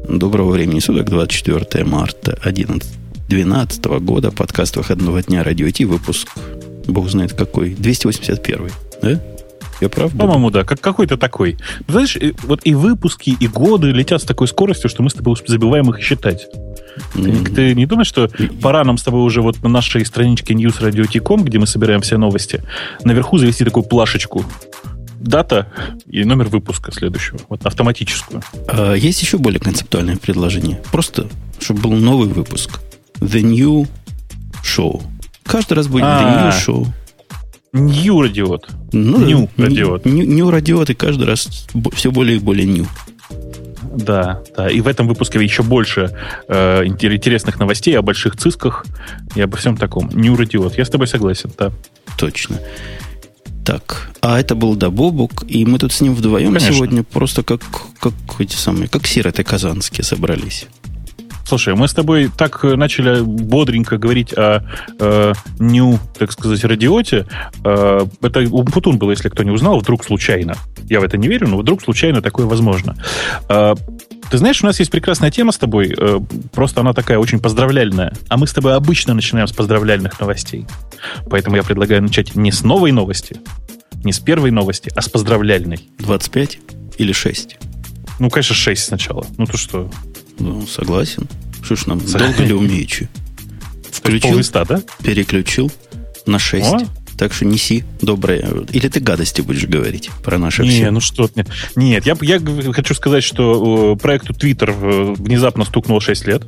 Доброго времени суток, 24 марта 2012 года, подкаст выходного дня Радио Ти, выпуск, бог знает какой, 281, да? Я прав? По-моему, да, какой-то такой. Знаешь, вот и выпуски, и годы летят с такой скоростью, что мы с тобой забываем их считать. Ты не думаешь, что пора нам с тобой уже вот на нашей страничке newsradio.com, где мы собираем все новости, наверху завести такую плашечку? Дата и номер выпуска следующего. Вот автоматическую. Есть еще более концептуальное предложение. Просто, чтобы был новый выпуск. The New Show. Каждый раз будет The New Show. New Радиот. New Радиот. New Радиот, и каждый раз все более и более new. Да, да. И в этом выпуске еще больше интересных новостей о больших цисках и обо всем таком. New Радиот. Я с тобой согласен, да. Точно. Так, а это был Бобук, и мы тут с ним вдвоем сегодня просто как эти самые, как сироты казанские собрались. Слушай, мы с тобой так начали бодренько говорить о New, так сказать, радиоте. Это Умпутун было, если кто не узнал, вдруг случайно. Я в это не верю, но вдруг случайно такое возможно. Ты знаешь, у нас есть прекрасная тема с тобой, просто она такая очень поздравляльная. А мы с тобой обычно начинаем с поздравляльных новостей. Поэтому я предлагаю начать не с новой новости, не с первой новости, а с поздравляльной. 25 или 6? Ну, конечно, 6 сначала. Ну, то что? Ну, согласен. Что ж нам, долго ли умеючи? Включил, пол-листа, да? Переключил на 6. Так что неси доброе. Или ты гадости будешь говорить про наши все? Не, ну что ты. Нет, я хочу сказать, что проекту Twitter внезапно стукнуло 6 лет.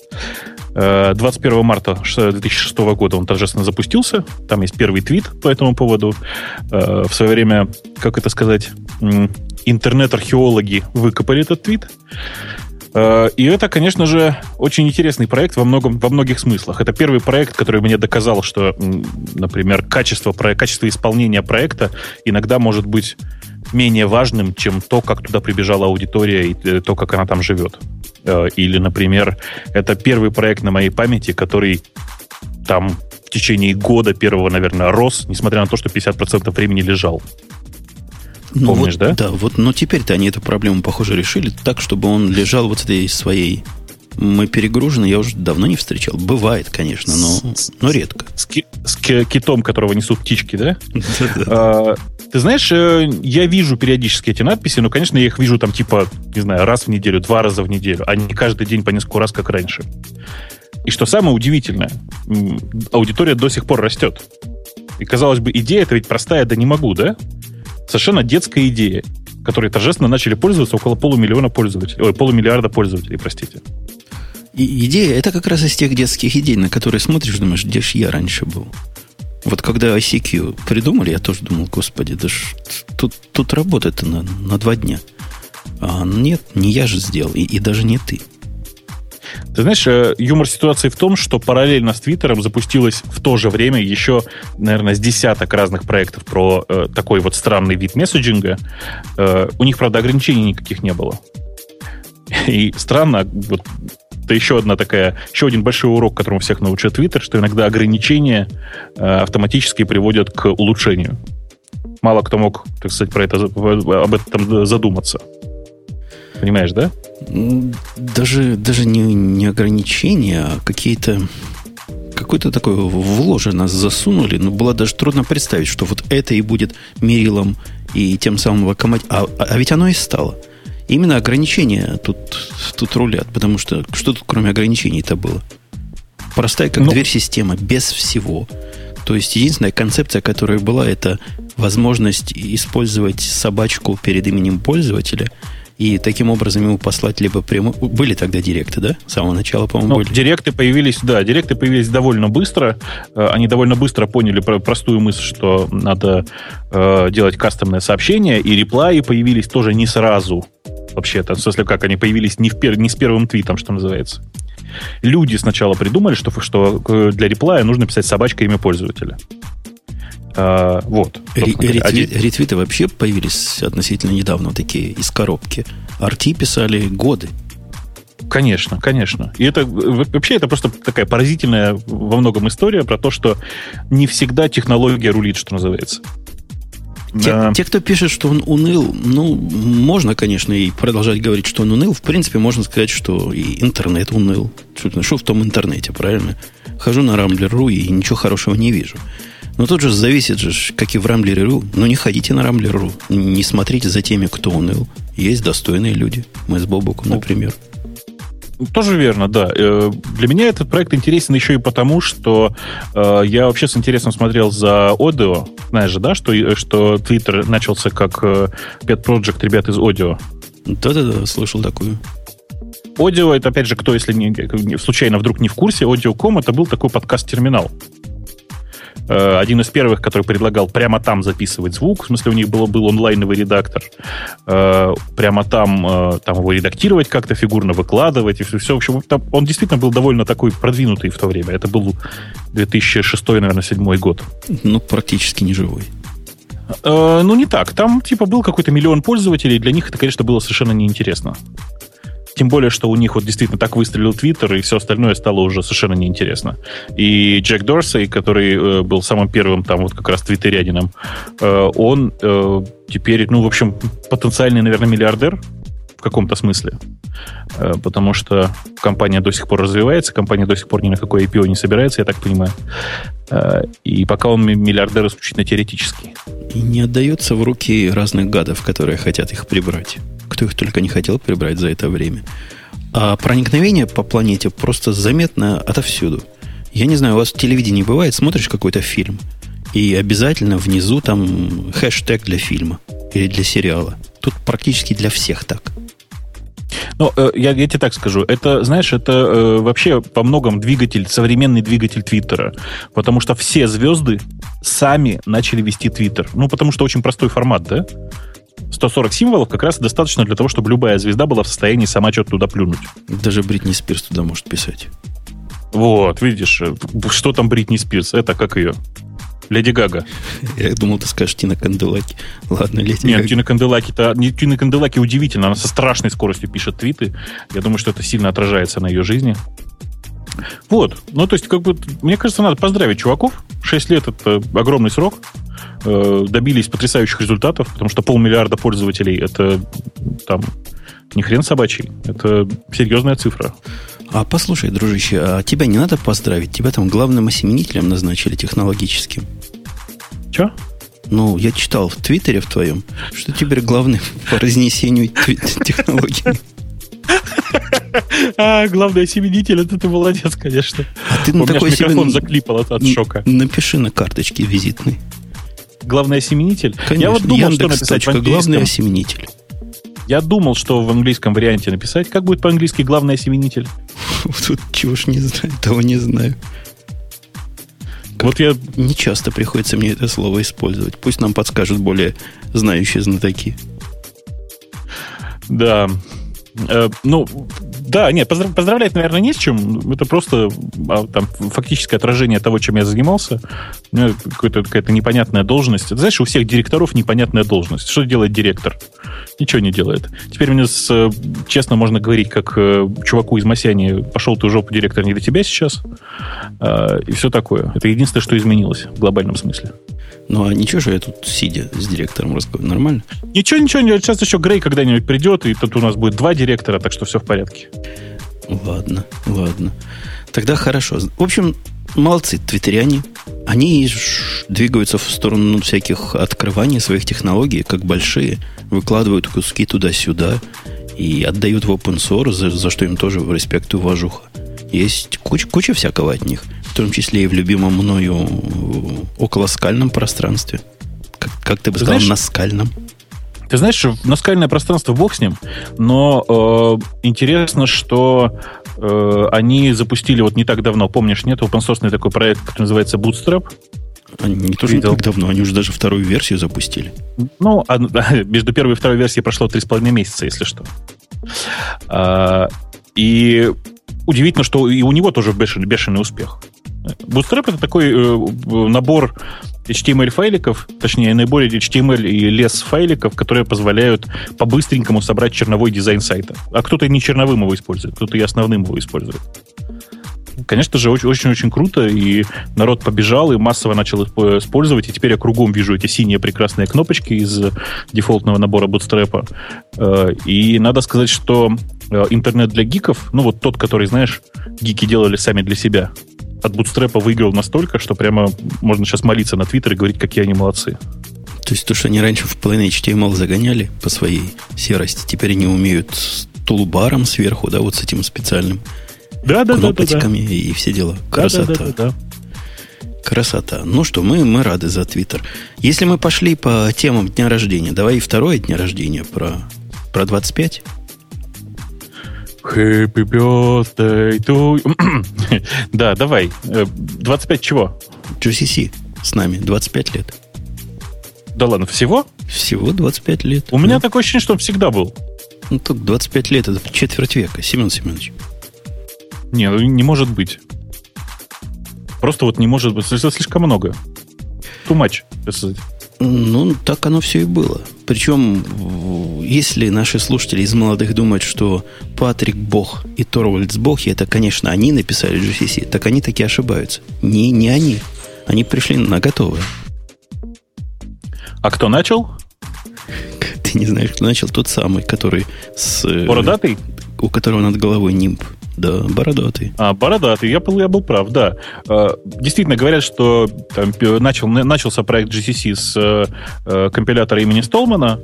21 марта 2006 года он торжественно запустился. Там есть первый твит по этому поводу. В свое время, как это сказать, интернет-археологи выкопали этот твит. И это, конечно же, очень интересный проект во многих смыслах. Это первый проект, который мне доказал, что, например, качество исполнения проекта иногда может быть менее важным, чем то, как туда прибежала аудитория и то, как она там живет. Или, например, это первый проект на моей памяти, который там в течение года первого, наверное, рос, несмотря на то, что 50% времени лежал. Ну помнишь, вот, да? Да, вот, но теперь-то они эту проблему, похоже, решили так, чтобы он лежал вот этой своей... Мы перегружены, я уже давно не встречал. Бывает, конечно, но редко. С китом, которого несут птички, да? Да. Ты знаешь, я вижу периодически эти надписи, но, конечно, я их вижу там типа, не знаю, раз в неделю, 2 раза в неделю, а не каждый день по несколько раз, как раньше. И что самое удивительное, аудитория до сих пор растет. И, казалось бы, идея это ведь простая, да не могу, да? Совершенно детская идея, которой торжественно начали пользоваться около полумиллиарда пользователей, простите. И идея, это как раз из тех детских идей, на которые смотришь, думаешь, где ж я раньше был. Вот когда ICQ придумали, я тоже думал, господи, да ж, тут работает на 2 дня. А нет, не я же сделал, и даже не ты. Ты знаешь, юмор ситуации в том, что параллельно с Твиттером запустилось в то же время еще, наверное, с десяток разных проектов про такой вот странный вид месседжинга. У них, правда, ограничений никаких не было. И странно, вот это еще один большой урок, которому всех научил Твиттер, что иногда ограничения автоматически приводят к улучшению. Мало кто мог, так сказать, об этом задуматься. Понимаешь, да? Даже не ограничения, а какой-то такой в ложе нас засунули. Но было даже трудно представить, что вот это и будет мерилом и тем самым локомотивом. А ведь оно и стало. Именно ограничения тут рулят, потому что что тут кроме ограничений-то было? Простая как дверь система, без всего. То есть единственная концепция, которая была, это возможность использовать собачку перед именем пользователя и таким образом ему послать либо прямо... Были тогда директы, да? С самого начала, по-моему, были. Директы появились довольно быстро. Они довольно быстро поняли простую мысль, что надо делать кастомное сообщение, и реплаи появились тоже не сразу. Вообще-то, в смысле, как они появились не с первым твитом, что называется. Люди сначала придумали, что для реплая нужно писать собачка имя пользователя. Вот. Ретвиты вообще появились относительно недавно, такие из коробки. RT писали годы. Конечно, конечно. И это вообще это просто такая поразительная во многом история про то, что не всегда технология рулит, что называется. Те, кто пишет, что он уныл, ну, можно, конечно, и продолжать говорить, что он уныл. В принципе, можно сказать, что и интернет уныл. Что в том интернете, правильно? Хожу на Rambler.ru и ничего хорошего не вижу. Но тут же зависит же, как и в Rambler.ru. Ну, не ходите на Rambler.ru, не смотрите за теми, кто уныл. Есть достойные люди. Мы с Бобуком, например. Тоже верно, да. Для меня этот проект интересен еще и потому, что я вообще с интересом смотрел за Odeo. Знаешь же, да, что Twitter начался как pet project ребят из Odeo. Да-да-да, слышал такую. Odeo, это, опять же, кто, если случайно вдруг не в курсе, Audio.com — это был такой подкаст-терминал. Один из первых, который предлагал прямо там записывать звук. В смысле, у них был онлайновый редактор. Прямо там его редактировать как-то, фигурно выкладывать. И все. В общем, он действительно был довольно такой продвинутый в то время. Это был 2006, наверное, 2007 год. Ну, практически не живой. Ну, не так. Там, типа, был какой-то миллион пользователей. Для них это, конечно, было совершенно неинтересно. Тем более, что у них вот действительно так выстрелил Твиттер, и все остальное стало уже совершенно неинтересно. И Джек Дорсей, который был самым первым там вот как раз твиттерянином, он теперь, ну, в общем, потенциальный, наверное, миллиардер в каком-то смысле. Потому что компания до сих пор развивается, компания до сих пор ни на какое IPO не собирается, я так понимаю. И пока он миллиардер исключительно теоретический. И не отдается в руки разных гадов, которые хотят их прибрать. Кто их только не хотел прибрать за это время. А проникновение по планете просто заметно отовсюду. Я не знаю, у вас в телевидении бывает, смотришь какой-то фильм, и обязательно внизу там хэштег для фильма или для сериала. Тут практически для всех так. Ну, я тебе так скажу. Это, знаешь, это вообще по многом современный двигатель Твиттера. Потому что все звезды сами начали вести Твиттер. Ну, потому что очень простой формат, да? 140 символов как раз достаточно для того, чтобы любая звезда была в состоянии сама что-то туда плюнуть. Даже Бритни Спирс туда может писать. Вот, видишь, что там Бритни Спирс? Это как ее? Леди Гага. Я думал, ты скажешь Тина Канделаки. Ладно, Леди Гага. Нет, Тина Канделаки удивительно. Она со страшной скоростью пишет твиты. Я думаю, что это сильно отражается на ее жизни. Вот. Ну, то есть, как бы, мне кажется, надо поздравить чуваков. 6 лет — это огромный срок. Добились потрясающих результатов, потому что 500 миллиарда пользователей — это там не хрен собачий. Это серьезная цифра. А послушай, дружище, а тебя не надо поздравить? Тебя там главным осеменителем назначили технологическим. Че? Ну, я читал в Твиттере в твоем, что теперь главный по разнесению технологий. Главный осеменитель, это ты молодец, конечно. А ты на такой микрофон заклипал от шока. Напиши на карточке визитной. Главный осеменитель? Конечно, я вот думал, что написать в английском. Главный осеменитель. Я думал, что в английском варианте написать. Как будет по-английски главный осеменитель? Тут чего ж не знаю, того не знаю. Вот я... Не часто приходится мне это слово использовать. Пусть нам подскажут более знающие знатоки. Да. Ну, да, нет, поздравлять, наверное, не с чем. Это просто там, фактическое отражение того, чем я занимался. У меня какая-то непонятная должность. Ты знаешь, у всех директоров непонятная должность. Что делает директор? Ничего не делает. Теперь мне честно можно говорить, как чуваку из Масяни: пошел ты в жопу, директор, не до тебя сейчас. И все такое. Это единственное, что изменилось в глобальном смысле. Ну, а ничего же я тут сидя с директором разговариваю? Нормально? Ничего. Сейчас еще Грей когда-нибудь придет, и тут у нас будет 2 директора, так что все в порядке. Ладно. Тогда хорошо. В общем, молодцы твиттеряне. Они двигаются в сторону всяких открываний своих технологий, как большие. Выкладывают куски туда-сюда и отдают в open source, за что им тоже респект и уважуха. Есть куча всякого от них, в том числе и в любимом мною околоскальном пространстве. Как ты бы сказал, на скальном? Ты знаешь, наскальное пространство, бог с ним, но интересно, что они запустили вот не так давно, помнишь, нет, open-source такой проект, который называется Bootstrap. Они тоже не так давно, они уже даже вторую версию запустили. Ну, между первой и второй версией прошло 3,5 месяца, если что. И удивительно, что и у него тоже бешеный успех. Bootstrap — это такой набор HTML-файликов, точнее, набор HTML и less-файликов, которые позволяют по-быстренькому собрать черновой дизайн сайта. А кто-то не черновым его использует, кто-то и основным его использует. конечно же, очень-очень круто, и народ побежал, и массово начал использовать, и теперь я кругом вижу эти синие прекрасные кнопочки из дефолтного набора Bootstrap. И надо сказать, что интернет для гиков, ну вот тот, который, знаешь, гики делали сами для себя, от Bootstrap выиграл настолько, что прямо можно сейчас молиться на Твиттер и говорить, какие они молодцы. То есть то, что они раньше в plain HTML загоняли по своей серости, теперь они умеют с тулбаром сверху, да, вот с этим специальным кнопочками и все дела. Красота. Да. Красота. Ну что, мы рады за Твиттер. Если мы пошли по темам дня рождения, давай и второе дня рождения про 25. Happy birthday to you. Да, давай. 25 чего? GCC с нами 25 лет. Да ладно, всего? Всего 25 лет. У меня такое ощущение, что он всегда был. Ну, тут 25 лет, это четверть века, Семен Семенович. Не может быть. Просто вот не может быть. Это слишком много. Too much. Ну, так оно все и было. Причем, если наши слушатели из молодых думают, что Патрик Бог и Торвальдс Бог, и это, конечно, они написали GCC, так они таки ошибаются. Не они. Они пришли на готовое. А кто начал? Ты не знаешь, кто начал? Тот самый, который с... Бородатый? У которого над головой нимб. Да, бородатый. Бородатый. Я был прав, да. Действительно, говорят, что там, начался проект GCC с компилятора имени Столмана,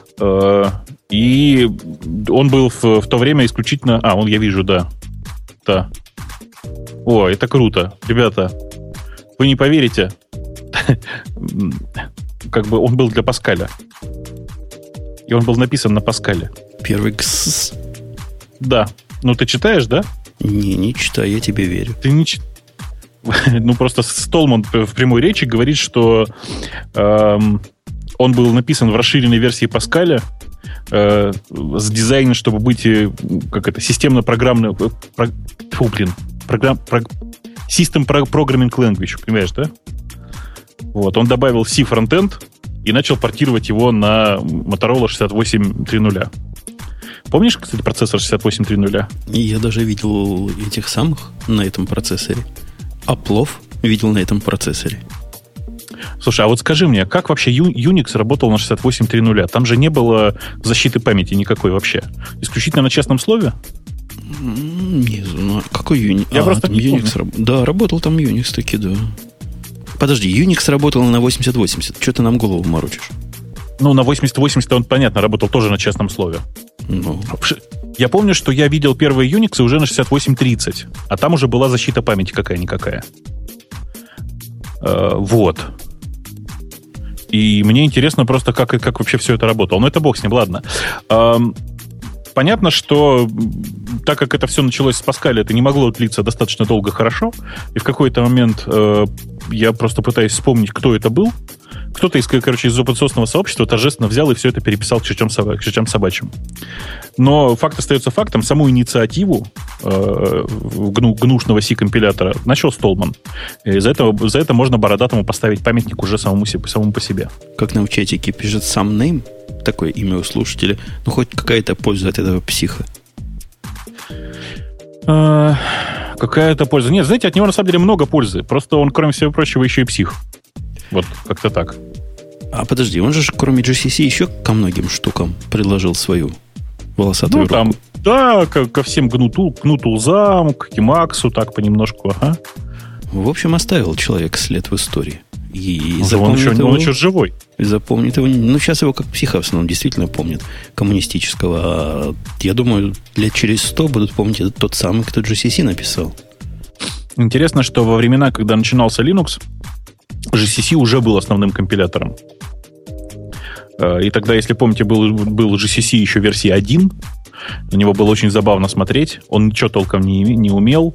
и он был в то время исключительно... я вижу, да. Да. О, это круто. Ребята, вы не поверите. Как бы он был для Паскаля. И он был написан на Паскале. Первый ГС. Да. Ну, ты читаешь, да? Не читаю, я тебе верю. Ты не читаешь. Ну, просто Столман в прямой речи говорит, что он был написан в расширенной версии Паскаля с дизайном, чтобы быть, системно-программным... System Programming Language, понимаешь, да? Вот, он добавил C фронтенд и начал портировать его на Motorola 6830. Помнишь, кстати, процессор 6830? Я даже видел этих самых на этом процессоре. Аплов видел на этом процессоре. Слушай, а вот скажи мне, как вообще Unix работал на 6830? Там же не было защиты памяти никакой вообще. Исключительно на честном слове? Не знаю. Какой Unix? Я просто не Unix помню. Да, работал там Unix таки, да. Подожди, Unix работал на 8080. Что ты нам голову морочишь? Ну, на 8080 он, понятно, работал тоже на честном слове. Ну. Я помню, что я видел первые Unix уже на 6830, а там уже была защита памяти какая-никакая. Вот. И мне интересно просто, как вообще все это работало. Но это бог с ним, ладно. Понятно, что так как это все началось с Паскаля, это не могло длиться достаточно долго хорошо. И в какой-то момент я просто пытаюсь вспомнить, кто это был. Кто-то из open-source сообщества торжественно взял и все это переписал к чертям собачьим. Но факт остается фактом. Саму инициативу гнушного C-компилятора начал Столман. И за это можно Бородатому поставить памятник уже самому по себе. Как нам в чатике пишет сам name, такое имя у слушателя, ну хоть какая-то польза от этого психа. Какая-то польза? Нет, знаете, от него на самом деле много пользы. Просто он, кроме всего прочего, еще и псих. Вот, как-то так. А подожди, он же кроме GCC еще ко многим штукам предложил свою волосатую руку. Там, да, ко всем гну-тулзам, к Emacs, так понемножку, ага. В общем, оставил человек след в истории. И он еще живой. И запомнит его. Ну, сейчас его как психа в основном действительно помнят, коммунистического. А я думаю, лет через 100 будут помнить это тот самый, кто GCC написал. Интересно, что во времена, когда начинался Linux, GCC уже был основным компилятором. И тогда, если помните, был GCC еще версии 1. На него было очень забавно смотреть. Он ничего толком не умел.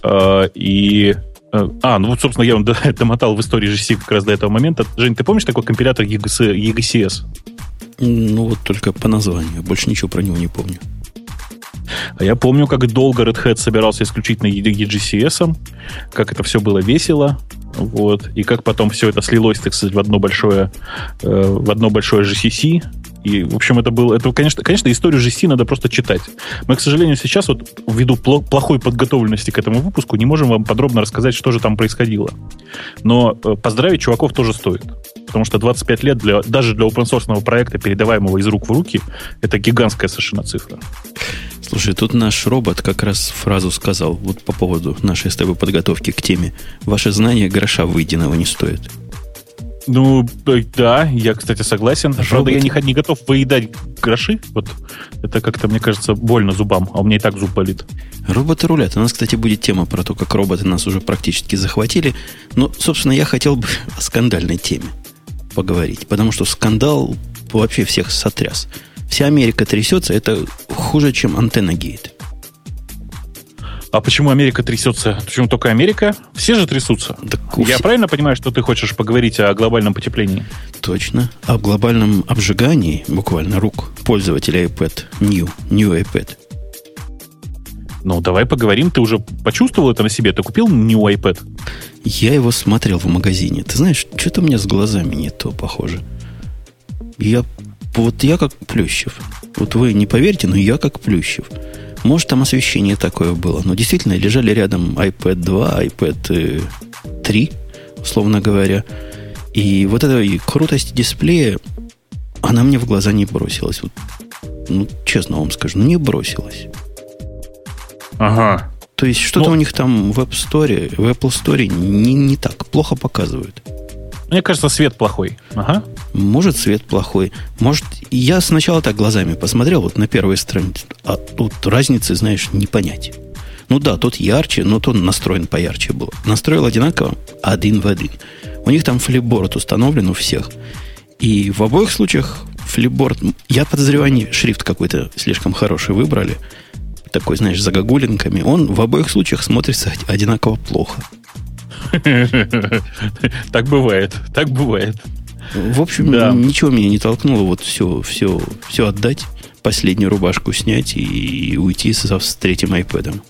Ну вот, собственно, я вам домотал в истории GCC как раз до этого момента. Жень, ты помнишь такой компилятор EGCS? Ну, вот только по названию. Больше ничего про него не помню. А я помню, как долго Red Hat собирался исключительно EGCS, как это все было весело, вот, и как потом все это слилось, так сказать, в одно большое GCC, И, в общем, конечно, историю GC надо просто читать. Мы, к сожалению, сейчас вот ввиду плохой подготовленности к этому выпуску не можем вам подробно рассказать, что же там происходило. Но поздравить чуваков тоже стоит. Потому что 25 лет даже для open-source проекта, передаваемого из рук в руки, это гигантская совершенно цифра. Слушай, тут наш робот как раз фразу сказал вот по поводу нашей с тобой подготовки к теме. Ваше знание гроша выеденного не стоит. Ну, да, я, кстати, согласен. Правда, я не готов выедать гроши. Вот это как-то, мне кажется, больно зубам. А у меня и так зуб болит. Роботы рулят. У нас, кстати, будет тема про то, как роботы нас уже практически захватили. Но, собственно, я хотел бы о скандальной теме поговорить. Потому что скандал вообще всех сотряс. Вся Америка трясется. Это хуже, чем антенна-гейт. А почему Америка трясется? Почему только Америка? Все же трясутся. Я правильно понимаю, что ты хочешь поговорить о глобальном потеплении? Точно. О глобальном обжигании, буквально, рук пользователя iPad, New iPad. Ну, давай поговорим. Ты уже почувствовал это на себе? Ты купил New iPad? Я его смотрел в магазине. Ты знаешь, что-то у меня с глазами не то, похоже. Я как Плющев. Вот вы не поверите, но я как Плющев. Может, там освещение такое было. Но действительно, лежали рядом iPad 2, iPad 3, условно говоря. И вот эта крутость дисплея, она мне в глаза не бросилась. Вот, ну, честно вам скажу, не бросилась. Ага. То есть, что-то у них там в Apple Store не так, плохо показывают. Мне кажется, свет плохой. Ага. Может, свет плохой. Может, я сначала так глазами посмотрел, вот на первой странице, а тут разницы, знаешь, не понять. Ну да, тот ярче, но тот настроен поярче был. Настроил одинаково, один в один. У них там флипборд установлен у всех. И в обоих случаях флипборд, я подозреваю, они шрифт какой-то слишком хороший выбрали. Такой, знаешь, с загогулинками. Он в обоих случаях смотрится одинаково плохо. Так бывает. В общем, да. Ничего меня не толкнуло вот все отдать, последнюю рубашку снять и уйти с третьим iPad'ом.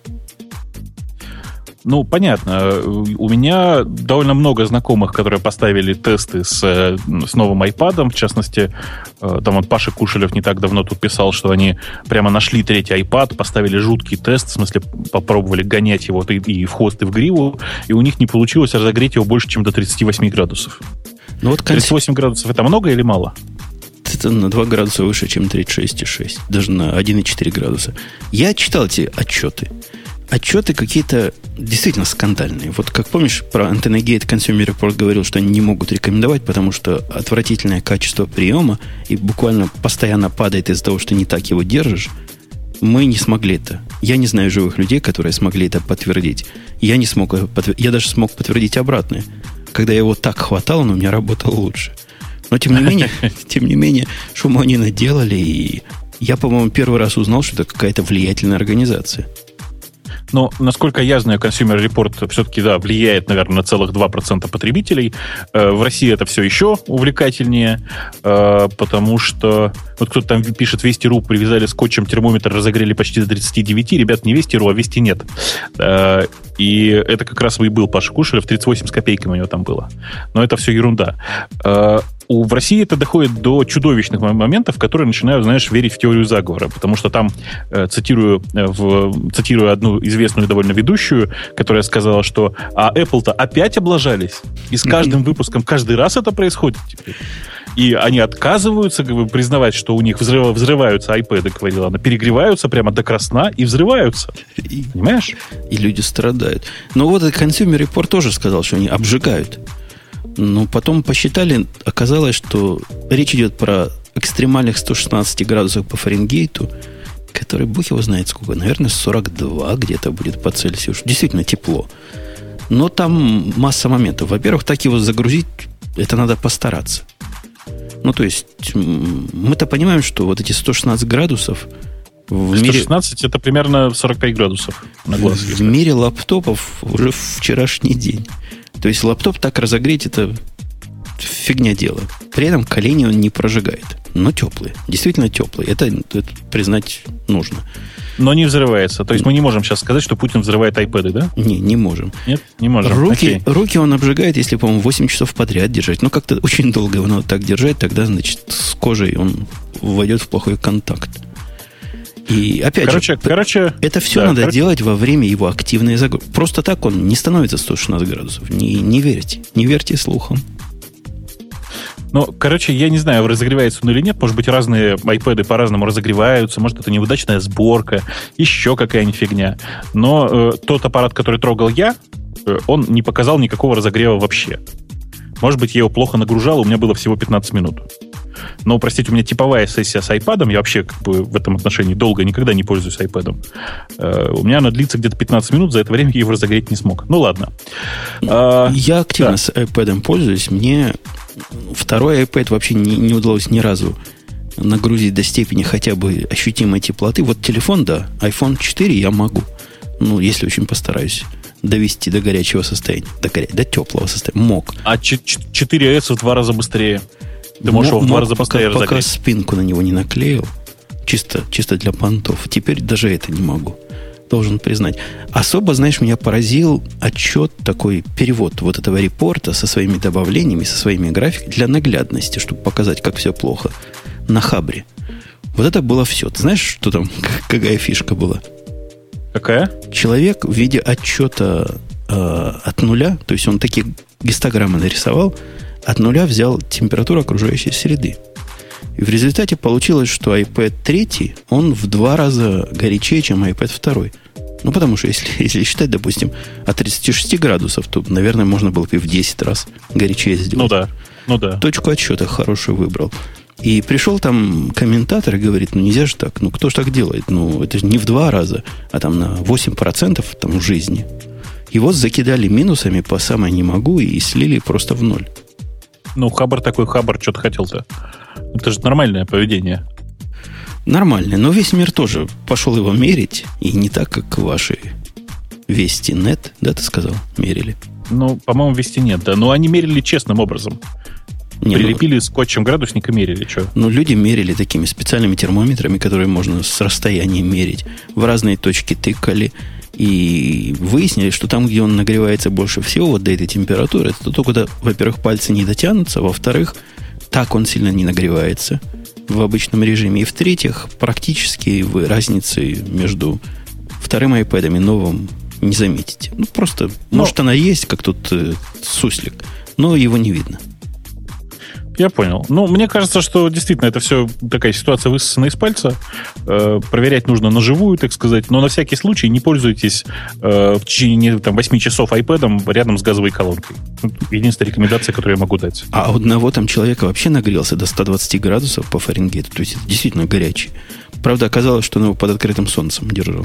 Ну, понятно. У меня довольно много знакомых, которые поставили тесты с новым iPad'ом. В частности, там вот Паша Кушелев не так давно тут писал, что они прямо нашли третий iPad, поставили жуткий тест, в смысле попробовали гонять его и в хвост, и в гриву, и у них не получилось разогреть его больше, чем до 38 градусов. Ну, вот 38 градусов — это много или мало? Это на 2 градуса выше, чем 36,6. Даже на 1,4 градуса. Я читал эти отчеты. Отчеты какие-то действительно скандальные. Вот как помнишь, про AntennaGate Consumer Report говорил, что они не могут рекомендовать, потому что отвратительное качество приема и буквально постоянно падает из-за того, что не так его держишь. Мы не смогли это. Я не знаю живых людей, которые смогли это подтвердить. Я не смог я даже смог подтвердить обратное. Когда я его так хватал, он у меня работал лучше. Но тем не менее, шуму они наделали, и я, по-моему, первый раз узнал, что это какая-то влиятельная организация. Но, насколько я знаю, Consumer Report все-таки, да, влияет, наверное, на целых 2% потребителей. В России это все еще увлекательнее, потому что вот кто-то там пишет, Вести.ру привязали скотчем термометр, разогрели почти до 39. Ребят, не Вести.ру, а Вести нет. И это как раз и был Паша Кушелев, 38 с копейками у него там было. Но это все ерунда. В России это доходит до чудовищных моментов, в которые начинаю, знаешь, верить в теорию заговора, потому что там, цитирую одну известную довольно ведущую, которая сказала, что Apple-то опять облажались, и с каждым выпуском каждый раз это происходит теперь. И они отказываются признавать, что у них взрываются iPad, говорила она, перегреваются прямо до красна и взрываются. Понимаешь? И люди страдают. Но вот этот Consumer Report тоже сказал, что они обжигают. Но потом посчитали, оказалось, что речь идет про экстремальных 116 градусов по Фаренгейту, который, бог его знает сколько, наверное, 42 где-то будет по Цельсию. Действительно тепло. Но там масса моментов. Во-первых, так его загрузить, это надо постараться. Ну, то есть, мы-то понимаем, что вот эти 116 градусов в 116 мире, это примерно 45 градусов на глаз. В мире лаптопов уже вчерашний день. То есть лаптоп так разогреть, это фигня дело. При этом колени он не прожигает. Но теплые. Действительно теплые. Это признать нужно. Но не взрывается. То есть мы не можем сейчас сказать, что Путин взрывает iPad, да? Не можем. Нет, не можем. Руки он обжигает, если, по-моему, 8 часов подряд держать. Но как-то очень долго его надо так держать, тогда, значит, с кожей он войдет в плохой контакт. И опять короче, это все надо делать во время его активной загрузки. Просто так он не становится 116 градусов. Не верьте. Не верьте слухам. Ну, короче, я не знаю, разогревается он или нет. Может быть, разные iPad'ы по-разному разогреваются. Может, это неудачная сборка. Еще какая-нибудь фигня. Но тот аппарат, который трогал я, он не показал никакого разогрева вообще. Может быть, я его плохо нагружал, у меня было всего 15 минут. Но, простите, у меня типовая сессия с iPad'ом. Я вообще как бы в этом отношении долго никогда не пользуюсь iPad'ом. У меня она длится где-то 15 минут. За это время я его разогреть не смог. Ну, ладно. Я активно с iPad'ом пользуюсь. Мне второй iPad вообще не удалось ни разу нагрузить до степени хотя бы ощутимой теплоты. Вот телефон, да, iPhone 4 я могу. Ну, если очень постараюсь довести до горячего состояния. До теплого состояния. Мог. А 4S в 2 раза быстрее. Ты можешь его в 2 раза быстрее разогреть. Пока спинку на него не наклеил. Чисто для понтов. Теперь даже это не могу. Должен признать. Особо, знаешь, меня поразил отчет, такой перевод вот этого репорта со своими добавлениями, со своими графиками для наглядности, чтобы показать, как все плохо. На Хабре. Вот это было все. Ты знаешь, что там, какая фишка была? Какая? Человек в виде отчета от нуля, то есть он такие гистограммы нарисовал, от нуля взял температуру окружающей среды. И в результате получилось, что iPad 3, он в 2 раза горячее, чем iPad 2. Ну, потому что если считать, допустим, от 36 градусов, то, наверное, можно было бы и в 10 раз горячее сделать. Ну да. Точку отсчета хорошую выбрал. И пришел там комментатор и говорит, ну нельзя же так, ну кто ж так делает? Ну это же не в 2 раза, а там на 8% там в жизни. Его закидали минусами по самое не могу и слили просто в ноль. Ну, Хабр, что-то хотел-то. Это же нормальное поведение. Нормально, но весь мир тоже пошел его мерить, и не так, как ваши Вести.нет, да, ты сказал, мерили? Ну, по-моему, Вести.нет, да. Но они мерили честным образом. Прилепили скотчем градусник и мерили, что? Ну, люди мерили такими специальными термометрами, которые можно с расстояния мерить. В разные точки тыкали. И выяснили, что там, где он нагревается больше всего, вот до этой температуры, это то, куда, во-первых, пальцы не дотянутся, во-вторых, так он сильно не нагревается в обычном режиме. И в-третьих, практически вы разницы между вторым iPad'ом и новым не заметите. Ну, просто, может, она есть, как тут суслик, но его не видно. Я понял. Ну, мне кажется, что действительно это все такая ситуация высосана из пальца. Проверять нужно на живую, так сказать. Но на всякий случай не пользуйтесь в течение 8 часов iPad'ом рядом с газовой колонкой. Единственная рекомендация, которую я могу дать. А у одного там человека вообще нагрелся до 120 градусов по Фаренгейту. То есть это действительно горячий. Правда, оказалось, что он его под открытым солнцем держал.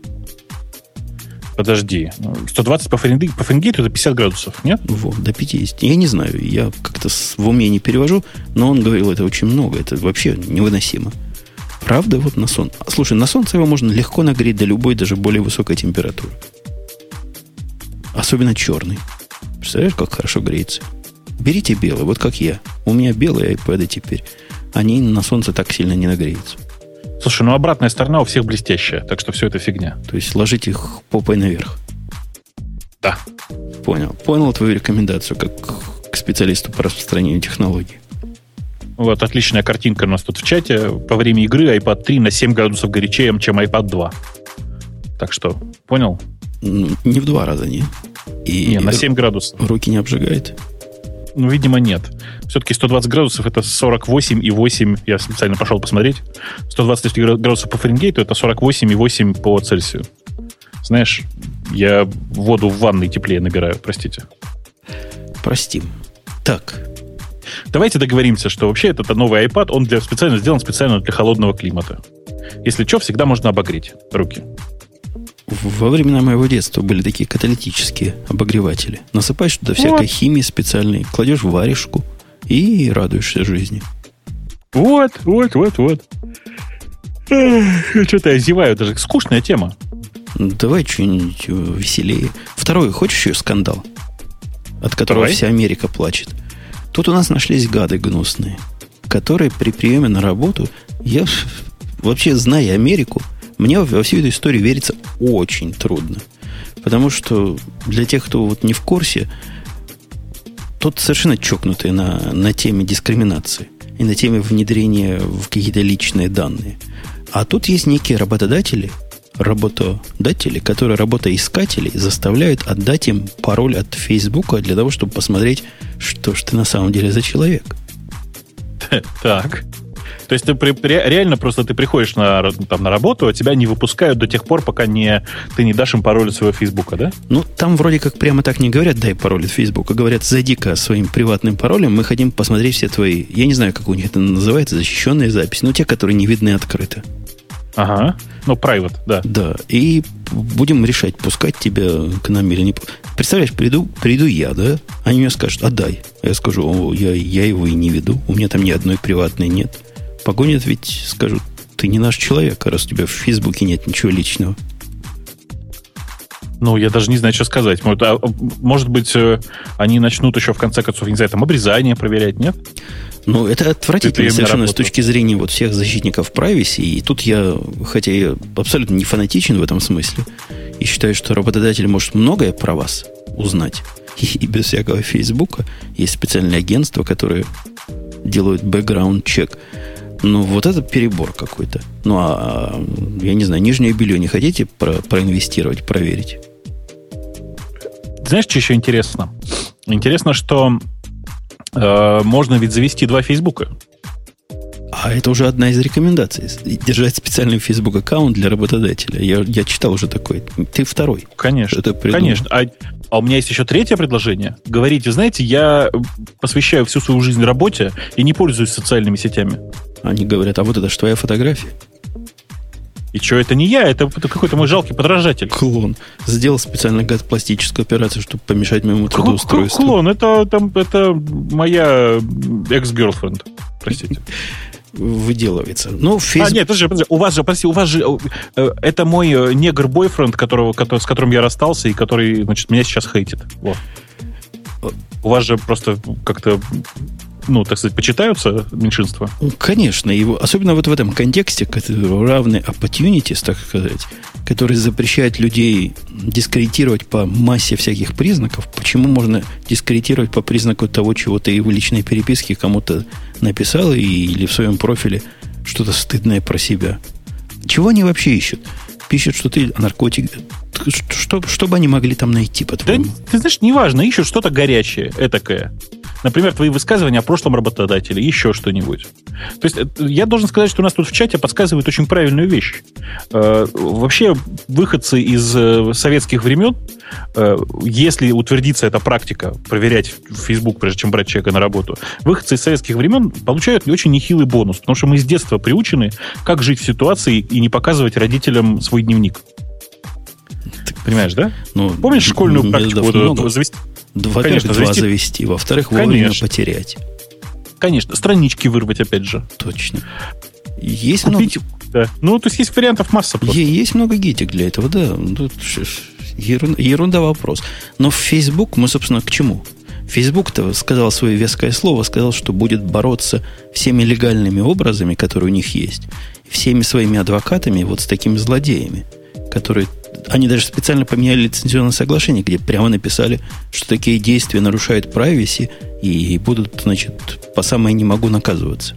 Подожди. 120 по Фаренгейту это 50 градусов, нет? Вот, до 50. Я не знаю, я как-то в уме не перевожу, но он говорил, это очень много, это вообще невыносимо. Правда, вот на солнце. Слушай, на солнце его можно легко нагреть до любой, даже более высокой температуры. Особенно черный. Представляешь, как хорошо греется? Берите белый, вот как я. У меня белые iPad'ы теперь. Они на солнце так сильно не нагреются. Слушай, ну обратная сторона у всех блестящая, так что все это фигня. То есть ложить их попой наверх. Да. Понял твою рекомендацию как к специалисту по распространению технологий. Вот, отличная картинка у нас тут в чате. По время игры iPad 3 на 7 градусов горячее, чем iPad 2. Так что, понял? Не в 2 раза, не? Не, на 7 градусов. Руки не обжигает? Ну, видимо, нет. Все-таки 120 градусов это 48,8. Я специально пошел посмотреть. 120 градусов по Фаренгейту это 48,8 по Цельсию. Знаешь, я воду в ванной теплее набираю, простите. Простим. Так. Давайте договоримся, что вообще этот новый iPad, он сделан специально для холодного климата. Если что, всегда можно обогреть руки. Во времена моего детства были такие каталитические обогреватели. Насыпаешь туда всякой химии специальной, кладешь в варежку и радуешься жизни. Вот. Что-то я зеваю, даже скучная тема. Давай что-нибудь веселее. Второй, хочешь еще скандал? От которого вся Америка плачет. Тут у нас нашлись гады гнусные, которые при приеме на работу, я вообще, зная Америку, мне во всю эту историю верится очень трудно. Потому что для тех, кто вот не в курсе, тут совершенно чокнутые на теме дискриминации и на теме внедрения в какие-то личные данные. А тут есть некие работодатели, которые работоискателей заставляют отдать им пароль от Фейсбука для того, чтобы посмотреть, что ж ты на самом деле за человек. Так. То есть ты реально просто ты приходишь на работу, а тебя не выпускают до тех пор, пока ты не дашь им пароль от своего Фейсбука, да? Ну, там вроде как прямо так не говорят, дай пароль от Фейсбука. Говорят, зайди-ка своим приватным паролем, мы хотим посмотреть все твои, я не знаю, как у них это называется, защищенные записи, но те, которые не видны открыто. Ага, ну, private, да. Да, и будем решать, пускать тебя к нам или не. Представляешь, приду я, да? Они мне скажут, отдай. А я скажу, я его и не веду, у меня там ни одной приватной нет. Погонят ведь, скажут, ты не наш человек, раз у тебя в Фейсбуке нет ничего личного. Ну, я даже не знаю, что сказать. Может быть, они начнут еще, в конце концов, не знаю, там обрезание проверять, нет? Ну, это отвратительно совершенно с точки зрения вот всех защитников privacy. И тут я, хотя я абсолютно не фанатичен в этом смысле, и считаю, что работодатель может многое про вас узнать. И без всякого Фейсбука есть специальные агентства, которые делают бэкграунд-чек. Ну, вот это перебор какой-то. Ну, я не знаю, нижнее белье не хотите проинвестировать, проверить? Знаешь, что еще интересно? Интересно, что можно ведь завести 2 Фейсбука. А это уже одна из рекомендаций. Держать специальный Facebook аккаунт для работодателя. Я читал уже такой. Ты второй. Конечно. Конечно. А у меня есть еще третье предложение. Говорите, знаете, я посвящаю всю свою жизнь работе и не пользуюсь социальными сетями. Они говорят, а вот это же твоя фотография. И что, это не я, это какой-то мой жалкий подражатель. Клон. Сделал специально пластическую операцию, чтобы помешать моему трудоустройству. Клон, это моя экс-герлфренд. Простите. Выделывается. Ну, нет, подожди, у вас же это мой негр-бойфренд, с которым я расстался и который, значит, меня сейчас хейтит. Вот. У вас же просто как-то, так сказать, почитаются меньшинства? Конечно, особенно вот в этом контексте, равный opportunities, так сказать, который запрещает людей дискредитировать по массе всяких признаков. Почему можно дискредитировать по признаку того, чего ты в личной переписке кому-то написал или в своем профиле что-то стыдное про себя? Чего они вообще ищут? Пишут, что ты наркотик. Что бы они могли там найти, по-твоему? Да, ты знаешь, неважно, ищут что-то горячее, этакое. Например, твои высказывания о прошлом работодателе, еще что-нибудь. То есть я должен сказать, что у нас тут в чате подсказывают очень правильную вещь. Вообще, выходцы из советских времен, если утвердится эта практика, проверять Facebook, прежде чем брать человека на работу, выходцы из советских времен получают очень нехилый бонус, потому что мы с детства приучены, как жить в ситуации и не показывать родителям свой дневник. Ты понимаешь, да? Помнишь школьную практику завести? Во-первых, два завести. Во-вторых, вовремя потерять. Конечно. Странички вырвать, опять же. Точно. Есть купить, да. То есть есть вариантов масса. Есть много гитик для этого, да. Тут ерунда вопрос. Но в Facebook мы, собственно, к чему? Facebook-то сказал свое веское слово, сказал, что будет бороться всеми легальными образами, которые у них есть, всеми своими адвокатами, вот с такими злодеями, которые... Они даже специально поменяли лицензионное соглашение, где прямо написали, что такие действия нарушают privacy и будут, значит, по самое не могу наказываться.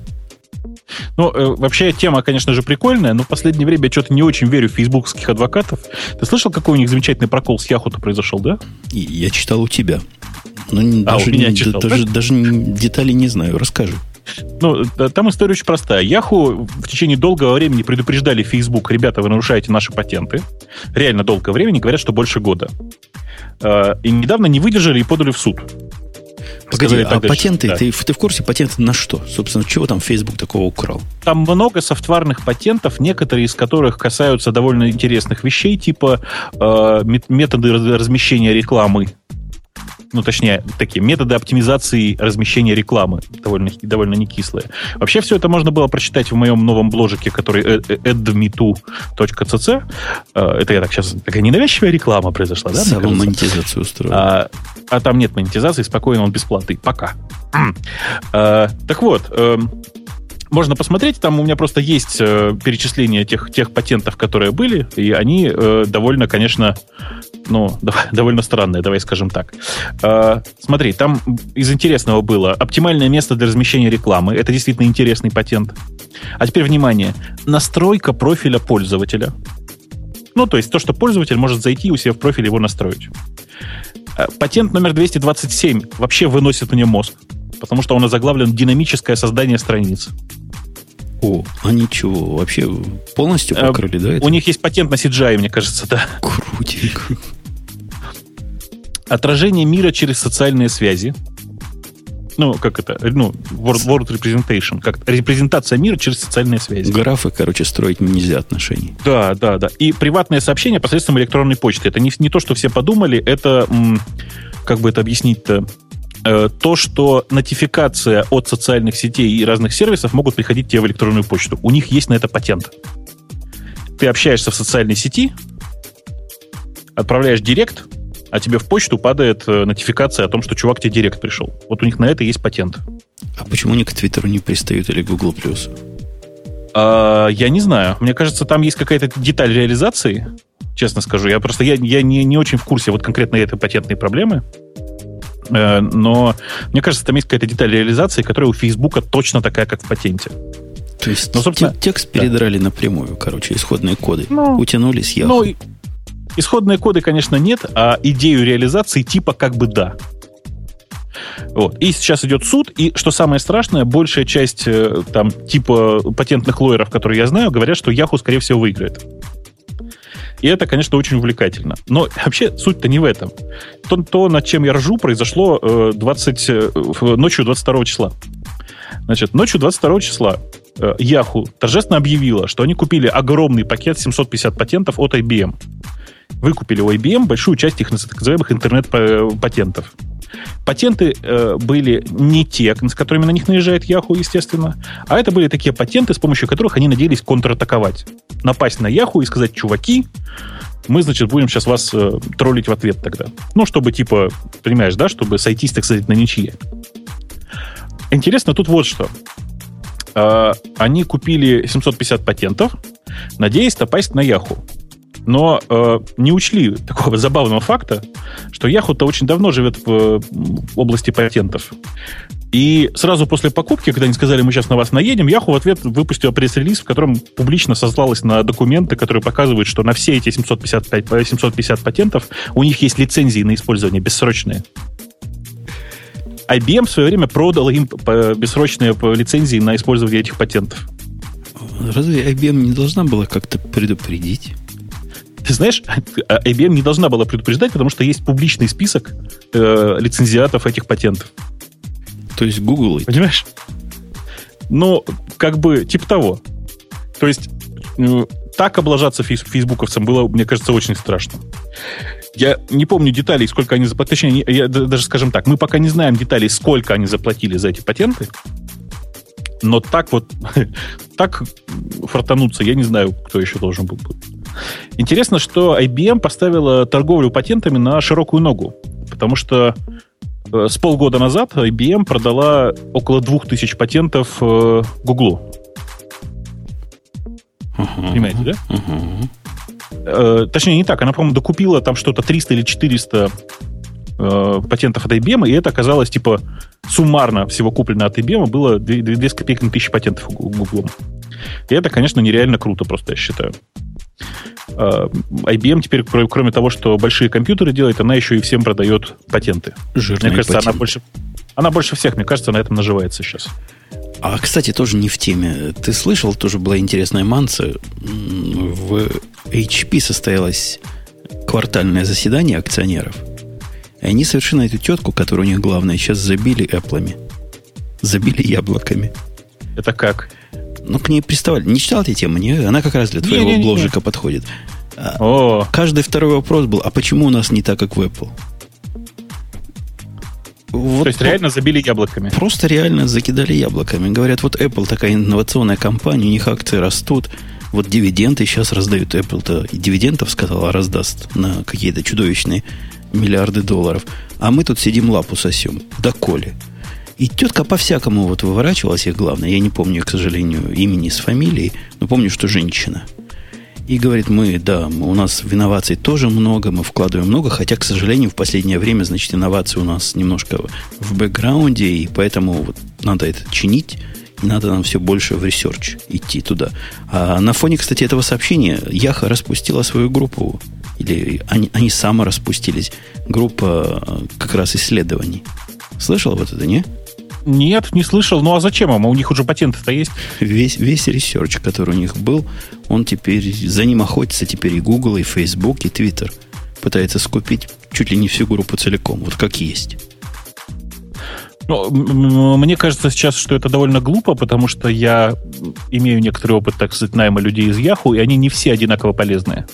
Вообще тема, конечно же, прикольная, но в последнее время я что-то не очень верю в фейсбуковских адвокатов. Ты слышал, какой у них замечательный прокол с Яху-то произошел, да? Я читал у тебя. Но даже деталей не знаю. Расскажи. Там история очень простая. Yahoo в течение долгого времени предупреждали Facebook: ребята, вы нарушаете наши патенты. Реально долгое времени, говорят, что больше года. И недавно не выдержали и подали в суд. Погоди, а патенты, да. Ты в курсе патенты на что? Собственно, чего там Facebook такого украл? Там много софтварных патентов, некоторые из которых касаются довольно интересных вещей, типа методы размещения рекламы. ну, точнее, такие методы оптимизации размещения рекламы довольно не кислые. Вообще все это можно было прочитать в моем новом бложике, который admeto.cc. Это я так сейчас... Такая ненавязчивая реклама произошла, да? Самую монетизацию устроил. А там нет монетизации, спокойно, он бесплатный. Пока. Так вот, можно посмотреть, там у меня просто есть перечисление тех патентов, которые были, и они довольно, конечно, ну, довольно странные, давай скажем так. Смотри, там из интересного было оптимальное место для размещения рекламы. Это действительно интересный патент. А теперь, внимание, настройка профиля пользователя. Ну, то есть то, что пользователь может зайти и у себя в профиль его настроить. Патент номер 227 вообще выносит мне мозг, потому что он озаглавлен «Динамическое создание страниц». О, а ничего, вообще полностью покрыли, да? Это? У них есть патент на CGI, мне кажется, да. Крутенько. Отражение мира через социальные связи. Ну, как это? Ну, word representation. Как репрезентация мира через социальные связи. Графы, короче, строить нельзя отношений. Да. И приватное сообщение посредством электронной почты. Это не то, что все подумали, это, как бы это объяснить-то, то, что нотификация от социальных сетей и разных сервисов могут приходить тебе в электронную почту. У них есть на это патент. Ты общаешься в социальной сети, отправляешь директ, а тебе в почту падает нотификация о том, что чувак тебе директ пришел. Вот у них на это есть патент. А почему они к Твиттеру не пристают или Google+? Я не знаю. Мне кажется, там есть какая-то деталь реализации, честно скажу. Я не очень в курсе вот конкретно этой патентной проблемы. Но мне кажется, там есть какая-то деталь реализации, которая у Фейсбука точно такая, как в патенте. То есть текст передрали напрямую, короче, исходные коды. Утянули с Yahoo. Ну, исходные коды, конечно, нет, а идею реализации типа как бы да. Вот. И сейчас идет суд, и, что самое страшное, большая часть там типа патентных лоеров, которые я знаю, говорят, что Yahoo, скорее всего, выиграет. И это, конечно, очень увлекательно. Но вообще суть-то не в этом. То, над чем я ржу, произошло ночью 22 числа. Значит, ночью 22 числа Yahoo торжественно объявила, что они купили огромный пакет 750 патентов от IBM. Выкупили у IBM большую часть их так называемых интернет-патентов. Патенты были не те, с которыми на них наезжает Yahoo, естественно, а это были такие патенты, с помощью которых они надеялись контратаковать. Напасть на Yahoo и сказать: чуваки, мы, значит, будем сейчас вас троллить в ответ тогда. Ну, чтобы, типа, понимаешь, да, чтобы сойтись, так сказать, на ничье. Интересно тут вот что. Они купили 750 патентов, надеясь напасть на Yahoo. Но не учли такого забавного факта, что Yahoo-то очень давно живет в области патентов. И сразу после покупки, когда они сказали: мы сейчас на вас наедем, Yahoo в ответ выпустила пресс-релиз, в котором публично сослалась на документы, которые показывают, что на все эти 750 патентов у них есть лицензии на использование бессрочные. IBM в свое время продала им бессрочные лицензии на использование этих патентов. Разве IBM не должна была как-то предупредить? Ты знаешь, IBM не должна была предупреждать, потому что есть публичный список лицензиатов этих патентов. То есть Google. Понимаешь? Ну, как бы, типа того. То есть так облажаться фейсбуковцам было, мне кажется, очень страшно. Я не помню деталей, сколько они заплатили. Точнее, я даже, скажем так, мы пока не знаем деталей, сколько они заплатили за эти патенты. Но так вот, так фартануться, я не знаю, кто еще должен был быть. Интересно, что IBM поставила торговлю патентами на широкую ногу, потому что с полгода назад IBM продала около 2000 патентов Гуглу. Понимаете, да? Точнее, не так. Она, по-моему, докупила там что-то 300 или 400 патентов от IBM, и это оказалось, типа, суммарно всего куплено от IBM было 2 с копейками тысячи патентов Гуглом. И это, конечно, нереально круто, просто, я считаю. IBM теперь, кроме того, что большие компьютеры делает, она еще и всем продает патенты. Жирные мне кажется, патенты. она больше всех, мне кажется, на этом наживается сейчас. А, кстати, тоже не в теме. Ты слышал, тоже была интересная манса. В HP состоялось квартальное заседание акционеров. И они совершенно эту тетку, которая у них главная, сейчас забили эплами. Забили яблоками. Это как? Ну, к ней приставали. Не читал эти темы? Она как раз для твоего бложика подходит. Каждый второй вопрос был: а почему у нас не так, как в Apple? Вот то есть реально забили яблоками? Просто реально закидали яблоками. Говорят, вот Apple такая инновационная компания, у них акции растут. Вот дивиденды сейчас раздают. Apple-то и дивидендов, сказала, раздаст на какие-то чудовищные миллиарды долларов. А мы тут сидим лапу сосем. Доколе. И тетка по-всякому вот выворачивалась, их главное. Я не помню, к сожалению, имени с фамилией, но помню, что женщина. И говорит, у нас в инноваций тоже много, мы вкладываем много, хотя, к сожалению, в последнее время, значит, инновации у нас немножко в бэкграунде, и поэтому вот надо это чинить, и надо нам все больше в ресерч идти туда. А на фоне, кстати, этого сообщения Яха распустила свою группу, или они самораспустились, группа как раз исследований. Слышал вот это, не? Нет, не слышал. Ну а зачем им? У них уже патенты-то есть. Весь ресерч, который у них был, он теперь, за ним охотится теперь и Google, и Facebook, и Twitter. Пытается скупить чуть ли не всю группу целиком, вот как есть. Ну, мне кажется сейчас, что это довольно глупо, потому что я имею некоторый опыт, так сказать, найма людей из Yahoo, и они не все одинаково полезные.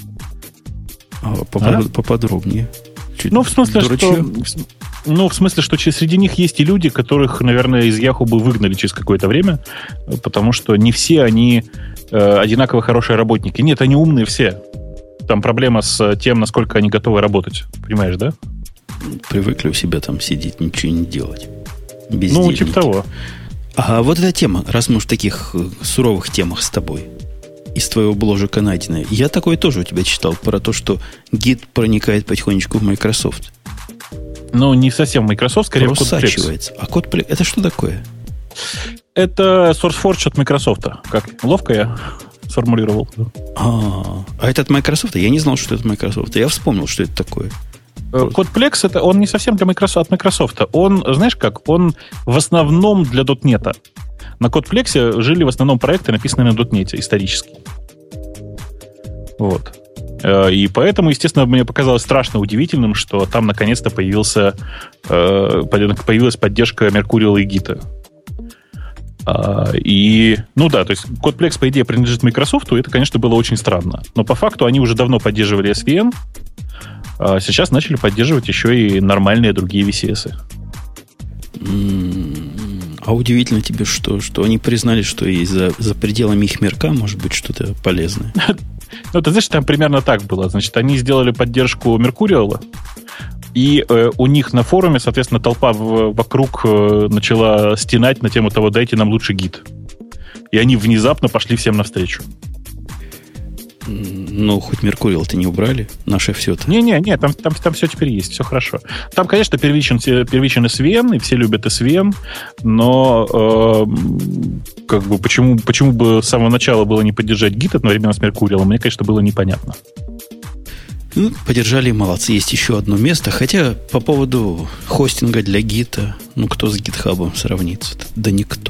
Поподробнее. В смысле, что среди них есть и люди, которых, наверное, из Yahoo бы выгнали через какое-то время, потому что не все они одинаково хорошие работники. Нет, они умные все. Там проблема с тем, насколько они готовы работать. Понимаешь, да? Привыкли у себя там сидеть, ничего не делать. Бездельники. Типа того. А вот эта тема, раз мы в таких суровых темах с тобой, из твоего бложика найденная, я такое тоже у тебя читал, про то, что Git проникает потихонечку в Microsoft. Не совсем в Microsoft, скорее в Просачивается. А CodePlex, это что такое? Это SourceForge от Microsoft. Как ловко я сформулировал. А это от Microsoft? Я не знал, что это от Microsoft. Я вспомнил, что это такое. CodePlex, он не совсем для от Microsoft. Он, знаешь как, он в основном для .NET. На CodePlex жили в основном проекты, написанные на .NET исторически. Вот. И поэтому, естественно, мне показалось страшно удивительным, что там наконец-то появилась поддержка Mercurial и Git. То есть CodePlex, по идее, принадлежит Microsoft, и это, конечно, было очень странно. Но по факту они уже давно поддерживали SVN, а сейчас начали поддерживать еще и нормальные другие VCS. А удивительно тебе, что они признали, что и за пределами их мирка может быть что-то полезное. Ты знаешь, там примерно так было. Значит, они сделали поддержку Mercurial, и у них на форуме, соответственно, толпа вокруг начала стенать на тему того, дайте нам лучше гид. И они внезапно пошли всем навстречу. Хоть Mercurial-то не убрали, наше все-то. Не, там все теперь есть, все хорошо. Там, конечно, первичен SVN, и все любят SVN, но почему бы с самого начала было не поддержать Git одновременно с Mercurial, мне, конечно, было непонятно. Поддержали, молодцы. Есть еще одно место, хотя по поводу хостинга для Git, кто с GitHub сравнится? Да никто.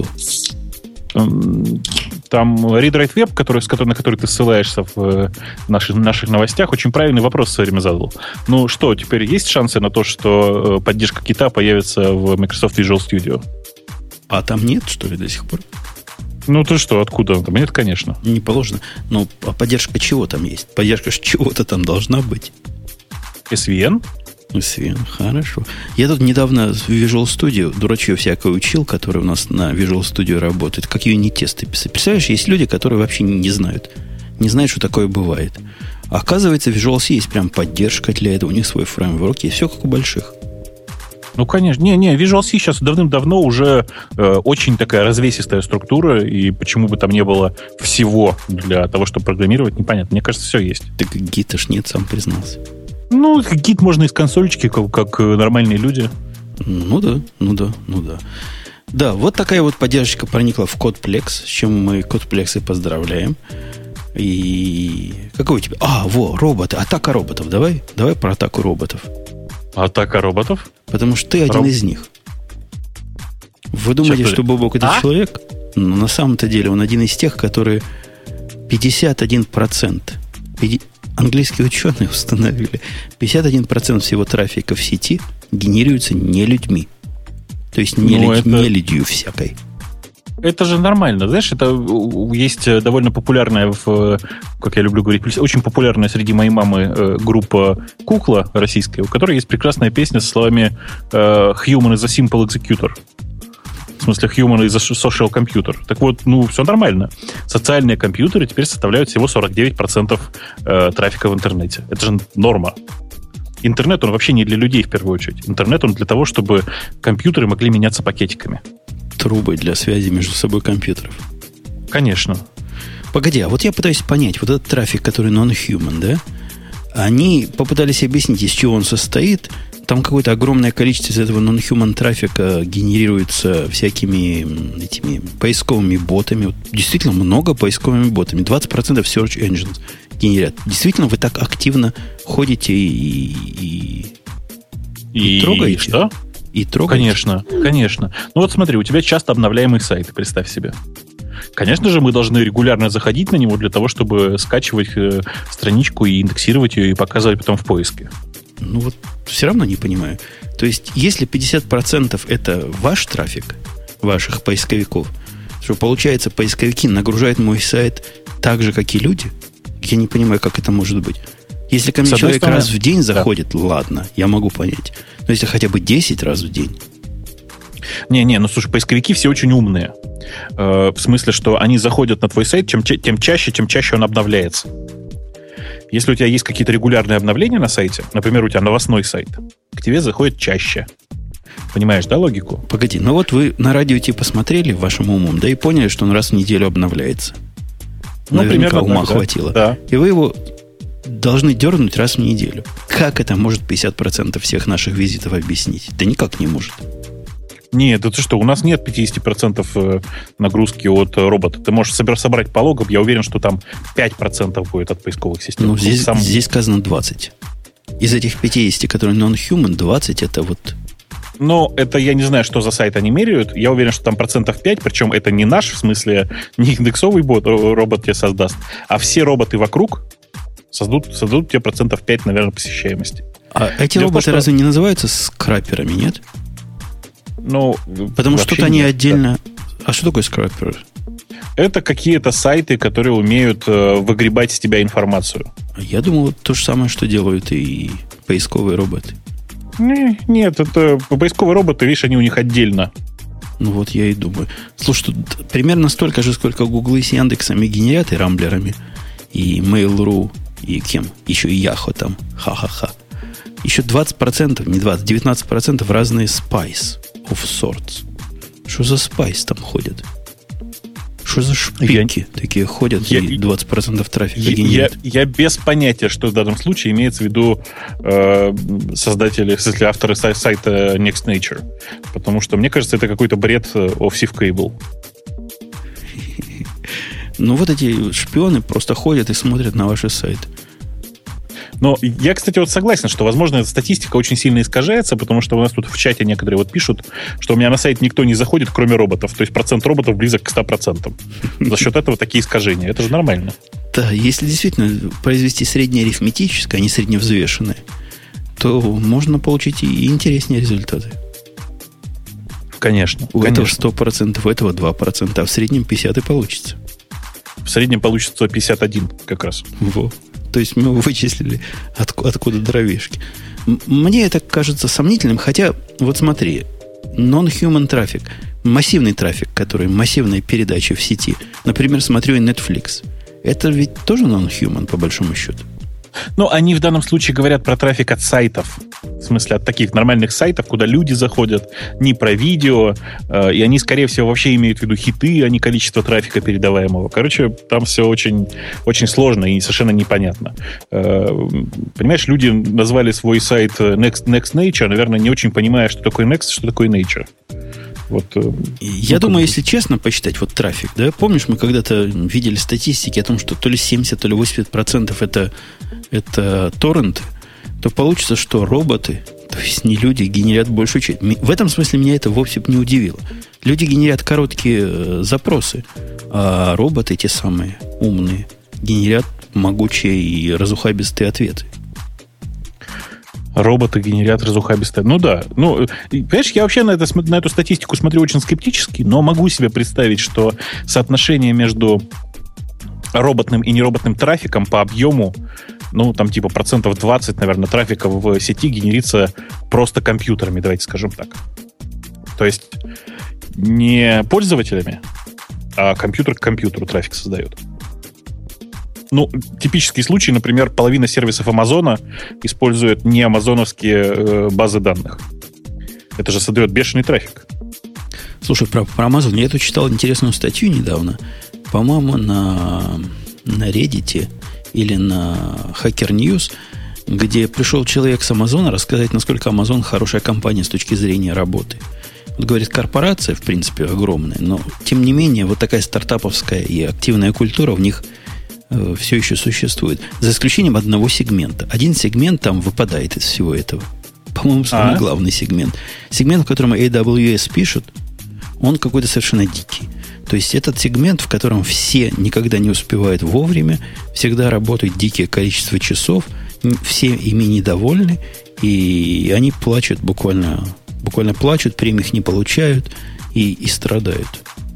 Там ReadWriteWeb, на который ты ссылаешься в наших новостях, очень правильный вопрос в свое время задал. Что, теперь есть шансы на то, что поддержка Git появится в Microsoft Visual Studio? А там нет, что ли, до сих пор? Ты что, откуда? Там нет, конечно. Не положено. А поддержка чего там есть? Поддержка чего-то там должна быть. SVN? SVN, хорошо. Я тут недавно в Visual Studio дурачье всякое учил, который у нас на Visual Studio работает, как юнит-тесты писать. Представляешь, есть люди, которые вообще не знают, что такое бывает. Оказывается, в Visual C есть прям поддержка для этого, у них свой фреймворк, и все как у больших. Конечно. Visual C сейчас давным-давно уже очень такая развесистая структура, и почему бы там не было всего для того, чтобы программировать, непонятно. Мне кажется, все есть. Так Git-то ж нет, сам признался. Git можно из консольчики, как нормальные люди. Да. Да, вот такая вот поддержка проникла в CodePlex, с чем мы CodePlex и поздравляем. И какой у тебя? Роботы, атака роботов. Давай про атаку роботов. Атака роботов? Потому что ты один из них. Вы думаете, что Бобок это человек? Но на самом-то деле он один из тех, которые 51%. Английские ученые установили, 51% всего трафика в сети генерируется не людьми. То есть не людью всякой. Это же нормально. Знаешь, это есть довольно популярная, как я люблю говорить, очень популярная среди моей мамы группа «Кукла» российская, у которой есть прекрасная песня со словами «Human is a simple executor». В смысле, human is a social computer. Так вот, все нормально. Социальные компьютеры теперь составляют всего 49% трафика в интернете. Это же норма. Интернет, он вообще не для людей в первую очередь. Интернет, он для того, чтобы компьютеры могли меняться пакетиками. Трубы для связи между собой компьютеров. Конечно. Погоди, а вот я пытаюсь понять, вот этот трафик, который non-human, да? Они попытались объяснить, из чего он состоит. Там какое-то огромное количество из этого non-human трафика генерируется всякими этими поисковыми ботами. Вот действительно много поисковыми ботами. 20% search engines генерят. Действительно, вы так активно ходите и трогаете? Что? И трогаете? Конечно. Ну вот смотри, у тебя часто обновляемый сайт, представь себе. Конечно же, мы должны регулярно заходить на него для того, чтобы скачивать страничку и индексировать ее, и показывать потом в поиске. Ну вот все равно не понимаю. То есть, если 50% это ваш трафик, ваших поисковиков, что получается, поисковики нагружают мой сайт так же, как и люди, я не понимаю, как это может быть. Если ко мне человек раз в день заходит, да, ладно, я могу понять. Но если хотя бы 10 раз в день. Ну слушай, поисковики все очень умные. В смысле, что они заходят на твой сайт, чем чаще он обновляется. Если у тебя есть какие-то регулярные обновления на сайте, например, у тебя новостной сайт, к тебе заходит чаще. Понимаешь, да, логику? Погоди, ну вот вы на радио типа посмотрели вашим умом, да и поняли, что он раз в неделю обновляется. Наверняка ума хватило. Да. И вы его должны дернуть раз в неделю. Как это может 50% всех наших визитов объяснить? Да никак не может. Нет, это что, у нас нет 50% нагрузки от робота. Ты можешь собрать по логам, я уверен, что там 5% будет от поисковых систем. Ну, здесь сказано 20. Из этих 50, которые non-human, 20 это вот... Но это я не знаю, что за сайт они меряют. Я уверен, что там 5%, причем это не наш, в смысле, не индексовый робот тебе создаст, а все роботы вокруг создадут тебе 5%, наверное, посещаемости. А эти роботы разве не называются скраперами, нет? Ну, потому что они отдельно... Да. А что такое скрапер? Это какие-то сайты, которые умеют выгребать с тебя информацию. Я думал, то же самое, что делают и поисковые роботы. Нет, это поисковые роботы, видишь, они у них отдельно. Ну вот я и думаю. Слушай, тут примерно столько же, сколько Гуглы с Яндексами генерят, и Рамблерами, и Mail.ru, и кем? Еще и Yahoo там. Ха-ха-ха. Еще 20%, не 20, 19% разные spice of sorts. Что за spice там ходят? Что за шпильки такие ходят и 20% трафика генерируют? Я без понятия, что в данном случае имеется в виду создатели, в смысле, авторы сайта Next Nature. Потому что, мне кажется, это какой-то бред of Cable. Ну, вот эти шпионы просто ходят и смотрят на ваши сайты. Но я, кстати, вот согласен, что, возможно, эта статистика очень сильно искажается, потому что у нас тут в чате некоторые вот пишут, что у меня на сайт никто не заходит, кроме роботов. То есть процент роботов близок к 100%. За счет этого такие искажения. Это же нормально. Да, если действительно произвести среднеарифметическое, а не средневзвешенное, то можно получить и интереснее результаты. Конечно. У этого 100%, у этого 2%, а в среднем 50% и получится. В среднем получится 51 как раз. Во. То есть мы вычислили, откуда дровишки. Мне это кажется сомнительным, хотя, вот смотри, non-human трафик, массивный трафик, который массивные передачи в сети, например, смотрю и Netflix, это ведь тоже non-human, по большому счету. Ну, они в данном случае говорят про трафик от сайтов. В смысле, от таких нормальных сайтов, куда люди заходят, не про видео. И они, скорее всего, вообще имеют в виду хиты, а не количество трафика передаваемого. Короче, там все очень, очень сложно и совершенно непонятно. Понимаешь, люди назвали свой сайт Next Nature, наверное, не очень понимая, что такое Next, что такое Nature. Вот, я думаю, если честно посчитать, вот трафик, да, помнишь, мы когда-то видели статистики о том, что то ли 70, то ли 80% это торренты, то получится, что роботы, то есть не люди, генерят большую часть. В этом смысле меня это вовсе не удивило. Люди генерят короткие запросы, а роботы, те самые умные, генерят могучие и разухабистые ответы. Роботы генерят разухабистые. Ну да. Ну, понимаешь, я вообще на эту статистику смотрю очень скептически, но могу себе представить, что соотношение между роботным и нероботным трафиком по объему, ну, там типа 20%, наверное, трафика в сети генерится просто компьютерами, давайте скажем так. То есть не пользователями, а компьютер к компьютеру трафик создает. Ну, типический случай, например, половина сервисов Амазона использует не амазоновские базы данных. Это же создает бешеный трафик. Слушай, про Amazon. Я тут читал интересную статью недавно. По-моему, на Reddit или на Hacker News, где пришел человек с Амазона рассказать, насколько Amazon хорошая компания с точки зрения работы. Вот, говорит, корпорация, в принципе, огромная, но, тем не менее, вот такая стартаповская и активная культура в них все еще существует. За исключением одного сегмента. Один сегмент там выпадает из всего этого. По-моему, самый главный сегмент. Сегмент, в котором AWS пишут, он какой-то совершенно дикий. То есть этот сегмент, в котором все никогда не успевают вовремя, всегда работает дикое количество часов, все ими недовольны, и они плачут буквально плачут, премий их не получают и страдают.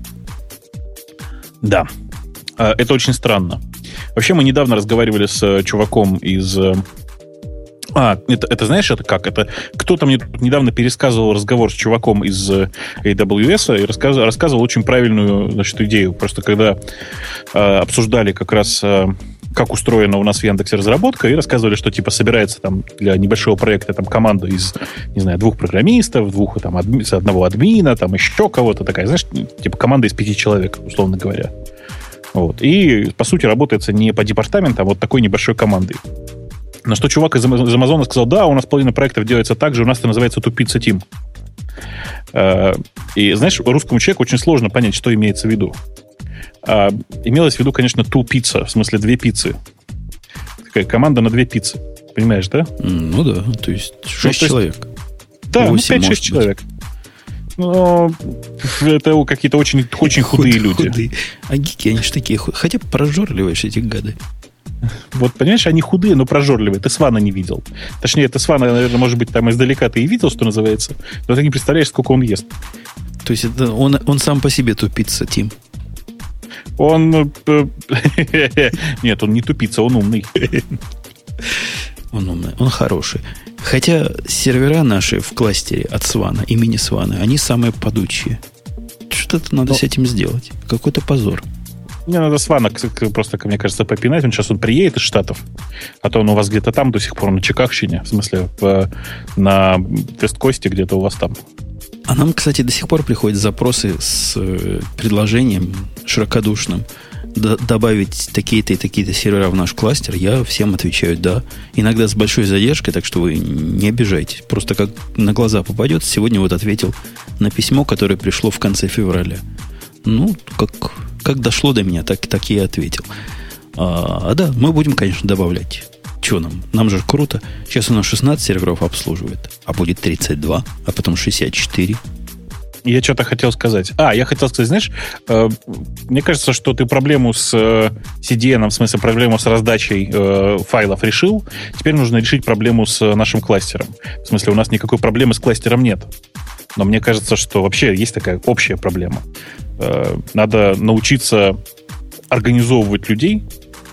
Да, это очень странно. Вообще, мы недавно разговаривали с чуваком из... это знаешь, это как? Это кто-то мне недавно пересказывал разговор с чуваком из AWS и рассказывал очень правильную, значит, идею. Просто когда обсуждали как раз, как устроена у нас в Яндексе разработка, и рассказывали, что типа собирается там для небольшого проекта там команда из, не знаю, 2 программистов, одного админа, там еще кого-то, такая, знаешь, типа команда из 5 человек, условно говоря. Вот. И, по сути, работается не по департаментам, а вот такой небольшой командой. На что чувак из Амазона сказал, да, у нас половина проектов делается так же, у нас это называется тупица тим. И, знаешь, русскому человеку очень сложно понять, что имеется в виду. Имелось в виду, конечно, ту-пицца, в смысле 2 пиццы. Такая команда на 2 пиццы. Понимаешь, да? Ну да, то есть 6 человек. Да, 5-6 человек. Но это какие-то очень худые люди. А гики, они же такие, хотя прожорливаешь эти гады. Вот, понимаешь, они худые, но прожорливые. Ты Свана не видел. Точнее, ты Свана, наверное, может быть, там издалека ты и видел, что называется, но ты не представляешь, сколько он ест. То есть это он сам по себе тупица, Тим? Он... Нет, он не тупица, он умный. Он умный, он хороший. Хотя сервера наши в кластере от Свана, имени Свана, они самые падучие. Что-то надо с этим сделать. Какой-то позор. Мне надо Свана просто, мне кажется, попинать. Сейчас он приедет из Штатов, а то он у вас где-то там до сих пор на Чикагщине, в смысле, на Вест-Косте где-то у вас там. А нам, кстати, до сих пор приходят запросы с предложением широкодушным добавить такие-то и такие-то сервера в наш кластер. Я всем отвечаю «да». Иногда с большой задержкой, так что вы не обижайтесь. Просто как на глаза попадет. Сегодня вот ответил на письмо, которое пришло в конце февраля. Ну, как дошло до меня, так и ответил. Да, мы будем, конечно, добавлять. Чего нам? Нам же круто. Сейчас у нас 16 серверов обслуживает, а будет 32, а потом 64. Я что-то хотел сказать. Я хотел сказать, знаешь, мне кажется, что ты проблему с CDN, в смысле проблему с раздачей файлов решил. Теперь нужно решить проблему с нашим кластером. В смысле, у нас никакой проблемы с кластером нет. Но мне кажется, что вообще есть такая общая проблема. Надо научиться организовывать людей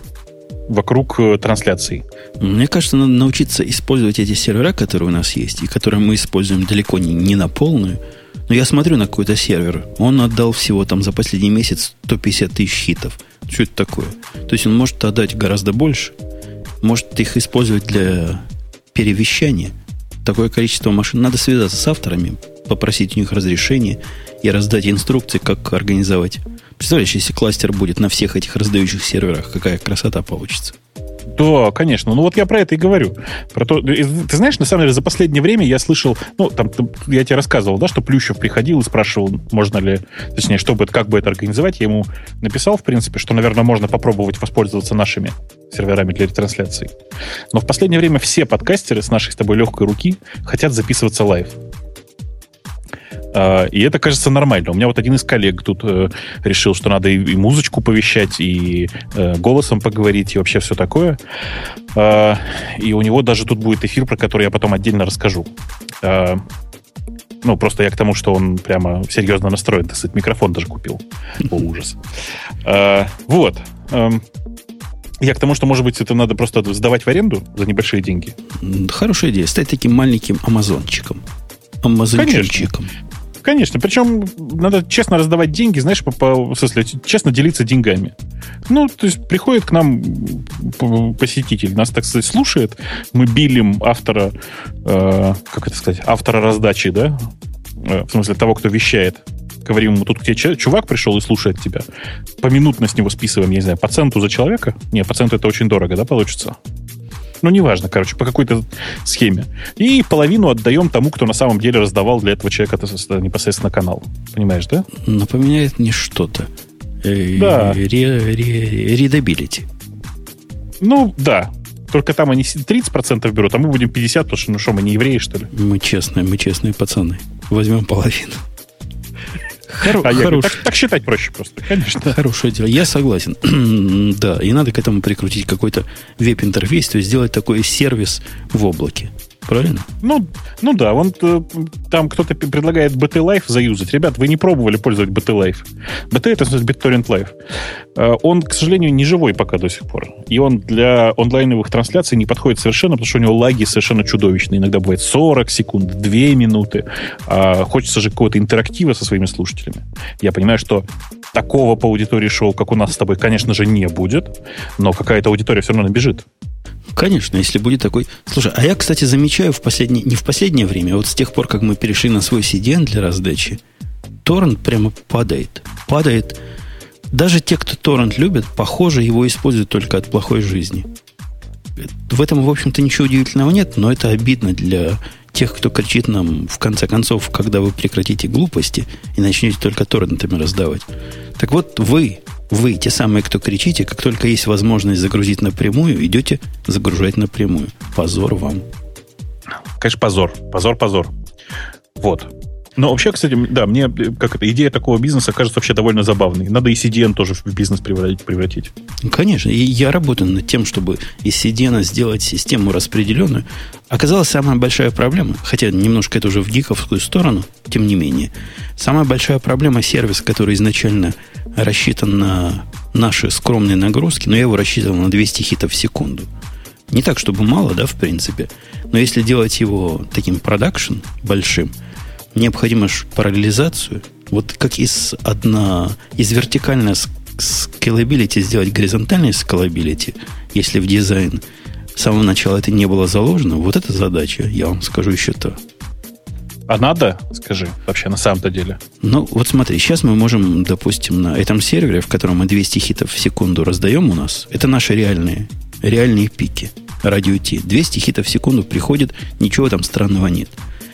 вокруг трансляций. Мне кажется, надо научиться использовать эти сервера, которые у нас есть, и которые мы используем далеко не на полную. Но я смотрю на какой-то сервер, он отдал всего там за последний месяц 150 тысяч хитов. Что это такое? То есть он может отдать гораздо больше, может их использовать для перевещания. Такое количество машин. Надо связаться с авторами, попросить у них разрешения и раздать инструкции, как организовать. Представляешь, если кластер будет на всех этих раздающих серверах, какая красота получится. Да, конечно. Ну вот я про это и говорю. Про то, ты знаешь, на самом деле, за последнее время я слышал, я тебе рассказывал, да, что Плющев приходил и спрашивал, можно ли, точнее, как бы это организовать. Я ему написал, в принципе, что, наверное, можно попробовать воспользоваться нашими серверами для ретрансляции. Но в последнее время все подкастеры с нашей с тобой легкой руки хотят записываться лайв. И это кажется нормально. У меня вот один из коллег тут решил, что надо и музычку повещать, и голосом поговорить, и вообще все такое. И у него даже тут будет эфир, про который я потом отдельно расскажу. Просто я к тому, что он прямо серьезно настроен. Так сказать, микрофон даже купил. О, ужас. Вот. Я к тому, что, может быть, это надо просто сдавать в аренду за небольшие деньги. Хорошая идея. Стать таким маленьким амазончиком. Амазончиком. Конечно. Причем надо честно раздавать деньги, знаешь, в смысле, честно делиться деньгами. То есть приходит к нам посетитель, нас, так сказать, слушает, мы билим автора, автора раздачи, да? В смысле, того, кто вещает. Говорим ему, тут к тебе чувак пришел и слушает тебя. Поминутно с него списываем, я не знаю, по центу за человека. Не, по центу это очень дорого, да, получится? Неважно, по какой-то схеме. И половину отдаем тому, кто на самом деле раздавал для этого человека непосредственно канал. Понимаешь, да? Напоминает мне что-то. Да. Readability. Да. Только там они 30% берут, а мы будем 50%, потому что мы не евреи, что ли? Мы честные пацаны. Возьмем половину. Так считать проще просто, конечно. Хорошее дело. Я согласен. Да, и надо к этому прикрутить какой-то веб-интерфейс, то есть сделать такой сервис в облаке. Правильно? Да. Там кто-то предлагает BT Live заюзать. Ребят, вы не пробовали пользовать BT Live. BT — это, в смысле, BitTorrent Live. Он, к сожалению, не живой пока до сих пор. И он для онлайновых трансляций не подходит совершенно, потому что у него лаги совершенно чудовищные. Иногда бывает 40 секунд, 2 минуты. Хочется же какого-то интерактива со своими слушателями. Я понимаю, что такого по аудитории шоу, как у нас с тобой, конечно же, не будет. Но какая-то аудитория все равно набежит. Конечно, если будет такой... Слушай, а я, кстати, замечаю не в последнее время, а вот с тех пор, как мы перешли на свой CDN для раздачи, торрент прямо падает. Падает. Даже те, кто торрент любит, похоже, его используют только от плохой жизни. В этом, в общем-то, ничего удивительного нет, но это обидно для тех, кто кричит нам, в конце концов, когда вы прекратите глупости и начнете только торрентами раздавать. Так вот, вы, те самые, кто кричите, как только есть возможность загрузить напрямую, идете загружать напрямую. Позор вам. Конечно, позор. Позор. Вот. Но вообще, кстати, да, мне идея такого бизнеса кажется вообще довольно забавной. Надо и CDN тоже в бизнес превратить. Конечно. И я работаю над тем, чтобы из CDN сделать систему распределенную. Оказалась самая большая проблема, хотя немножко это уже в гиковскую сторону, тем не менее. Самая большая проблема — сервис, который изначально рассчитан на наши скромные нагрузки, но я его рассчитывал на 200 хитов в секунду. Не так, чтобы мало, да, в принципе. Но если делать его таким продакшн большим, необходимо же параллелизацию. Вот как из вертикальной scalability сделать горизонтальный scalability, если в дизайн с самого начала это не было заложено, вот эта задача, я вам скажу, еще то. А надо, скажи, вообще на самом-то деле? Вот смотри, сейчас мы можем, допустим, на этом сервере, в котором мы 200 хитов в секунду раздаем у нас, это наши реальные пики. Радио T. 200 хитов в секунду приходит, ничего там странного нет.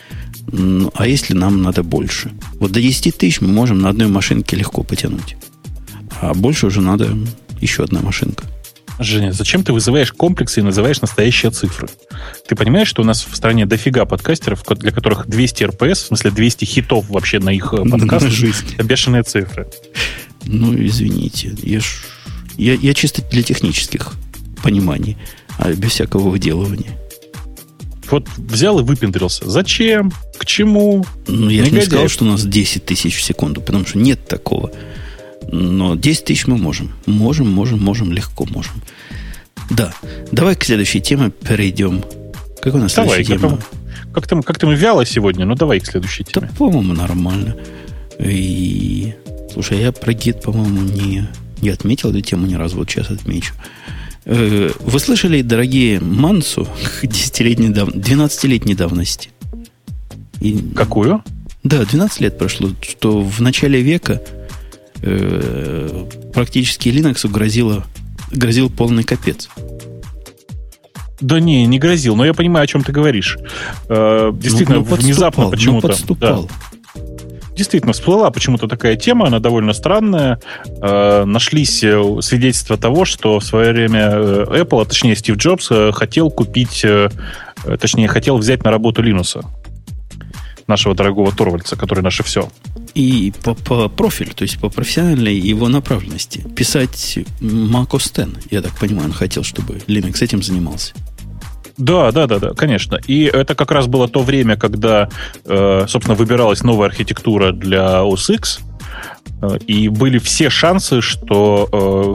А если нам надо больше? Вот до 10 тысяч мы можем на одной машинке легко потянуть. А больше уже надо еще одна машинка. Женя, зачем ты вызываешь комплексы и называешь настоящие цифры? Ты понимаешь, что у нас в стране дофига подкастеров, для которых 200 РПС, в смысле 200 хитов вообще на их подкаст, это бешеные цифры. Извините. Я чисто для технических пониманий, а без всякого выделывания. Вот взял и выпендрился. Зачем? К чему? Я же не сказал, что у нас 10 тысяч в секунду, потому что нет такого. Но 10 тысяч мы можем. Можем, легко можем. Да. Давай к следующей теме перейдем. Какая у нас следующая тема? Как-то мы вяло сегодня, но давай к следующей теме. Да, по-моему, нормально. Слушай, я про гид, по-моему, не отметил эту тему ни разу. Вот сейчас отмечу. Вы слышали, дорогие, Мансу 12-летней давности? Какую? Да, 12 лет прошло, что в начале века практически Linux грозил полный капец. Да не грозил, но я понимаю, о чем ты говоришь. Действительно, внезапно почему-то... подступал. Действительно, всплыла почему-то такая тема, она довольно странная. Нашлись свидетельства того, что в свое время Apple, а точнее Стив Джобс, хотел взять на работу Линуса. нашего дорогого Торвальдса, который наше все. И по профилю, то есть по профессиональной его направленности. Писать Mac OS X, я так понимаю, он хотел, чтобы Linux этим занимался. Да, конечно. И это как раз было то время, когда, собственно, выбиралась новая архитектура для OS X, и были все шансы, что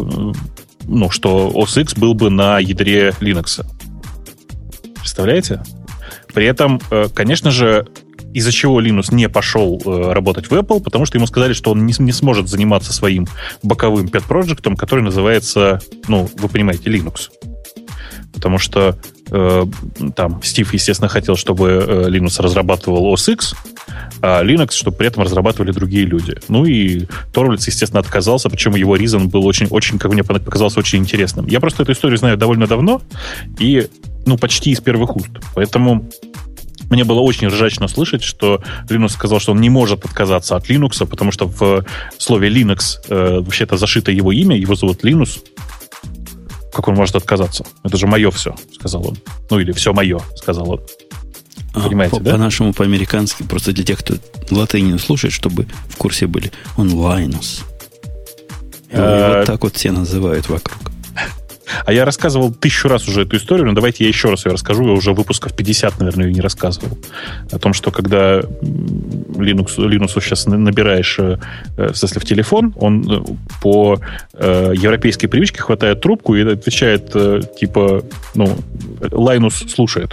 OS X был бы на ядре Linux. Представляете? При этом, конечно же, из-за чего Линус не пошел работать в Apple, потому что ему сказали, что он не сможет заниматься своим боковым pet-проектом, который называется, вы понимаете, Linux. Потому что там Стив, естественно, хотел, чтобы Linux разрабатывал OS X, а Linux, чтобы при этом разрабатывали другие люди. Ну и Торвальдс, естественно, отказался, причем его reason был очень, как мне показалось, очень интересным. Я просто эту историю знаю довольно давно и, почти из первых уст. Поэтому мне было очень ржачно слышать, что Linux сказал, что он не может отказаться от Linux, потому что в слове Linux вообще-то зашито его имя, его зовут Linus. Как он может отказаться? Это же мое все, сказал он. Или все мое, сказал он. Понимаете, да? По-нашему, по-американски, просто для тех, кто латынь слушает, чтобы в курсе были. Он Linus. Вот так вот все называют вокруг. А я рассказывал 1000 раз уже эту историю, но давайте я еще раз ее расскажу. Я уже выпусков 50, наверное, ее не рассказывал. О том, что когда Linux сейчас набираешь, в смысле, в телефон, он по европейской привычке хватает трубку и отвечает, Linus слушает.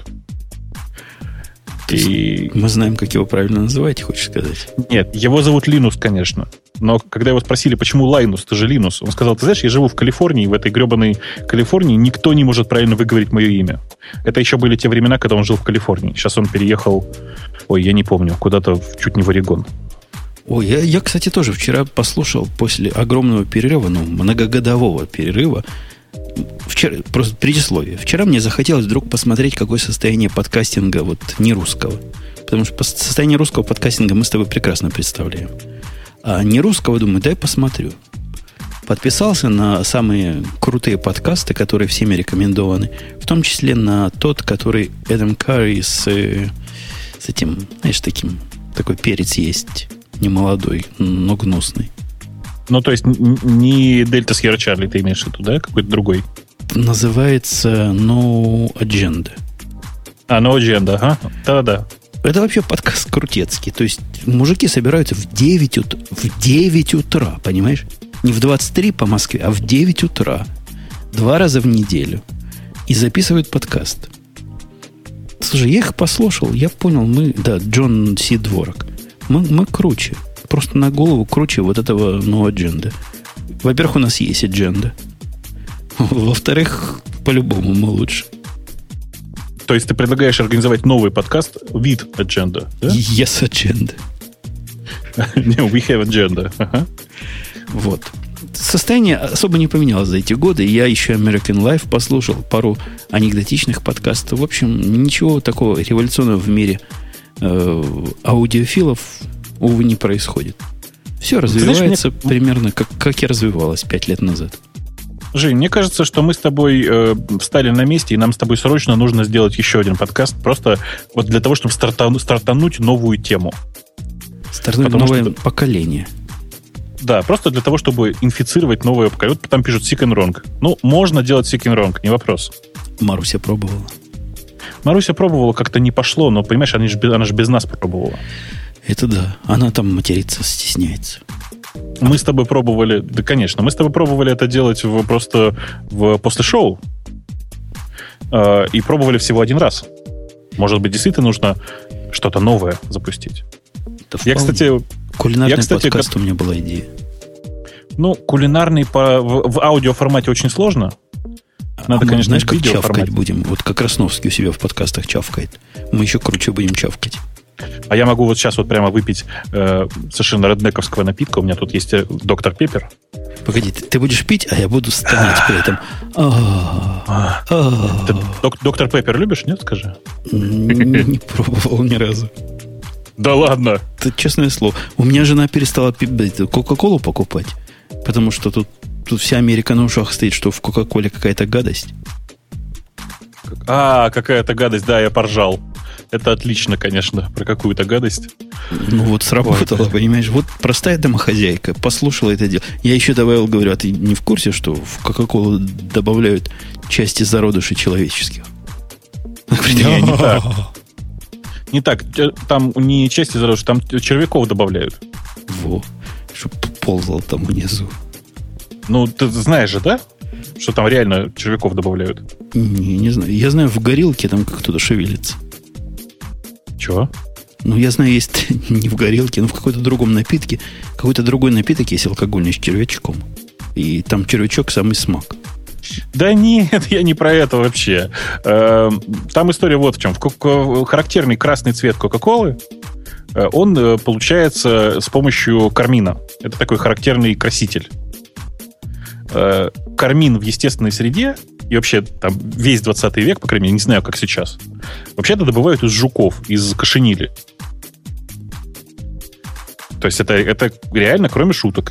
И... Мы знаем, как его правильно называть, хочешь сказать? Нет, его зовут Linus, конечно. Но когда его спросили, почему Linus, ты же Linus, он сказал, ты знаешь, я живу в Калифорнии, в этой гребаной Калифорнии никто не может правильно выговорить мое имя. Это еще были те времена, когда он жил в Калифорнии. Сейчас он переехал, я не помню, куда-то чуть не в Орегон. Я, кстати, тоже вчера послушал после огромного перерыва, многогодового перерыва, вчера, просто предисловие. Вчера мне захотелось вдруг посмотреть, какое состояние подкастинга не русского. Потому что состояние русского подкастинга мы с тобой прекрасно представляем. А не русского, думаю, дай посмотрю. Подписался на самые крутые подкасты, которые всеми рекомендованы. В том числе на тот, который Эдам Карри с этим, знаешь, такой перец есть. Не молодой, но гнусный. То есть не Дельта Сьерра Чарли ты имеешь в виду, да? Какой-то другой? Называется No Agenda. No Agenda, ага. Да-да. Это вообще подкаст крутецкий. То есть мужики собираются в 9 утра, понимаешь? Не в 23 по Москве, а в 9 утра. 2 раза в неделю. И записывают подкаст. Слушай, я их послушал, я понял, Джон Си Дворак. Мы круче. Просто на голову круче вот этого No Agenda. Во-первых, у нас есть Agenda. Во-вторых, по-любому мы лучше. То есть ты предлагаешь организовать новый подкаст with Agenda, да? Yes, Agenda. We have Agenda. Вот. Состояние особо не поменялось за эти годы. Я еще American Life послушал, пару анекдотичных подкастов. В общем, ничего такого революционного в мире аудиофилов, увы, не происходит. Все развивается примерно как и развивалось 5 лет назад. Жень, мне кажется, что мы с тобой встали на месте, и нам с тобой срочно нужно сделать еще один подкаст, просто для того, чтобы стартануть новую тему. Стартануть новое поколение. Да, просто для того, чтобы инфицировать новое поколение. Вот там пишут sick and wrong. Можно делать sick and wrong, не вопрос. Маруся пробовала. Маруся пробовала, как-то не пошло, но, понимаешь, она же без нас пробовала. Это да. Она там материться стесняется. Мы с тобой пробовали, да, конечно, мы с тобой пробовали это делать после шоу. И пробовали всего один раз. Может быть, действительно нужно что-то новое запустить. Я, кстати... Кулинарный подкаст у меня была идея. Кулинарный в аудиоформате очень сложно. Надо, конечно, знаешь, как чавкать будем. Вот как Красновский у себя в подкастах чавкает. Мы еще круче будем чавкать. А я могу вот сейчас вот прямо выпить совершенно реднековского напитка. У меня тут есть доктор Пеппер. Погоди, ты будешь пить, а я буду стонать при этом. Доктор Пеппер любишь, нет, скажи? Не пробовал ни разу. Да ладно? Это честное слово. У меня жена перестала Кока-Колу покупать, потому что тут вся Америка на ушах стоит, что в Кока-Коле какая-то гадость. Какая-то гадость, да, я поржал. Это отлично, конечно, про какую-то гадость. Ну вот сработало, понимаешь? Вот простая домохозяйка послушала это дело. Я еще добавил, говорю, а ты не в курсе, что в Кока-Колу добавляют части зародышей человеческих? Не так. Не так. Там не части зародышей, там червяков добавляют. Во, чтоб ползал там внизу. Ну, ты знаешь же, да? Что там реально червяков добавляют? Не знаю. Я знаю, в горилке там кто-то шевелится. Чего? Ну, я знаю, есть не в горилке, но в какой-то другом напитке. Какой-то другой напиток есть алкогольный с червячком. И там червячок самый смак. Да нет, я не про это вообще. Там история вот в чем. Характерный красный цвет Кока-Колы, он получается с помощью кармина. Это такой характерный краситель. Кармин в естественной среде, и вообще там весь 20 век, по крайней мере, не знаю, как сейчас, вообще-то добывают из жуков, из кошенили. То есть это реально, кроме шуток,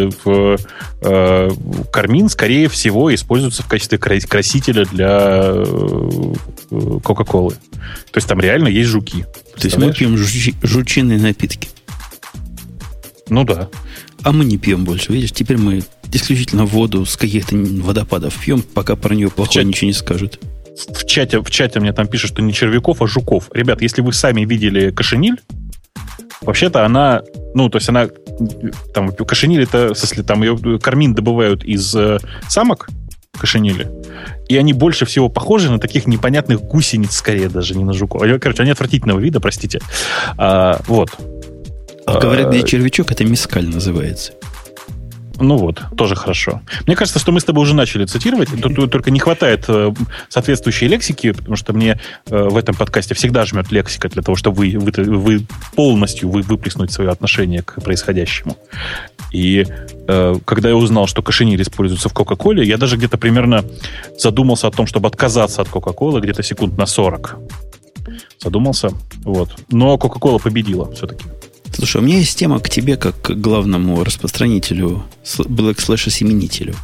кармин, скорее всего, используется в качестве красителя для Кока-Колы. То есть там реально есть жуки. То есть мы пьем жучиные напитки. Ну да. А мы не пьем больше, видишь? Теперь мы исключительно воду с каких-то водопадов пьем, пока про нее плохого ничего не скажут. В чате мне там пишут, что не червяков, а жуков. Ребят, если вы сами видели кошениль, вообще-то она, ну, то есть она, там, кошениль это, в смысле, там ее кармин добывают из самок кошенили, и они больше всего похожи на таких непонятных гусениц, скорее даже, не на жуков. Короче, они отвратительного вида, простите. Вот. Говорят, где червячок, это мескаль называется. Ну вот, тоже хорошо. Мне кажется, что мы с тобой уже начали цитировать, тут только не хватает соответствующей лексики, потому что мне в этом подкасте всегда жмет лексика для того, чтобы вы полностью выплеснуть свое отношение к происходящему. И когда я узнал, что кошениль используется в Кока-Коле, я даже где-то примерно задумался о том, чтобы отказаться от Кока-Колы где-то секунд на 40. Задумался, вот. Но Кока-Кола победила все-таки. Слушай, у меня есть тема к тебе, как к главному распространителю Black/осеменителю.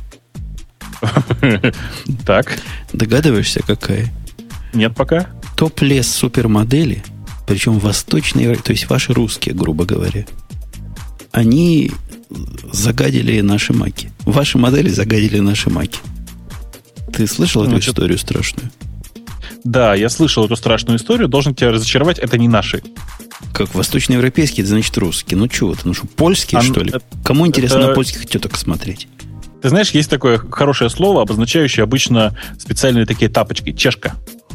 Так. Догадываешься, какая? Нет пока. Топ-лес супермодели, причем восточные, то есть ваши русские, грубо говоря, они загадили наши маки. Ваши модели загадили наши маки. Ты слышал эту историю страшную? Да, я слышал эту страшную историю. Должен тебя разочаровать, это не наши. Как восточноевропейские, это значит русские. Ну чего ты? Ну что, польские, что ли? Кому интересно на польских теток смотреть? Ты знаешь, есть такое хорошее слово, обозначающее обычно специальные такие тапочки. Чешка.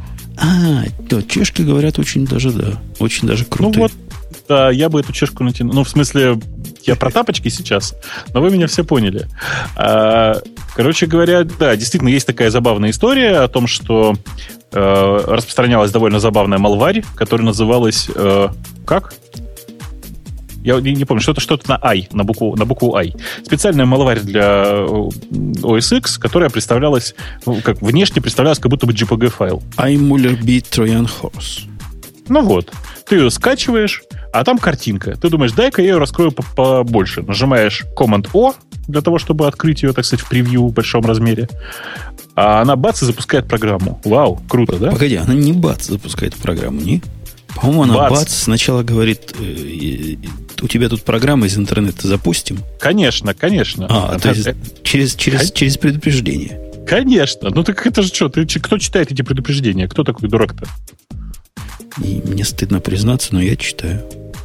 Да, чешки говорят очень даже, да. Очень даже крутые. Ну вот, да, я бы эту чешку натянул. Ну, в смысле, я про тапочки сейчас, но вы меня все поняли. Короче говоря, да, действительно, есть такая забавная история о том, что распространялась довольно забавная молварь, которая называлась... как? Я не помню, что-то на I, на букву I. Специальная малварь для OS X, которая представлялась, как внешне представлялась как будто бы JPG-файл. iMuller beat Trojan Horse. Ну вот. Ты ее скачиваешь, а там картинка. Ты думаешь, дай-ка я ее раскрою побольше. Нажимаешь Command-O для того, чтобы открыть ее, так сказать, в превью в большом размере. А она бац и запускает программу. Вау, круто, да? Погоди, она не бац запускает программу, не? По-моему, она бац сначала говорит, у тебя тут программа из интернета, запустим? Конечно, конечно. То есть через предупреждение. Конечно. Ну так это же что? Кто читает эти предупреждения? Кто такой дурак-то? И мне стыдно признаться, но я читаю.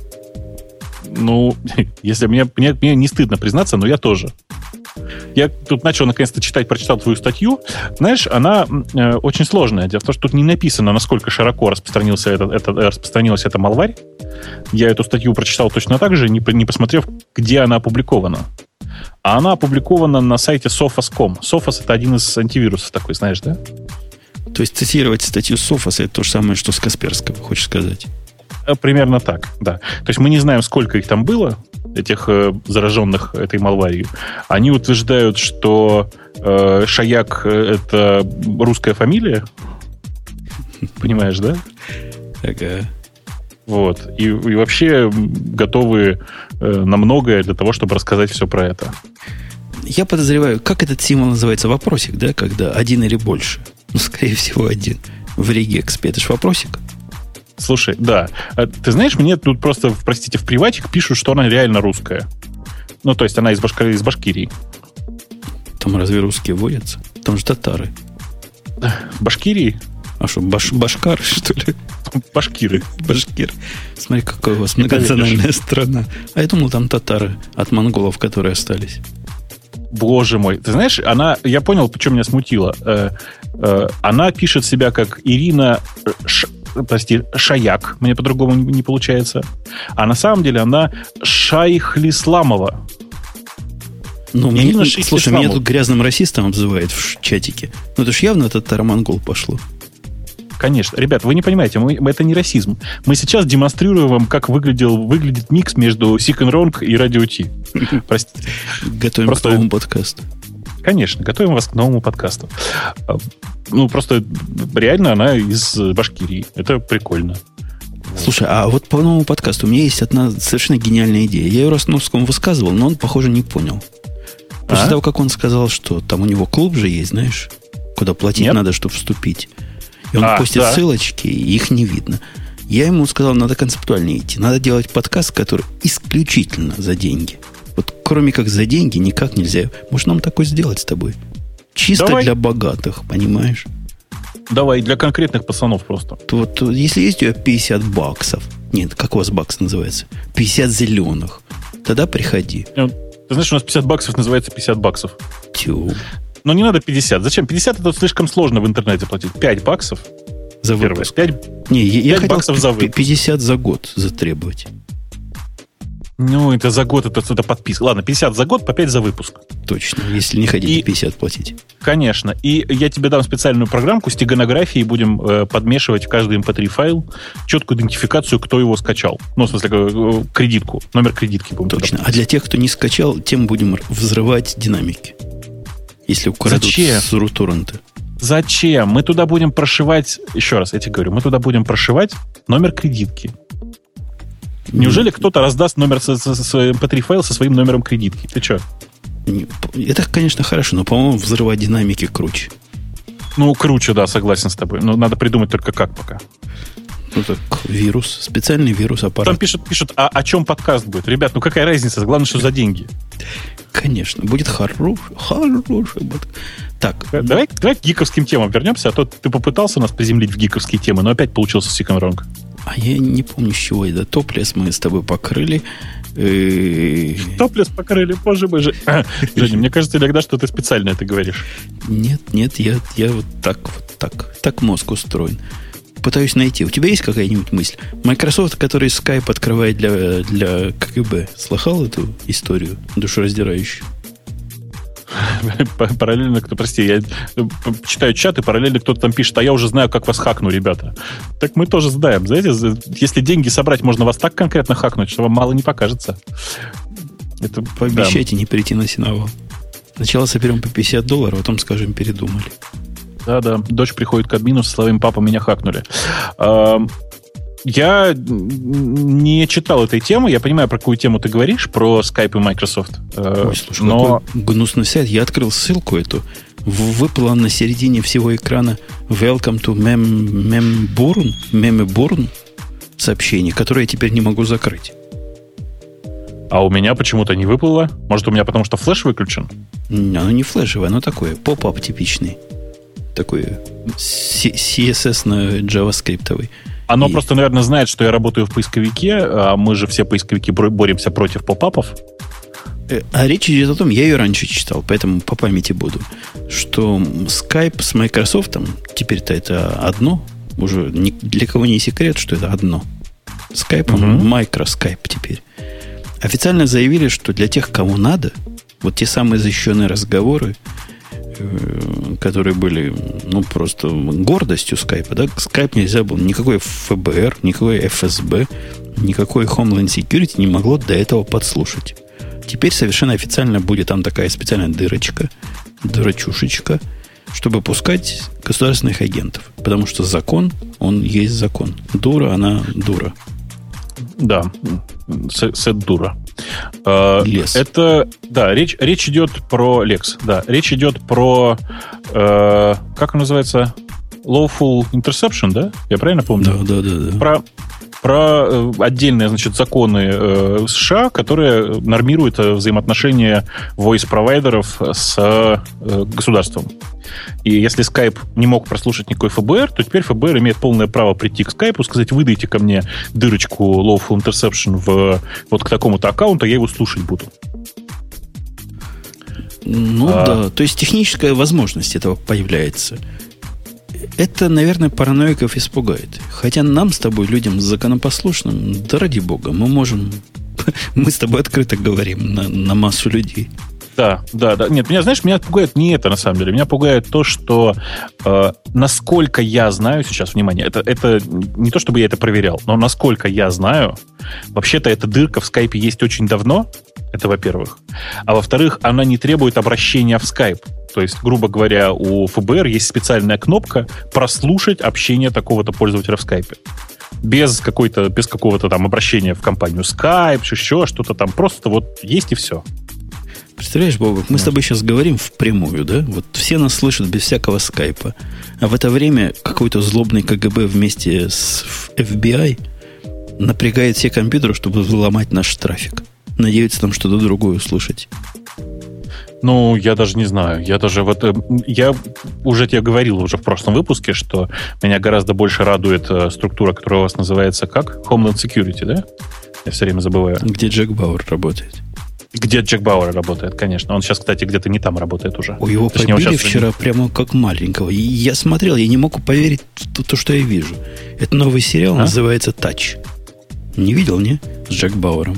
Ну, если мне не стыдно признаться, но я тоже. Я тут начал наконец-то прочитал твою статью. Знаешь, она очень сложная. Дело в том, что тут не написано, насколько широко распространилась эта малварь. Я эту статью прочитал точно так же, не посмотрев, где она опубликована. А она опубликована на сайте Sophos.com. Sophos — это один из антивирусов такой, знаешь, да? То есть цитировать статью Sophos — это то же самое, что с Касперского, хочешь сказать? Примерно так, да. То есть мы не знаем, сколько их там было, этих зараженных этой малварью. Они утверждают, что Шаяк — это русская фамилия. Понимаешь, да? Ага. Вот. И вообще готовы на многое для того, чтобы рассказать все про это. Я подозреваю, как этот символ называется? Вопросик, да? Когда один или больше? Ну, скорее всего, один. В регекспе. Это же вопросик. Слушай, да. Ты знаешь, мне тут просто, простите, в приватик пишут, что она реально русская. Ну, то есть она из Башкирии. Там разве русские водятся? Там же татары. Башкирии? А что, башкары, что ли? Башкиры. Башкир. Смотри, какая у вас многонациональная страна. А я думал, там татары от монголов, которые остались. Боже мой. Ты знаешь, я понял, почему меня смутило. Она пишет себя как Ирина Шаяк. Мне по-другому не получается. А на самом деле она Шайхлисламова. Ну, слушай, меня тут грязным расистом обзывают в чатике. Ну, это ж явно татаро-монгол пошло. Конечно. Ребят, вы не понимаете, это не расизм. Мы сейчас демонстрируем вам, как выглядит микс между Sick and Wrong и Radio T. Простите. Готовим к новому подкасту. Конечно, готовим вас к новому подкасту. Ну, просто реально она из Башкирии. Это прикольно. Слушай, а вот по новому подкасту у меня есть одна совершенно гениальная идея. Я ее Росновскому высказывал, но он, похоже, не понял. После того, как он сказал, что там у него клуб же есть, знаешь, куда платить надо, чтобы вступить. И он постит ссылочки, и их не видно. Я ему сказал, надо концептуально идти. Надо делать подкаст, который исключительно за деньги. Вот кроме как за деньги никак нельзя. Может, нам такое сделать с тобой? Чисто для богатых, понимаешь? Давай, для конкретных пацанов просто. Вот если есть у тебя 50 баксов, нет, как у вас бакс называется? 50 зеленых, тогда приходи. Ты знаешь, у нас 50 баксов называется 50 баксов. Тю. Но не надо 50. Зачем? 50 это слишком сложно в интернете платить. 5 баксов за выпуск. 5, не, я хотел за 50 за год затребовать. Ну, это за год, это подписка. Ладно, 50 за год, по 5 за выпуск. Точно, если не хотите 50 платить. Конечно. И я тебе дам специальную программку стеганографии, будем подмешивать в каждый MP3 файл четкую идентификацию, кто его скачал. Ну, в смысле, кредитку, номер кредитки. Точно. А для тех, кто не скачал, тем будем взрывать динамики. Если украдут с руторрента. Зачем? Мы туда будем прошивать, еще раз я тебе говорю, мы туда будем прошивать номер кредитки. Неужели кто-то раздаст номер MP3 файл со своим номером кредитки? Ты что? Это, конечно, хорошо, но, по-моему, взрывать динамики круче. Ну, круче, да, согласен с тобой. Но надо придумать только как пока. Ну, так, вирус, специальный вирус аппарат. Там пишут, о чем подкаст будет. Ребят, ну какая разница? Главное, что за деньги. Конечно, будет хороший. Так. Давай к гиковским темам вернемся, а то ты попытался нас приземлить в гиковские темы, но опять получился Sick and Wrong. А я не помню, с чего это. Топлес мы с тобой покрыли. Топлес покрыли, боже мой. Женя, мне кажется иногда, что ты специально это говоришь. Нет, я вот так мозг устроен. Пытаюсь найти. У тебя есть какая-нибудь мысль? Microsoft, который Skype открывает для КГБ, слыхал эту историю душераздирающую? Параллельно, я читаю чат, и параллельно кто-то там пишет, а я уже знаю, как вас хакну, ребята. Так мы тоже знаем. Знаете, если деньги собрать, можно вас так конкретно хакнуть, что вам мало не покажется. Это пообещайте не перейти на сеновал. Сначала соберем по $50, а потом скажем, передумали. Да, дочь приходит к админу со словами «папа, меня хакнули». Я не читал этой темы. Я понимаю, про какую тему ты говоришь, про Skype и Microsoft. Ой, слушай, какой гнусный сайт. Я открыл ссылку эту. Выпала на середине всего экрана «Welcome to Memeborn» сообщение, которое я теперь не могу закрыть. А у меня почему-то не выплыло. Может, у меня потому что флеш выключен? Оно не флешевое, оно такое, поп-ап типичный. Такой CSS JavaScript-овый. Оно просто, наверное, знает, что я работаю в поисковике, а мы же все поисковики боремся против поп-апов. А речь идет о том, я ее раньше читал, поэтому по памяти буду, что Skype с Microsoft, теперь-то это одно, уже для кого не секрет, что это одно. Skype, Microskype теперь. Официально заявили, что для тех, кому надо, вот те самые защищенные разговоры, которые были, просто гордостью Skype, да, Skype нельзя было, никакой ФБР, никакой ФСБ, никакой Homeland Security не могло до этого подслушать. Теперь совершенно официально будет там такая специальная дырочушечка, чтобы пускать государственных агентов. Потому что закон, он есть закон. Дура, она дура. Да, сет дура. Лес. Это, да, речь идет про Lex. Да, речь идет про, как он называется? Lawful Interception, да? Я правильно помню? Да. Про отдельные, значит, законы США, которые нормируют взаимоотношения voice-провайдеров с государством. И если Skype не мог прослушать никакой ФБР, то теперь ФБР имеет полное право прийти к Skype, сказать, выдайте ко мне дырочку Lawful Interception вот к такому-то аккаунту, я его слушать буду. Да, то есть техническая возможность этого появляется. Это, наверное, параноиков испугает. Хотя нам с тобой, людям законопослушным, да ради бога, мы с тобой открыто говорим на массу людей. Да. Нет, меня пугает не это, на самом деле. Меня пугает то, что насколько я знаю сейчас, внимание, это не то, чтобы я это проверял, но насколько я знаю, вообще-то эта дырка в скайпе есть очень давно, это во-первых. А во-вторых, она не требует обращения в скайп. То есть, грубо говоря, у ФБР есть специальная кнопка «Прослушать общение такого-то пользователя в скайпе». Без какого-то там обращения в компанию Skype, еще что-то там. Просто вот есть и все. Представляешь, Бобок, мы с тобой сейчас говорим впрямую, да? Вот все нас слышат без всякого скайпа. А в это время какой-то злобный КГБ вместе с FBI напрягает все компьютеры, чтобы взломать наш трафик. Надеются там что-то другое услышать. Ну, я даже не знаю. Я уже тебе говорил уже в прошлом выпуске, что меня гораздо больше радует структура, которая у вас называется как? Homeland Security, да? Я все время забываю. Где Джек Бауэр работает. Где Джек Бауэр работает, конечно. Он сейчас, кстати, где-то не там работает уже. Его побили вчера прямо как маленького. И я смотрел, я не мог поверить в то, что я вижу. Это новый сериал, называется «Тач». Не видел, не? С Джек Бауэром.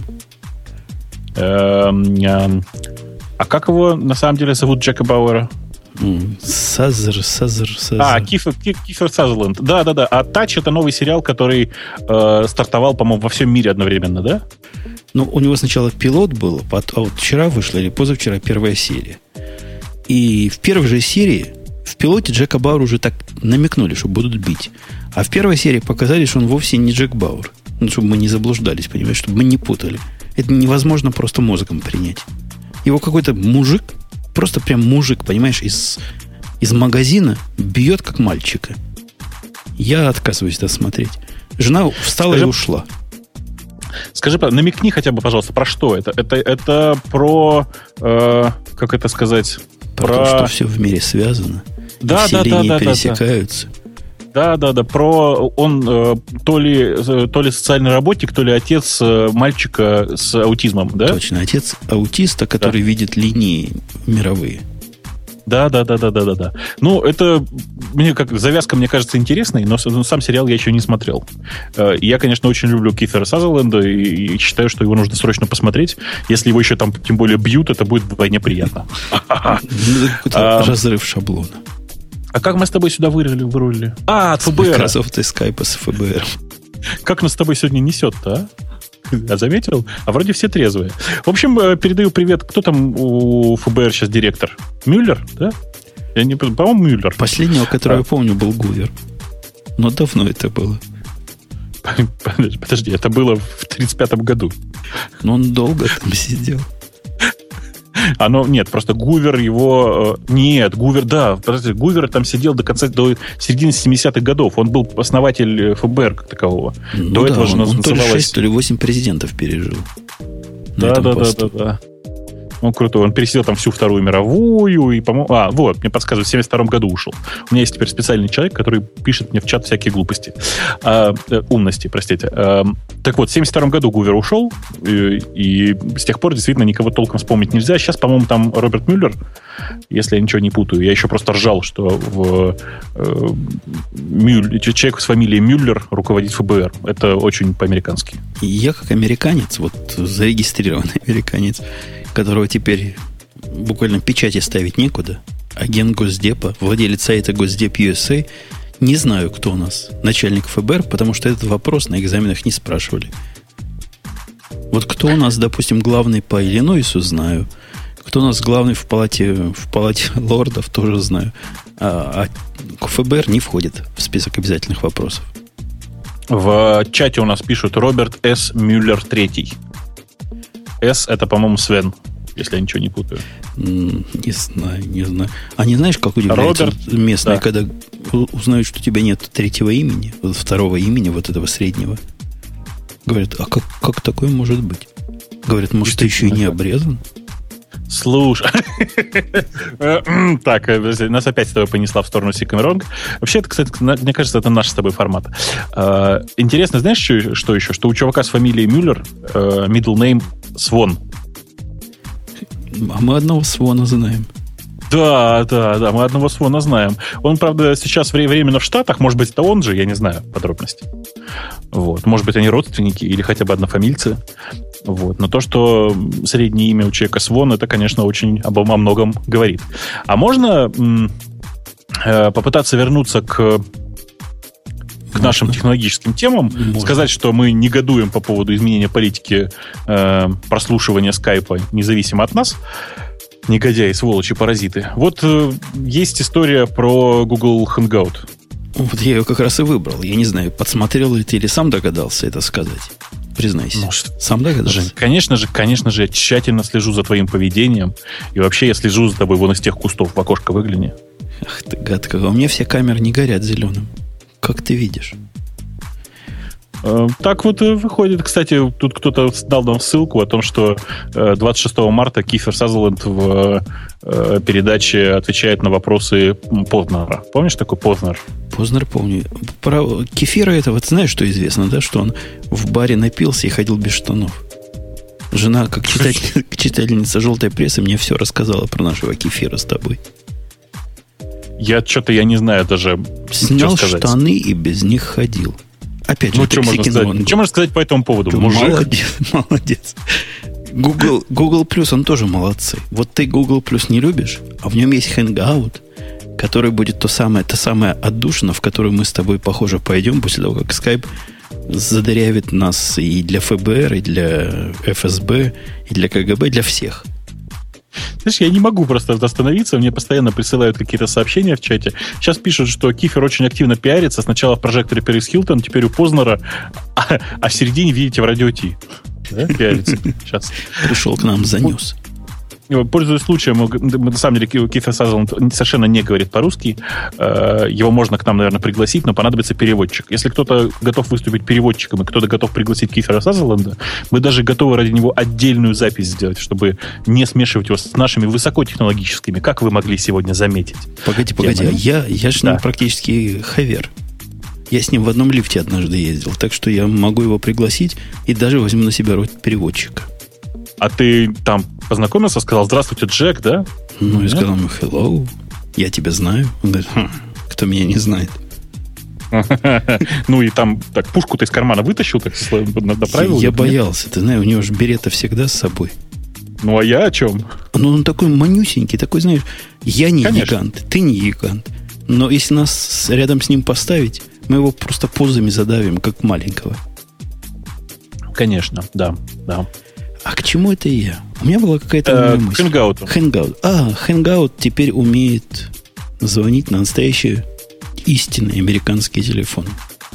А как его на самом деле зовут, Джека Бауэра? Сазер. Кифер Сазерленд. Да. А «Тач» — это новый сериал, который стартовал, по-моему, во всем мире одновременно, да? Ну, у него сначала пилот был, а вот вчера вышла или позавчера первая серия. И в первой же серии в пилоте Джека Бауэра уже так намекнули, что будут бить. А в первой серии показали, что он вовсе не Джек Бауэр. Ну, чтобы мы не заблуждались, понимаешь, чтобы мы не путали. Это невозможно просто мозгом принять. Его какой-то мужик, просто прям мужик, понимаешь, из магазина бьет как мальчика. Я отказываюсь это смотреть. Жена встала и ушла. Скажи, намекни хотя бы, пожалуйста, про что это? Это про, как это сказать? Про то, что все в мире связано. Да, все линии пересекаются. Да. Он то ли социальный работник, то ли отец мальчика с аутизмом, да? Точно, отец аутиста, который видит линии мировые. Да. Ну, это завязка, мне кажется, интересной, но сам сериал я еще не смотрел. Я, конечно, очень люблю Кифера Сазерленда и считаю, что его нужно срочно посмотреть. Если его еще там, тем более, бьют, это будет вдвойне приятно. Какой-то разрыв шаблона. А как мы с тобой сюда вырулили? От ФБР. Microsoft и Skype с ФБР. Как нас с тобой сегодня несет-то, а? Заметил? А вроде все трезвые. В общем, передаю привет. Кто там у ФБР сейчас директор? Мюллер, да? По-моему, Мюллер. Последнего, которого я помню, был Гувер. Но давно это было. Подожди, это было в 1935 году. Но он долго там сидел. Нет, просто Гувер его... Нет, Гувер, да. Подожди, Гувер там сидел до середины 70-х годов. Он был основатель ФБР как такового. До этого же он то ли 6, то ли 8 президентов пережил. Да. Он крутой. Он пересидел там всю Вторую мировую. И, по-моему... вот, мне подсказывают, в 72 году ушел. У меня есть теперь специальный человек, который пишет мне в чат всякие глупости. Умности, простите. Так вот, в 72 году Гувер ушел, и с тех пор действительно никого толком вспомнить нельзя. Сейчас, по-моему, там Роберт Мюллер, если я ничего не путаю. Я еще просто ржал, что человек с фамилией Мюллер руководит ФБР. Это очень по-американски. Я как американец, вот зарегистрированный американец, которого теперь буквально печати ставить некуда, агент Госдепа, владелец сайта Госдеп USA, не знаю, кто у нас начальник ФБР, потому что этот вопрос на экзаменах не спрашивали. Вот кто у нас, допустим, главный по Иллинойсу, знаю. Кто у нас главный в палате лордов, тоже знаю. А ФБР не входит в список обязательных вопросов. В чате у нас пишут Роберт С. Мюллер III. С — это, по-моему, Свен, если я ничего не путаю. Не знаю. А не знаешь, как удивляются местные, когда узнают, что у тебя нет третьего имени, второго имени, вот этого среднего? Говорят, а как такое может быть? Говорят, может, ты еще и не обрезан? Слушай. Так, нас опять с тобой понесла в сторону Сикамеронг. Вообще, это, кстати, мне кажется, это наш с тобой формат. Интересно, знаешь, что еще? Что у чувака с фамилией Мюллер middle name Свон. А мы одного Свона знаем. Да, мы одного Свона знаем. Он, правда, сейчас временно в Штатах. Может быть, это он же, я не знаю подробностей. Вот. Может быть, они родственники или хотя бы однофамильцы. Вот. Но то, что среднее имя у человека Свон, это, конечно, очень обо многом говорит. А можно попытаться вернуться к нашим технологическим темам, сказать, что мы негодуем по поводу изменения политики прослушивания скайпа независимо от нас, негодяи, сволочи, паразиты. Вот есть история про Google Hangout. Вот я ее как раз и выбрал. Я не знаю, подсмотрел ли ты или сам догадался это сказать. Признайся. Сам догадался? Жень, конечно же, я тщательно слежу за твоим поведением. И вообще я слежу за тобой вон из тех кустов. В окошко выгляни. Ах ты, гадко. У меня все камеры не горят зеленым. Как ты видишь? Так вот выходит. Кстати, тут кто-то дал нам ссылку о том, что 26 марта Кифер Сазерленд в передаче отвечает на вопросы Познера. Помнишь такой Познер? Познер помню. Про Кефира этого, ты знаешь, что известно, да? Что он в баре напился и ходил без штанов. Жена, как читательница желтой прессы, мне все рассказала про нашего Кефира с тобой. Я не знаю даже, снял штаны и без них ходил. Опять же, что можно сказать по этому поводу? Молодец. Google Plus, он тоже молодцы. Вот ты Google Plus не любишь, а в нем есть Hangout, который будет та самая отдушина, в которую мы с тобой, похоже, пойдем после того, как Skype задырявит нас и для ФБР, и для ФСБ, и для КГБ, для всех. Знаешь, я не могу просто остановиться, мне постоянно присылают какие-то сообщения в чате. Сейчас пишут, что Кифер очень активно пиарится. Сначала в прожекторе Пэрис Хилтон, теперь у Познера, а в середине видите в Радио Ти. Да? Пиарится сейчас. Пришел к нам, занес. Пользуясь случаем, мы на самом деле Кифер Сазерленд совершенно не говорит по-русски. Его можно к нам, наверное, пригласить, но понадобится переводчик. Если кто-то готов выступить переводчиком, и кто-то готов пригласить Кифера Сазерленда, мы даже готовы ради него отдельную запись сделать, чтобы не смешивать его с нашими высокотехнологическими, как вы могли сегодня заметить. Погоди, я же не практически хавер. Я с ним в одном лифте однажды ездил, так что я могу его пригласить и даже возьму на себя роль переводчика. А ты там познакомился, сказал: здравствуйте, Джек, да? Ну, и сказал ему: hello, я тебя знаю. Он говорит: кто меня не знает. Ну, и там так пушку-то из кармана вытащил, так направил. Я боялся, ты знаешь, у него же берета всегда с собой. Ну, а я о чем? Ну, он такой манюсенький, такой, знаешь, я не гигант, ты не гигант. Но если нас рядом с ним поставить, мы его просто позами задавим, как маленького. Конечно, да. А к чему это я? У меня была какая-то мысль. Hangout. Hangout теперь умеет звонить на настоящие истинные американские телефоны.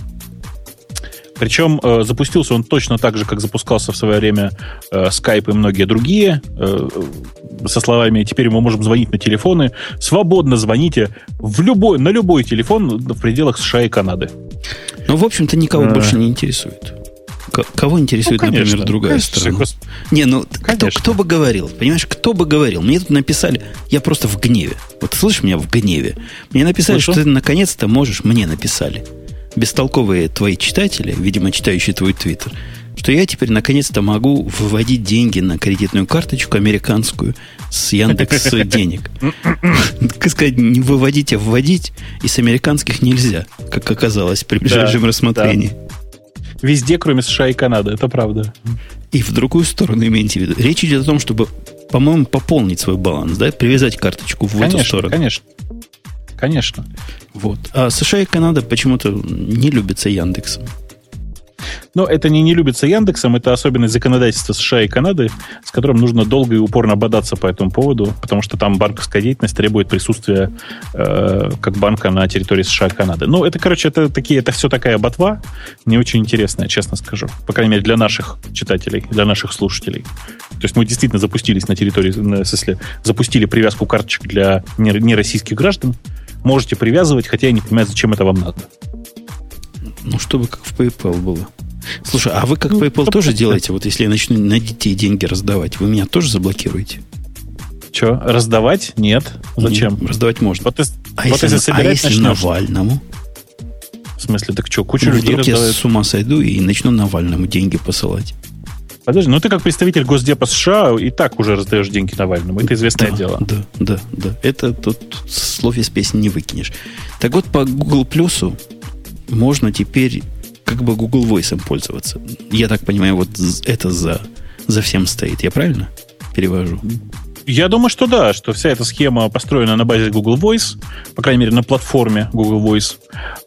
Причем запустился он точно так же, как запускался в свое время Skype и многие другие, со словами: теперь мы можем звонить на телефоны. Свободно звоните на любой телефон в пределах США и Канады. Ну, в общем-то, никого больше не интересует. Кого интересует, например, другая сторона? Не, кто бы говорил? Понимаешь, кто бы говорил? Мне тут написали, я просто в гневе. Вот слышишь меня в гневе? Мне написали, что ты наконец-то можешь, мне написали, бестолковые твои читатели, видимо, читающие твой твиттер, что я теперь наконец-то могу выводить деньги на кредитную карточку американскую с Яндекс денег. Так сказать, не выводить, а вводить, и с американских нельзя, как оказалось при ближайшем рассмотрении. Везде, кроме США и Канады, это правда. И в другую сторону имейте в виду. Речь идет о том, чтобы, по-моему, пополнить свой баланс, да, привязать карточку в эту сторону. Конечно. Вот. А США и Канада почему-то не любятся Яндексом. Но это не любится Яндексом, это особенность законодательства США и Канады, с которым нужно долго и упорно бодаться по этому поводу, потому что там банковская деятельность требует присутствия как банка на территории США и Канады. Ну, это, короче, это все такая ботва, не очень интересная, честно скажу. По крайней мере, для наших читателей, для наших слушателей. То есть мы действительно запустились на территории, в смысле, запустили привязку карточек для нероссийских граждан. Можете привязывать, хотя я не понимаю, зачем это вам надо. Ну, чтобы как в PayPal было. Слушай, а вы как PayPal тоже делаете? Вот если я начну на детей деньги раздавать, вы меня тоже заблокируете? Че, раздавать? Нет. Зачем? Нет, раздавать можно. Вот если Навальному? В смысле, так что, кучу Ну, людей вдруг я раздавать? с ума сойду и начну Навальному деньги посылать. Подожди, ну ты как представитель Госдепа США и так уже раздаешь деньги Навальному. Это известное дело. Да. Это тут слов из песни не выкинешь. Так вот, по Google Плюсу можно теперь как бы Google Voice пользоваться. Я так понимаю, вот это за всем стоит. Я правильно перевожу? Я думаю, что да, что вся эта схема построена на базе Google Voice, по крайней мере, на платформе Google Voice.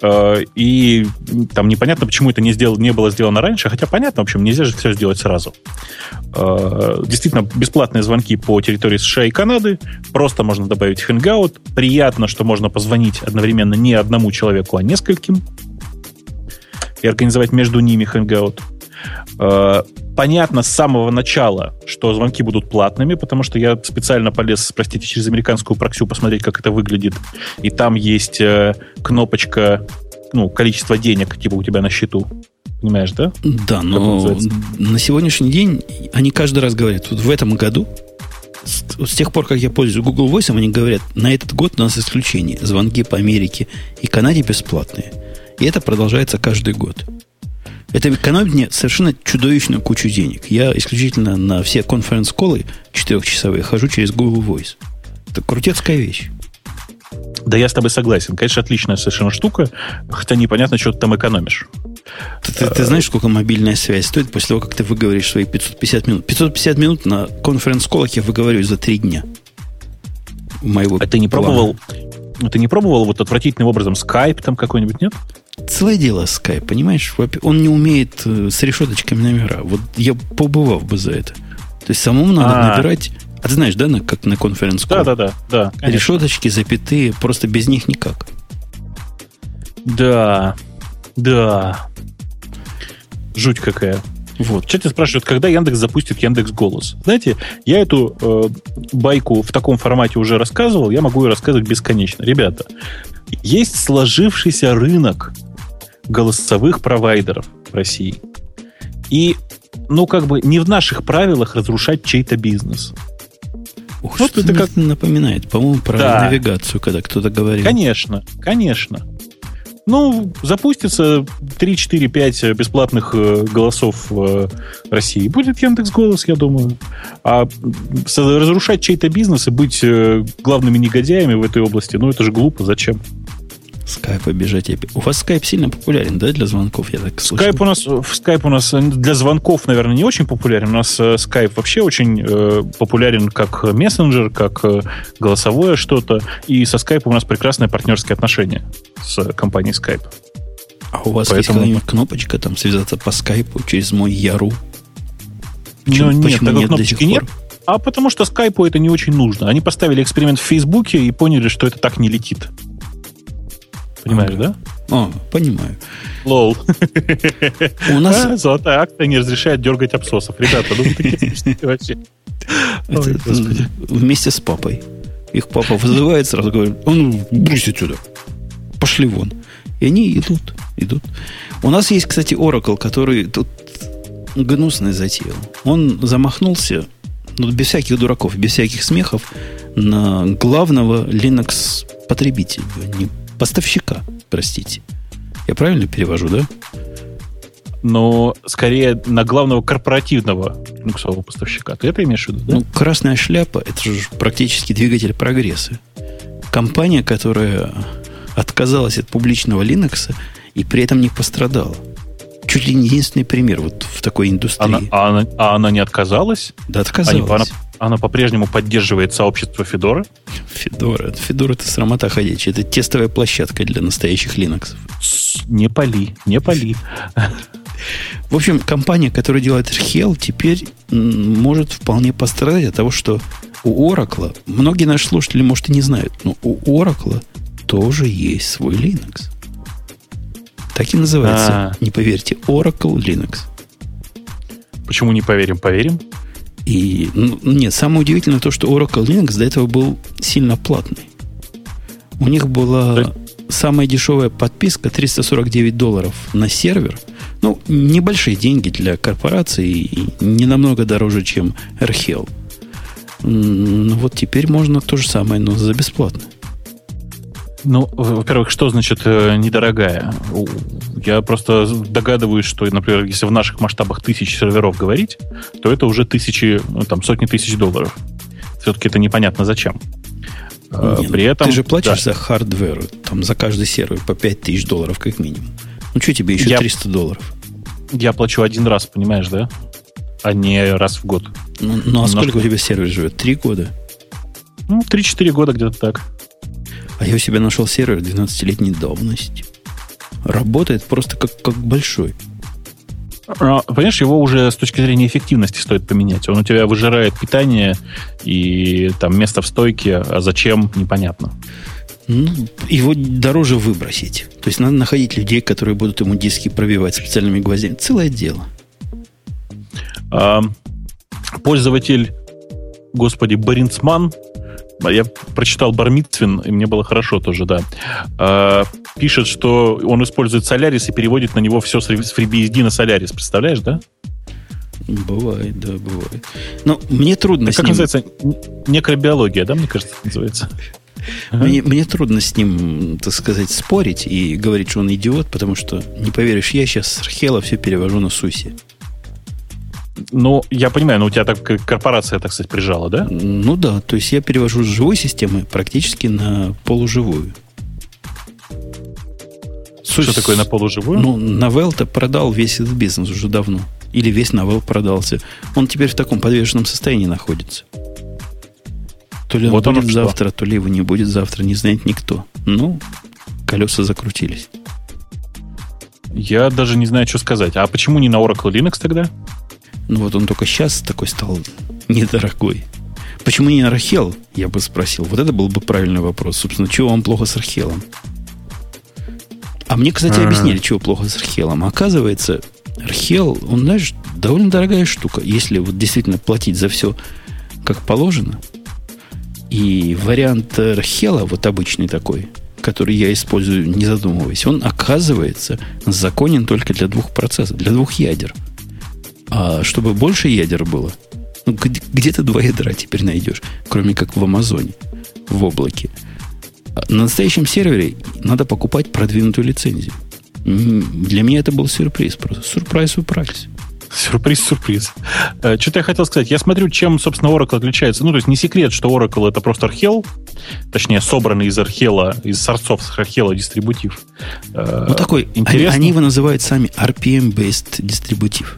И там непонятно, почему это не было сделано раньше, хотя понятно, в общем, нельзя же все сделать сразу. Действительно, бесплатные звонки по территории США и Канады, просто можно добавить Hangout. Приятно, что можно позвонить одновременно не одному человеку, а нескольким и организовать между ними Hangout. Понятно с самого начала, что звонки будут платными, потому что я специально полез, простите, через американскую проксю посмотреть, как это выглядит. И там есть кнопочка, количество денег, типа у тебя на счету. Понимаешь, да? Да, но на сегодняшний день они каждый раз говорят, вот в этом году, с тех пор, как я пользуюсь Google Voice, они говорят, на этот год у нас исключение. Звонки по Америке и Канаде бесплатные. И это продолжается каждый год. Это экономит мне совершенно чудовищную кучу денег. Я исключительно на все конференц-колы 4-часовые хожу через Google Voice. Это крутецкая вещь. Да, я с тобой согласен. Конечно, отличная совершенно штука, хотя непонятно, что ты там экономишь. Ты знаешь, сколько мобильная связь стоит после того, как ты выговоришь свои 550 минут? 550 минут на конференц-колах я выговорю за 3 дня. А ты не пробовал? Ты не пробовал вот отвратительным образом Skype там какой-нибудь, нет? Целое дело Skype, понимаешь? Он не умеет с решеточками номера. Вот я побывал бы за это. То есть самому надо набирать... А ты знаешь, да, как на конференц-колл? Да. Решеточки, запятые, просто без них никак. Да. Жуть какая. Вот. Что тебя спрашивают, когда Яндекс запустит Яндекс.Голос? Знаете, я эту байку в таком формате уже рассказывал, я могу ее рассказывать бесконечно. Ребята, есть сложившийся рынок голосовых провайдеров в России. И, не в наших правилах разрушать чей-то бизнес. Ух, вот это как напоминает, по-моему, про навигацию, когда кто-то говорил. Конечно. Запустится 3, 4, 5 бесплатных голосов в России. Будет Яндекс.Голос, я думаю. А разрушать чей-то бизнес и быть главными негодяями в этой области, это же глупо. Зачем? Скайп обижать. У вас скайп сильно популярен, да, для звонков, я так слышал? Скайп у нас для звонков, наверное, не очень популярен. У нас скайп вообще очень популярен как мессенджер, как голосовое что-то. И со скайпом у нас прекрасные партнерские отношения с компанией Skype. А у вас есть какая-нибудь кнопочка там связаться по скайпу через мой Яру? Почему такой кнопочки нет. А потому что скайпу это не очень нужно. Они поставили эксперимент в Фейсбуке и поняли, что это так не летит. Понимаешь, да? Понимаю. Лол. У нас... Золотая акция не разрешает дергать абсосов. Ребята, вы такие вообще. Вместе с папой. Их папа вызывает, сразу говорит, брысь отсюда. Пошли вон. И они идут. У нас есть, кстати, Oracle, который тут гнусный затеял. Он замахнулся, без всяких дураков, без всяких смехов, на главного Linux-потребителя, поставщика, простите. Я правильно перевожу, да? Но скорее на главного корпоративного линуксового поставщика. Ты это имеешь в виду, да? Красная шляпа – это же практически двигатель прогресса. Компания, которая отказалась от публичного Linux и при этом не пострадала. Чуть ли не единственный пример вот в такой индустрии. Она не отказалась? Да, отказалась. Она по-прежнему поддерживает сообщество Федора? Федора это срамота ходячая. Это тестовая площадка для настоящих Linux. Не пали. В общем, компания, которая делает Archel, теперь может вполне пострадать от того, что у Oracle, многие наши слушатели, может, и не знают, но у Oracle тоже есть свой Linux. Так и называется, не поверьте, Oracle Linux. Почему не поверим? Поверим. И, нет, самое удивительное то, что Oracle Linux до этого был сильно платный. У них была самая дешевая подписка $349 на сервер. Ну, небольшие деньги для корпорации и не намного дороже, чем Archel. Ну, вот теперь можно то же самое, но за бесплатно. Ну, во-первых, что значит недорогая? Я просто догадываюсь, что, например, если в наших масштабах 1000 серверов говорить, то это уже сотни тысяч долларов. Все-таки это непонятно зачем. При этом, ты же платишь за хардвер, там за каждый сервер по $5000 как минимум. Ну, что тебе еще $300? Я плачу один раз, понимаешь, да? А не раз в год. Ну а сколько у тебя сервер живет? 3 года? 3-4 года где-то так. А я у себя нашел сервер 12-летней давности. Работает просто как большой. Понимаешь, его уже с точки зрения эффективности стоит поменять. Он у тебя выжирает питание и там место в стойке, а зачем, непонятно. Его дороже выбросить. То есть надо находить людей, которые будут ему диски пробивать специальными гвоздями. Целое дело. Пользователь, Баринцман, я прочитал Бармитцвин, и мне было хорошо тоже, да. Пишет, что он использует Solaris и переводит на него все с FreeBSD на Solaris. Представляешь, да? Бывает, да, бывает. Но мне трудно это, с ним... Как называется? Некробиология, да, мне кажется, это называется? Мне трудно с ним, так сказать, спорить и говорить, что он идиот, потому что, не поверишь, я сейчас с Archel все перевожу на SUSE. Ну, я понимаю, но у тебя так корпорация, так сказать, прижала, да? Ну да, то есть я перевожу с живой системы практически на полуживую. Что такое на полуживую? Ну, Novell-то продал весь этот бизнес уже давно. Или весь Novell продался. Он теперь в таком подвешенном состоянии находится. То ли он вот будет завтра, то ли его не будет завтра, не знает никто. Ну, колеса закрутились. Я даже не знаю, что сказать. А почему не на Oracle Linux тогда? Ну, вот он только сейчас такой стал недорогой. Почему не на Archel, я бы спросил. Вот это был бы правильный вопрос. Собственно, чего вам плохо с Archel? А мне, кстати, объяснили, чего плохо с Archel. Оказывается, Archel, он, знаешь, довольно дорогая штука. Если вот действительно платить за все как положено. И вариант Archel, вот обычный такой, который я использую, не задумываясь, он, оказывается, законен только для 2 процессов, для 2 ядер. А чтобы больше ядер было, ну, где-то 2 ядра теперь найдешь, кроме как в Амазоне, в облаке. На настоящем сервере надо покупать продвинутую лицензию. Для меня это был сюрприз. Просто сюрприз. Сюрприз. Что-то я хотел сказать. Я смотрю, чем, собственно, Oracle отличается. Ну, то есть не секрет, что Oracle это просто Archel, точнее, собранный из Archel, из сорцов с Archel дистрибутив. Ну, такой, они его называют сами RPM-based дистрибутив.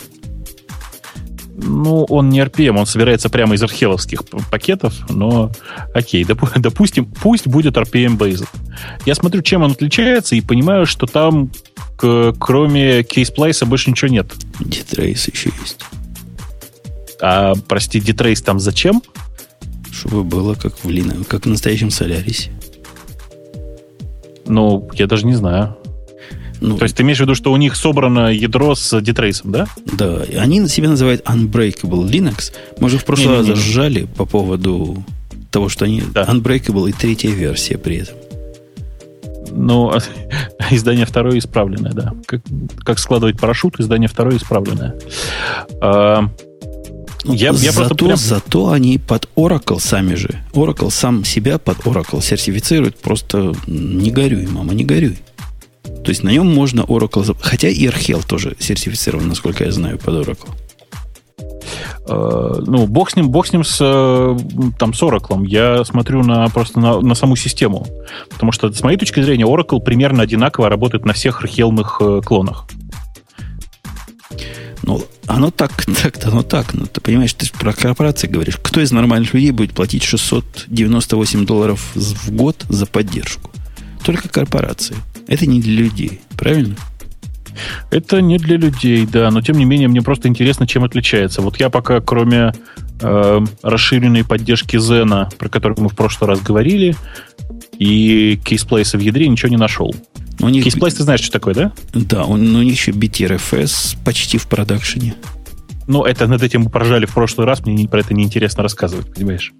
Ну, он не RPM, он собирается прямо из археловских пакетов, но окей, допустим, пусть будет RPM-based. Я смотрю, чем он отличается, и понимаю, что там, кроме кейс-плейса, больше ничего нет. Детрейс еще есть. А, прости, детрейс там зачем? Чтобы было как в настоящем Solaris. Ну, я даже не знаю. Ну, то есть ты имеешь в виду, что у них собрано ядро с детрейсом, да? Да, они себя называют Unbreakable Linux. Мы же в прошлый раз ржали по поводу того, что они Unbreakable и 3-я версия при этом. Ну, издание 2 исправленное, да. Как складывать парашют, издание 2 исправленное. Зато они под Oracle сами же. Oracle сам себя под Oracle сертифицирует. Просто не горюй, мама, не горюй. То есть на нем можно Oracle... Хотя и Archel тоже сертифицирован, насколько я знаю, под Oracle. Ну, бог с ним с Oracle. Я смотрю просто на саму систему. Потому что, с моей точки зрения, Oracle примерно одинаково работает на всех Archel-ных клонах. Ну, оно так-то оно так. Но ты понимаешь, ты про корпорации говоришь. Кто из нормальных людей будет платить $698 в год за поддержку? Только корпорации. Это не для людей, правильно? Это не для людей, да, но тем не менее мне просто интересно, чем отличается. Вот я пока, кроме расширенной поддержки Zen, про которую мы в прошлый раз говорили, и кейсплейса в ядре ничего не нашел. Кейсплейс, ты знаешь, что такое, да? Да, у них еще BTRFS почти в продакшене. Ну, это над этим мы поржали в прошлый раз, мне про это неинтересно рассказывать, понимаешь?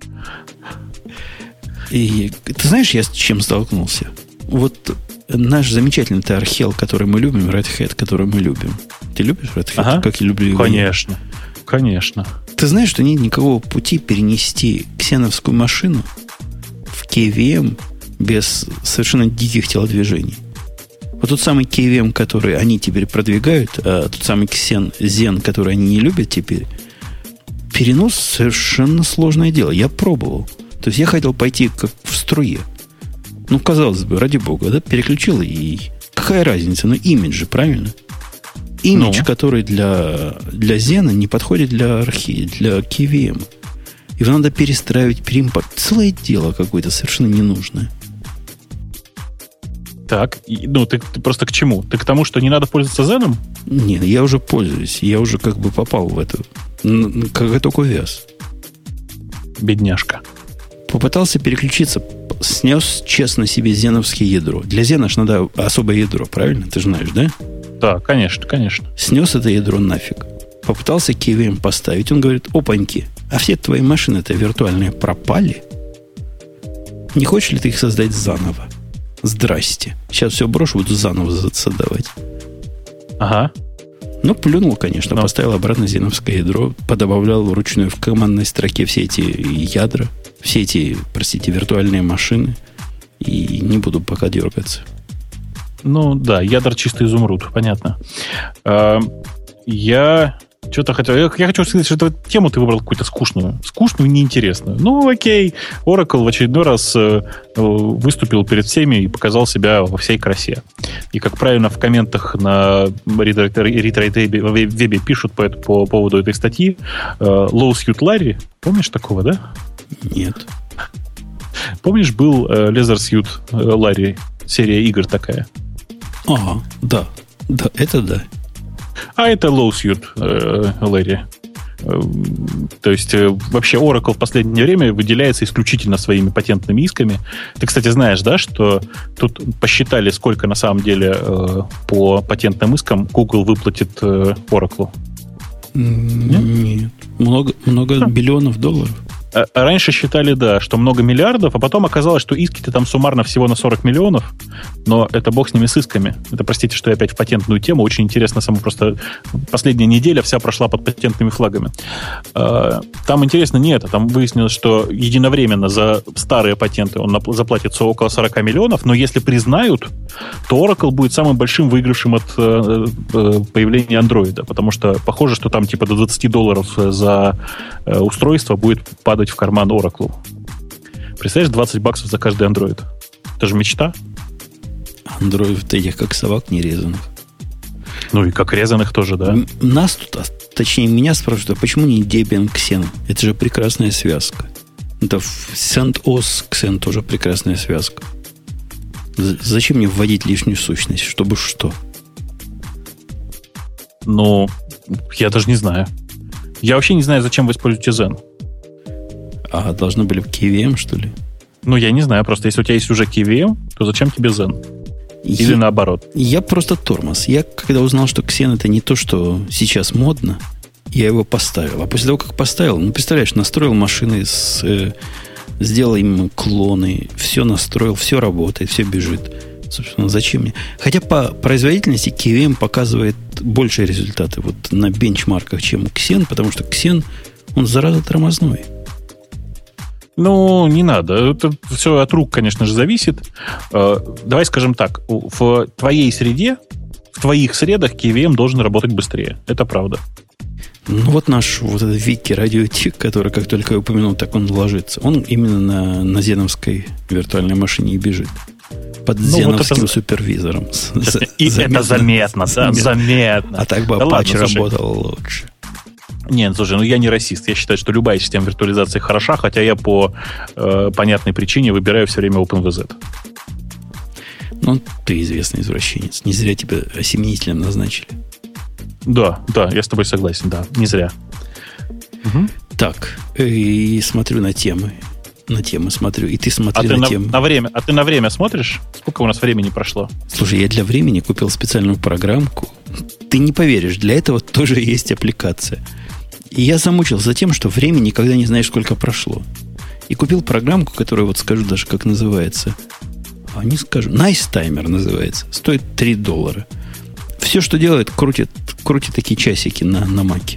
И ты знаешь, я с чем столкнулся? Вот наш замечательный Archel, который мы любим, Red Hat, который мы любим. Ты любишь Red Hat? Ага. Как я люблю его? Конечно. Конечно. Ты знаешь, что нет никакого пути перенести ксеновскую машину в KVM без совершенно диких телодвижений. Вот тот самый KVM, который они теперь продвигают, а тот самый Zen, который они не любят теперь, перенос совершенно сложное дело. Я пробовал. То есть я хотел пойти как в струе. Ну, казалось бы, ради бога, да, переключил, и какая разница? Ну, имидж же, правильно? Имидж, который для Zen не подходит для KVM. Его надо перестраивать, переимпорт. Целое дело какое-то совершенно ненужное. Так, ты просто к чему? Ты к тому, что не надо пользоваться Zen? Нет, я уже пользуюсь. Я уже как бы попал в эту... Как я только увяз. Бедняжка. Попытался переключиться, снес честно себе зеновское ядро. Для Зена ж надо особое ядро, правильно? Ты же знаешь, да? Да, конечно, конечно. Снес это ядро нафиг. Попытался KVM поставить. Он говорит, опаньки, а все твои машины-то виртуальные пропали? Не хочешь ли ты их создать заново? Здрасте. Сейчас все брошу, буду заново создавать. Ага. Ну, плюнул, конечно, поставил обратно зеновское ядро, подобавлял вручную в командной строке все эти ядра, все эти, простите, виртуальные машины, и не буду пока дергаться. Ну, да, ядра чистый изумруд, понятно. Я что-то хотел... Я хочу сказать, что эту тему ты выбрал какую-то скучную и неинтересную. Ну, окей, Oracle в очередной раз выступил перед всеми и показал себя во всей красе. И, как правильно в комментах на ReadWrite пишут по поводу этой статьи, Lowsuit Larry, помнишь такого, да? Нет. Помнишь, был Leathersuit Larry, серия игр такая? Ага, да. Да, это да. А это Lowsuit Larry. То есть, вообще Oracle в последнее время выделяется исключительно своими патентными исками. Ты, кстати, знаешь, да, что тут посчитали, сколько на самом деле по патентным искам Google выплатит Oracle? Нет. Много биллионов долларов. Раньше считали, да, что много миллиардов, а потом оказалось, что иски-то там суммарно всего на 40 миллионов, но это бог с ними с исками. Это, простите, что я опять в патентную тему. Очень интересно, просто последняя неделя вся прошла под патентными флагами. Там интересно не это. Там выяснилось, что единовременно за старые патенты он заплатится около 40 миллионов, но если признают, то Oracle будет самым большим выигравшим от появления Android, потому что похоже, что там типа до $20 за устройство будет падать в карман Oracle. Представляешь, $20 за каждый Android. Это же мечта. Android этих как собак нерезанных. Ну и как резаных тоже, да. Нас тут, точнее меня спрашивают, а почему не Debian Xen? Это же прекрасная связка. Это CentOS Xen тоже прекрасная связка. Зачем мне вводить лишнюю сущность? Чтобы что? Ну, я даже не знаю. Я вообще не знаю, зачем вы используете Zen. А должны были в KVM, что ли? Ну, я не знаю. Просто если у тебя есть уже KVM, то зачем тебе Zen? Или наоборот? Я просто тормоз. Я, когда узнал, что Xen это не то, что сейчас модно, я его поставил. А после того, как поставил, ну, представляешь, настроил машины, сделал им клоны, все настроил, все работает, все бежит. Собственно, зачем мне? Хотя по производительности KVM показывает большие результаты вот на бенчмарках, чем Xen, потому что Xen, он зараза тормозной. Ну, не надо. Это все от рук, конечно же, зависит. Давай скажем так. В твоей среде, в твоих средах KVM должен работать быстрее. Это правда. Ну, вот наш вот этот Вики радиотик, который, как только я упомянул, так он ложится. Он именно на зеновской виртуальной машине и бежит. Под зеновским вот супервизором. И это заметно, да, заметно. А так бы Apache работал лучше. Нет, слушай, я не расист. Я считаю, что любая система виртуализации хороша, хотя я по понятной причине выбираю все время OpenVZ. Ну, ты известный извращенец. Не зря тебя осеменителем назначили. Да, я с тобой согласен, да, не зря. Угу. Так, и смотрю на темы. На темы смотрю, и ты смотри на темы. А ты на время смотришь? Сколько у нас времени прошло? Слушай, я для времени купил специальную программку. Ты не поверишь, для этого тоже есть аппликация. И я замучился тем, что время никогда не знаешь, сколько прошло. И купил программку, которая, вот скажу даже, как называется. А не скажу. Nice Timer называется. Стоит $3. Все, что делает, крутит такие часики на Маке.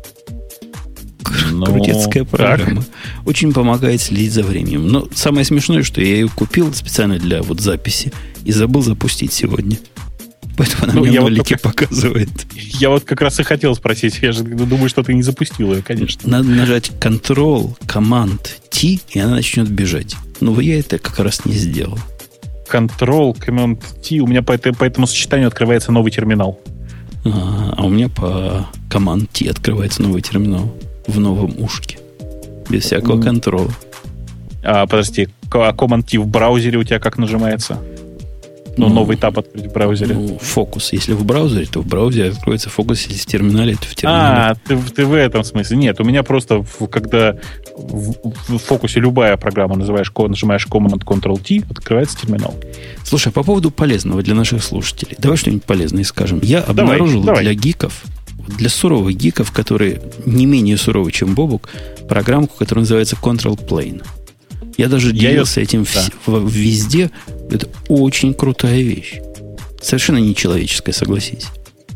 Крутецкая программа. Очень помогает следить за временем. Но самое смешное, что я ее купил специально для вот записи и забыл запустить сегодня. Поэтому она мне нолики показывает. Я вот как раз и хотел спросить. Я же думаю, что ты не запустил ее, конечно. Надо нажать Ctrl, Command, T, и она начнет бежать. Но я это как раз не сделал. Ctrl, Command, T. У меня по этому сочетанию открывается новый терминал. А у меня по Command T открывается новый терминал. В новом ушке. Без всякого контроля. Подожди, Command T в браузере у тебя как нажимается? Новый таб открыть в браузере. Фокус. Если в браузере, то в браузере откроется фокус. Если в терминале, то в терминале. Ты в этом смысле. Нет, у меня просто, когда в фокусе любая программа нажимаешь Command Ctrl-T, открывается терминал. Слушай, по поводу полезного для наших слушателей. Давай что-нибудь полезное скажем. Я обнаружил для гиков, для суровых гиков, которые не менее суровы, чем Бобук, программку, которая называется Control Plane. Я даже делился этим везде. Это очень крутая вещь. Совершенно нечеловеческая, согласись.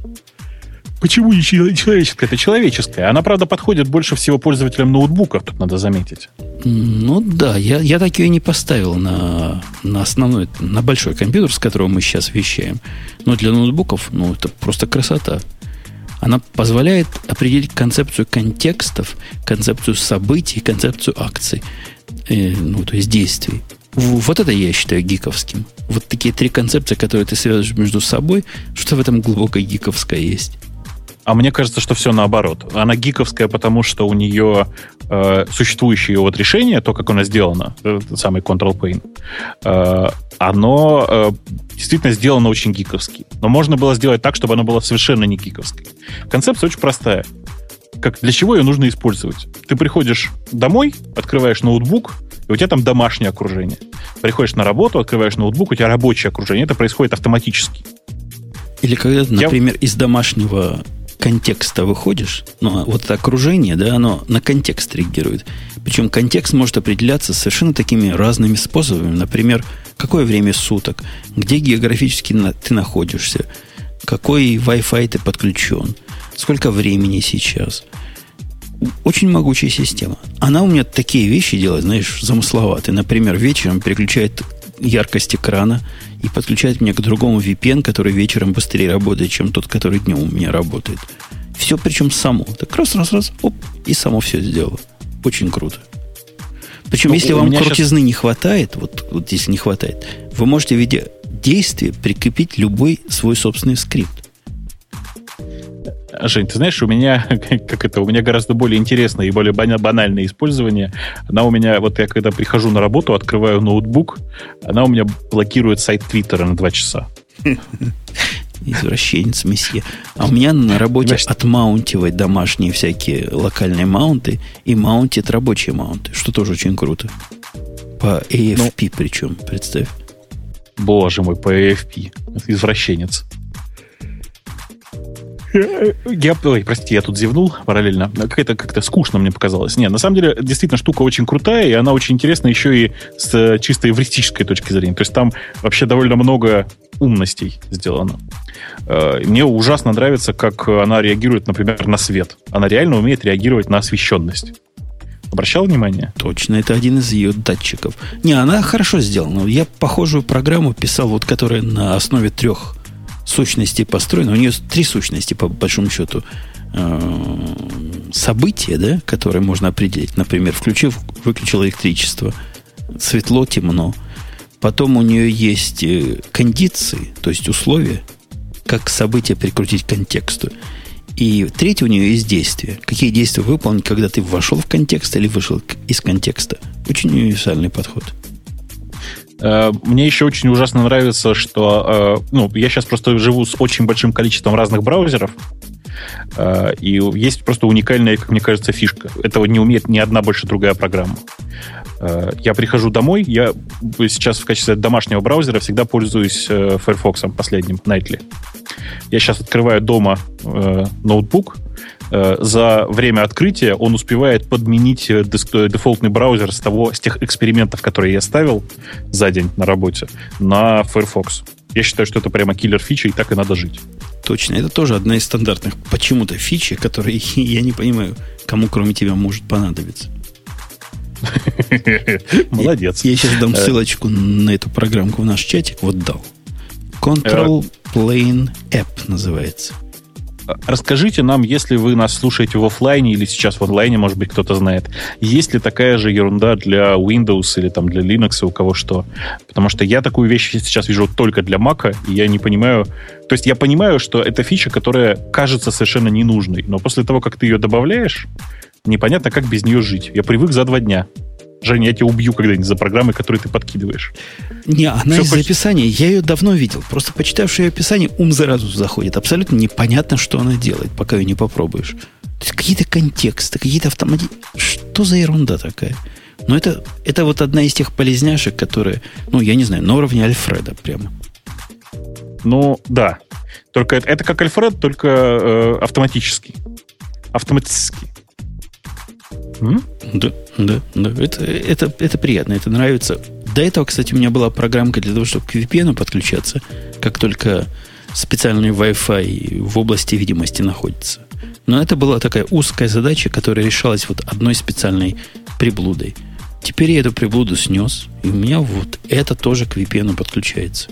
Почему не человеческая? Это человеческая. Она, правда, подходит больше всего пользователям ноутбуков, тут надо заметить. Ну да, я так ее не поставил на основной, на большой компьютер, с которого мы сейчас вещаем. Но для ноутбуков, это просто красота. Она позволяет определить концепцию контекстов, концепцию событий, концепцию акций. То есть действий. Вот это я считаю гиковским. Вот такие 3 концепции, которые ты связываешь между собой, что в этом глубоко гиковское есть. А мне кажется, что все наоборот. Она гиковская, потому что у нее существующее вот решение, то, как оно сделано, самый Control Plane, оно действительно сделано очень гиковски. Но можно было сделать так, чтобы оно было совершенно не гиковской. Концепция очень простая. Для чего ее нужно использовать? Ты приходишь домой, открываешь ноутбук, и у тебя там домашнее окружение. Приходишь на работу, открываешь ноутбук, у тебя рабочее окружение. Это происходит автоматически. Или когда ты, например, из домашнего контекста выходишь, вот это окружение, да, оно на контекст реагирует. Причем контекст может определяться совершенно такими разными способами. Например, какое время суток, где географически ты находишься, какой Wi-Fi ты подключен, сколько времени сейчас. Очень могучая система. Она у меня такие вещи делает, знаешь, замысловатые. Например, вечером переключает яркость экрана и подключает меня к другому VPN, который вечером быстрее работает, чем тот, который днем у меня работает. Все причем само. Так раз, оп, и само все сделало. Очень круто. Причем, если вам крутизны не хватает, вот если не хватает, вы можете в виде действия прикрепить любой свой собственный скрипт. Жень, ты знаешь, у меня гораздо более интересное и более банальное использование. Она у меня, вот я когда прихожу на работу, открываю ноутбук, она у меня блокирует сайт Твиттера на 2 часа. Извращенец, месье. А у меня на работе отмаунтивает домашние всякие локальные маунты и маунтит рабочие маунты, что тоже очень круто. По AFP причем, представь. Боже мой, по AFP. Извращенец. Я тут зевнул параллельно. Как-то скучно мне показалось. Нет, на самом деле, действительно, штука очень крутая, и она очень интересна еще и с чисто эвристической точки зрения. То есть там вообще довольно много умностей сделано. Мне ужасно нравится, как она реагирует, например, на свет. Она реально умеет реагировать на освещенность. Обращал внимание? Точно, это один из ее датчиков. Не, она хорошо сделана. Я похожую программу писал, которая на основе 3 сущностей построена. У нее 3 сущности, по большому счету. События, да, которые можно определить. Например, выключил электричество. Светло, темно. Потом у нее есть кондиции, то есть условия, как события прикрутить к контексту. И 3 у нее есть действия. Какие действия выполнить, когда ты вошел в контекст или вышел из контекста. Очень универсальный подход. Мне еще очень ужасно нравится, что я сейчас просто живу с очень большим количеством разных браузеров, и есть просто уникальная, как мне кажется, фишка. Этого не умеет ни одна больше другая программа. Я прихожу домой, я сейчас в качестве домашнего браузера всегда пользуюсь Firefox последним, Nightly. Я сейчас открываю дома ноутбук, за время открытия он успевает подменить дефолтный браузер с тех экспериментов, которые я ставил за день на работе, на Firefox. Я считаю, что это прямо киллер-фича, и так и надо жить. Точно, это тоже одна из стандартных почему-то фичи, которые я не понимаю, кому кроме тебя может понадобиться. Молодец. Я сейчас дам ссылочку на эту программку в наш чатик. Вот дал. Control Plane App называется. Расскажите нам, если вы нас слушаете в офлайне или сейчас в онлайне, может быть, кто-то знает, есть ли такая же ерунда для Windows или там для Linux, у кого что? Потому что я такую вещь сейчас вижу только для Mac, и я не понимаю... То есть я понимаю, что это фича, которая кажется совершенно ненужной, но после того, как ты ее добавляешь, непонятно, как без нее жить. Я привык за 2 дня. Женя, я тебя убью когда-нибудь за программы, которые ты подкидываешь. Не, она из описания. Я ее давно видел. Просто почитавший ее описание, ум сразу заходит. Абсолютно непонятно, что она делает, пока ее не попробуешь. То есть какие-то контексты, какие-то автоматы. Что за ерунда такая? Но это вот одна из тех полезняшек, которые, я не знаю, на уровне Альфреда прямо. Да. Только это как Альфред, только автоматический. Автоматический. Да. Это приятно, это нравится. До этого, кстати, у меня была программка для того, чтобы к VPN подключаться, как только специальный Wi-Fi в области видимости находится. Но это была такая узкая задача, которая решалась вот одной специальной приблудой. Теперь я эту приблуду снес, и у меня вот это тоже к VPN подключается.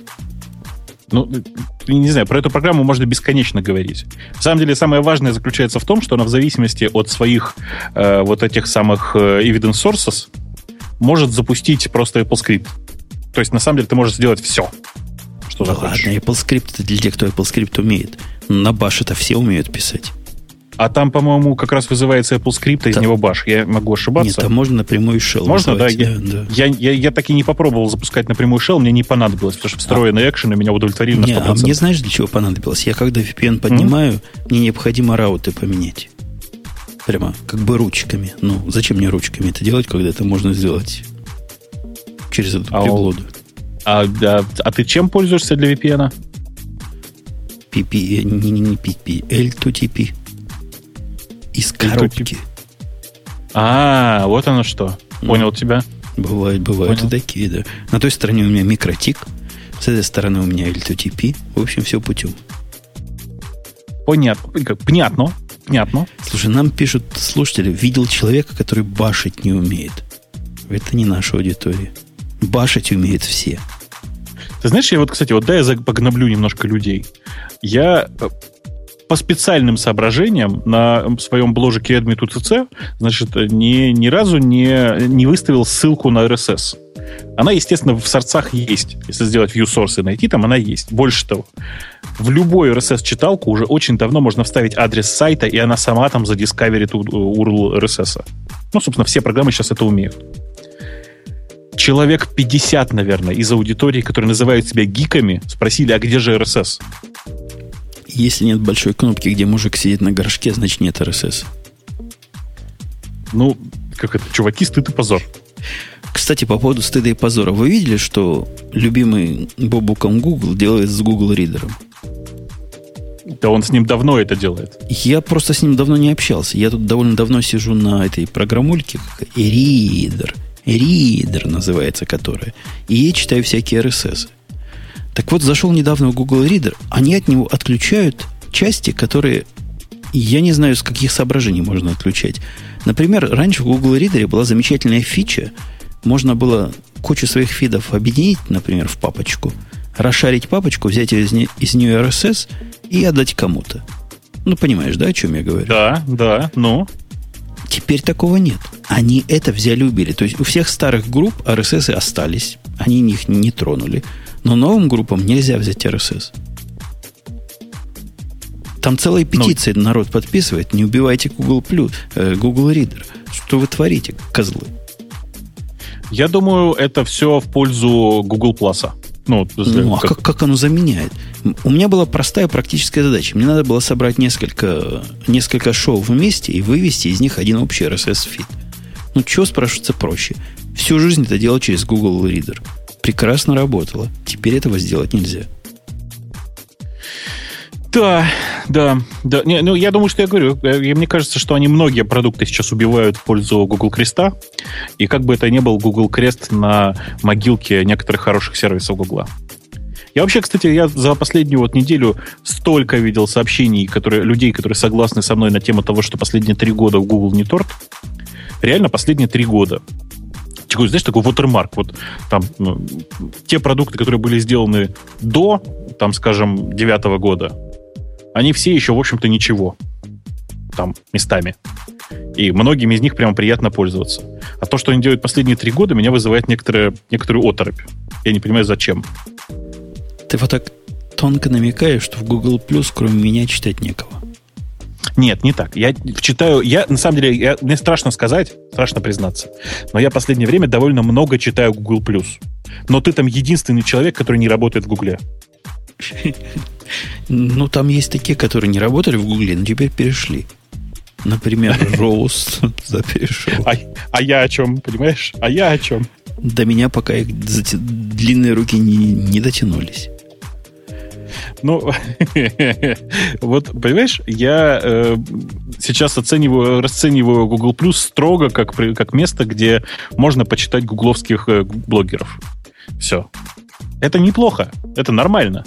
Не знаю, про эту программу можно бесконечно говорить. На самом деле, самое важное заключается в том, что она в зависимости от своих вот этих самых evidence sources может запустить просто AppleScript. То есть, на самом деле, ты можешь сделать все, что захочешь. Ладно, AppleScript это для тех, кто AppleScript умеет. На Bash это все умеют писать. А там, по-моему, как раз вызывается AppleScript, из него Bash. Я могу ошибаться. Нет, там можно напрямую shell. Можно, да. Я так и не попробовал запускать напрямую shell, мне не понадобилось, потому что встроенные экшены меня удовлетворили на 100%. А мне знаешь, для чего понадобилось? Я когда VPN поднимаю, мне необходимо рауты поменять. Прямо как бы ручками. Зачем мне ручками это делать, когда это можно сделать через эту приблуду? А ты чем пользуешься для VPN? PP, не PP, L2TP. Из коробки. Вот оно что. Понял тебя. Бывают и такие, да. На той стороне у меня микротик, с этой стороны у меня L2TP. В общем, все путем. Понятно. Слушай, нам пишут слушатели, видел человека, который башить не умеет. Это не наша аудитория. Башить умеют все. Ты знаешь, я кстати, я погноблю немножко людей. Я по специальным соображениям на своем бложике adme2cc, значит, ни разу не выставил ссылку на RSS. Она, естественно, в сорцах есть. Если сделать view source и найти, там она есть. Больше того, в любую RSS-читалку уже очень давно можно вставить адрес сайта, и она сама там задискаверит URL RSS. Собственно, все программы сейчас это умеют. Человек 50, наверное, из аудитории, которые называют себя гиками, спросили, а где же RSS? Если нет большой кнопки, где мужик сидит на горшке, значит нет RSS. Как это, чуваки, стыд и позор. Кстати, по поводу стыда и позора. Вы видели, что любимый Бобуком Google делает с Google Reader? Да он с ним давно это делает. Я просто с ним давно не общался. Я тут довольно давно сижу на этой программульке, как Reader называется, которая. И я читаю всякие RSS. Так вот, зашел недавно в Google Reader, они от него отключают части, которые, я не знаю, с каких соображений можно отключать. Например, раньше в Google Reader была замечательная фича, можно было кучу своих фидов объединить, например, в папочку, расшарить папочку, взять из нее RSS и отдать кому-то. Понимаешь, да, о чем я говорю? Да, Теперь такого нет. Они это взяли и убили. То есть у всех старых групп RSS остались, они их не тронули. Но новым группам нельзя взять RSS. Там целые петиции народ подписывает. Не убивайте Google Reader. Что вы творите, козлы? Я думаю, это все в пользу Google+. Как оно заменяет? У меня была простая практическая задача. Мне надо было собрать несколько шоу вместе и вывести из них один общий RSS-фид. Чего, спрашивается, проще? Всю жизнь это делал через Google Reader. Прекрасно работало. Теперь этого сделать нельзя. Да. Я думаю, что я говорю. Мне кажется, что они многие продукты сейчас убивают в пользу Google Креста. И как бы это ни был Google Крест на могилке некоторых хороших сервисов Google. Я вообще, кстати, за последнюю неделю столько видел сообщений людей, которые согласны со мной на тему того, что последние 3 года в Google не торт. Реально последние 3 года. Знаешь, такой watermark. Те продукты, которые были сделаны до, скажем, 2009 года, они все еще, в общем-то, ничего. Местами. И многими из них прямо приятно пользоваться. А то, что они делают последние 3 года, меня вызывает некоторую оторопь. Я не понимаю, зачем. Ты вот так тонко намекаешь, что в Google Plus кроме меня читать некого. Нет, не так. Я читаю... на самом деле, мне страшно сказать, страшно признаться, но я в последнее время довольно много читаю Google Plus. Но ты там единственный человек, который не работает в Гугле. Там есть такие, которые не работали в Гугле, но теперь перешли. Например, Роуз перешел. А я о чем, понимаешь? А я о чем? До меня пока их длинные руки не дотянулись. Понимаешь, я сейчас расцениваю Google Plus строго как место, где можно почитать гугловских блогеров. Все. Это неплохо, это нормально.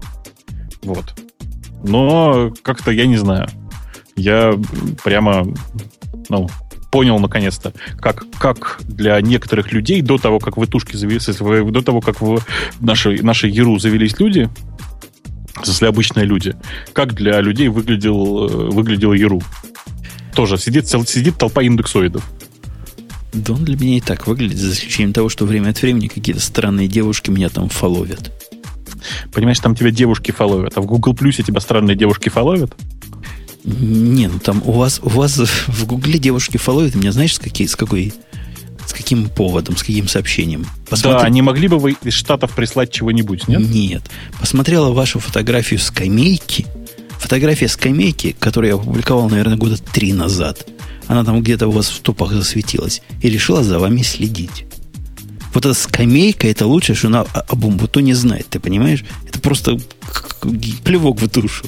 Но как-то я не знаю. Я прямо, понял наконец-то, как для некоторых людей до того, как в итушке завелись, до того, как в нашей Яру завелись люди, если обычные люди, как для людей выглядел Яру. Тоже сидит толпа индексоидов. Да он для меня и так выглядит, за исключением того, что время от времени какие-то странные девушки меня там фоловят. Понимаешь, там тебя девушки фоловят, а в Google Плюсе тебя странные девушки фоловят? Не, там у вас в Гугле девушки фоловят меня, знаешь, с каким поводом, с каким сообщением? Да, не могли бы вы из Штатов прислать чего-нибудь, нет? Нет. Посмотрела вашу фотографию скамейки. Фотография скамейки, которую я опубликовал, наверное, 3 года назад. Она там где-то у вас в топах засветилась. И решила за вами следить. Вот эта скамейка, это лучшее, что она об Умбуту не знает. Ты понимаешь? Это просто плевок в душу.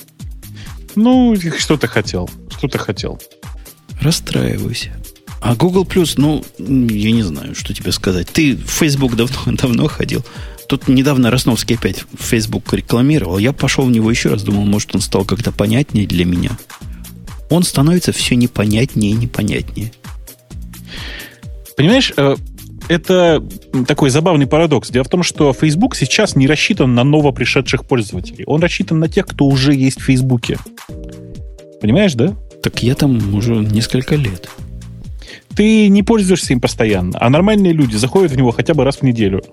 Что ты хотел? Расстраиваюсь. А Google Plus, я не знаю, что тебе сказать. Ты в Facebook давно ходил. Тут недавно Росновский опять Facebook рекламировал. Я пошел в него еще раз, думал, может, он стал как-то понятнее для меня. Он становится все непонятнее и непонятнее. Понимаешь, это такой забавный парадокс. Дело в том, что Facebook сейчас не рассчитан на новопришедших пользователей. Он рассчитан на тех, кто уже есть в Фейсбуке. Понимаешь, да? Так я там уже несколько лет. Ты не пользуешься им постоянно, а нормальные люди заходят в него хотя бы раз в неделю.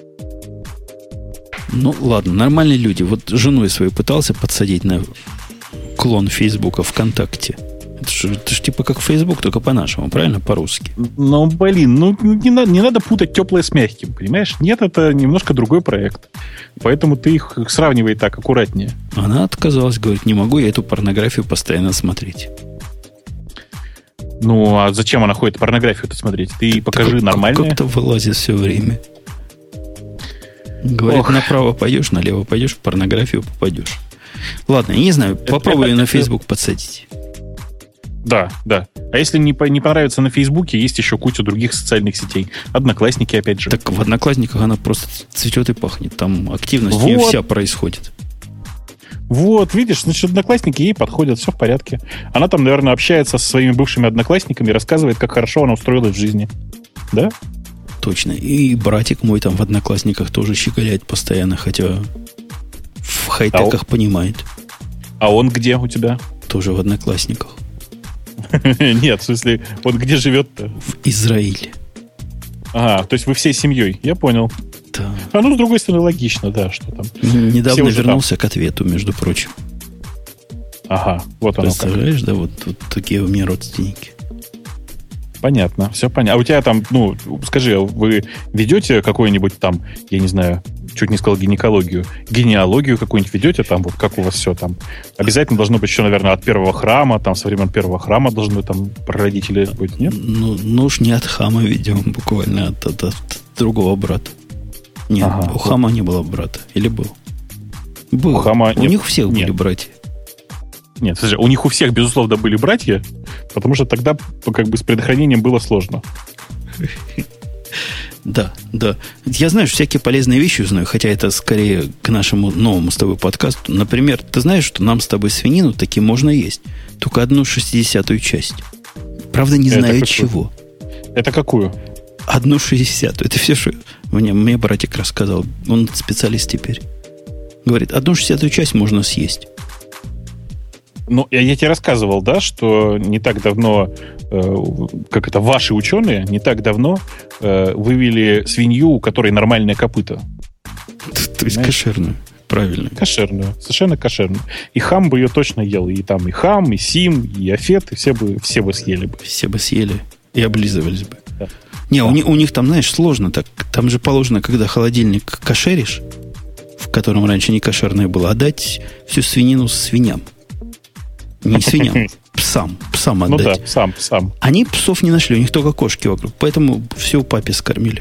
Ладно, нормальные люди. Вот жену я свою пытался подсадить на клон Фейсбука ВКонтакте. Это ж типа как Facebook, только по-нашему, правильно? По-русски. Не надо путать теплое с мягким, понимаешь? Нет, это немножко другой проект. Поэтому ты их сравнивай так аккуратнее. Она отказалась, говорит, не могу я эту порнографию постоянно смотреть. А зачем она ходит порнографию-то смотреть? Ты покажи нормальное. Как-то вылазит все время. Говорит, направо пойдешь, налево пойдешь, в порнографию попадешь. Ладно, я не знаю, попробую на Facebook подсадить. Да. А если не понравится на Фейсбуке, есть еще куча других социальных сетей. Одноклассники, опять же. Так в Одноклассниках она просто цветет и пахнет. Там активность ее вся происходит. Видишь, значит, Одноклассники ей подходят, все в порядке. Она там, наверное, общается со своими бывшими одноклассниками и рассказывает, как хорошо она устроилась в жизни. Да? Точно. И братик мой там в Одноклассниках тоже щеголяет постоянно, хотя в хай-теках понимает. А он где у тебя? Тоже в Одноклассниках. Нет, в смысле, он где живет-то? В Израиле. То есть вы всей семьей, я понял. Да. С другой стороны, логично, да, что там. Недавно вернулся к ответу, между прочим. Ага, вот оно. Представляешь, да, вот такие у меня родственники. Понятно, все понятно. А у тебя там, скажи, вы ведете какую-нибудь там, я не знаю, чуть не сказал генеалогию какую-нибудь ведете там, вот как у вас все там? Обязательно должно быть еще, наверное, от первого храма, там, со времен первого храма должны там прародители быть, нет? Ну уж не от Хама ведем, буквально от другого брата. Нет, у Хама не было брата. Или был? Был. У них у всех были братья. Нет, слушай, у них у всех, безусловно, были братья, потому что тогда как бы с предохранением было сложно. Да. Я знаю, всякие полезные вещи узнаю, хотя это скорее к нашему новому с тобой подкасту. Например, ты знаешь, что нам с тобой свинину таки можно есть, только 1/60 часть. Правда, не знаю чего. Это какую? 1/60. Это все, что мне братик рассказал. Он специалист теперь. Говорит, 1/60 часть можно съесть. Ну, я тебе рассказывал, да, что не так давно, ваши ученые не так давно вывели свинью, у которой нормальное копыто. То есть кошерную, правильно. Кошерную, совершенно кошерную. И Хам бы ее точно ел. И там и Хам, и Сим, и Афет, и все бы съели бы. Все бы съели и облизывались бы. Да. Не, да. У них там, знаешь, сложно так. Там же положено, когда холодильник кошеришь, в котором раньше не кошерное было, отдать всю свинину свиньям. Не свиньям, псам отдать. Ну да, псам. Они псов не нашли, у них только кошки вокруг. Поэтому все папе скормили.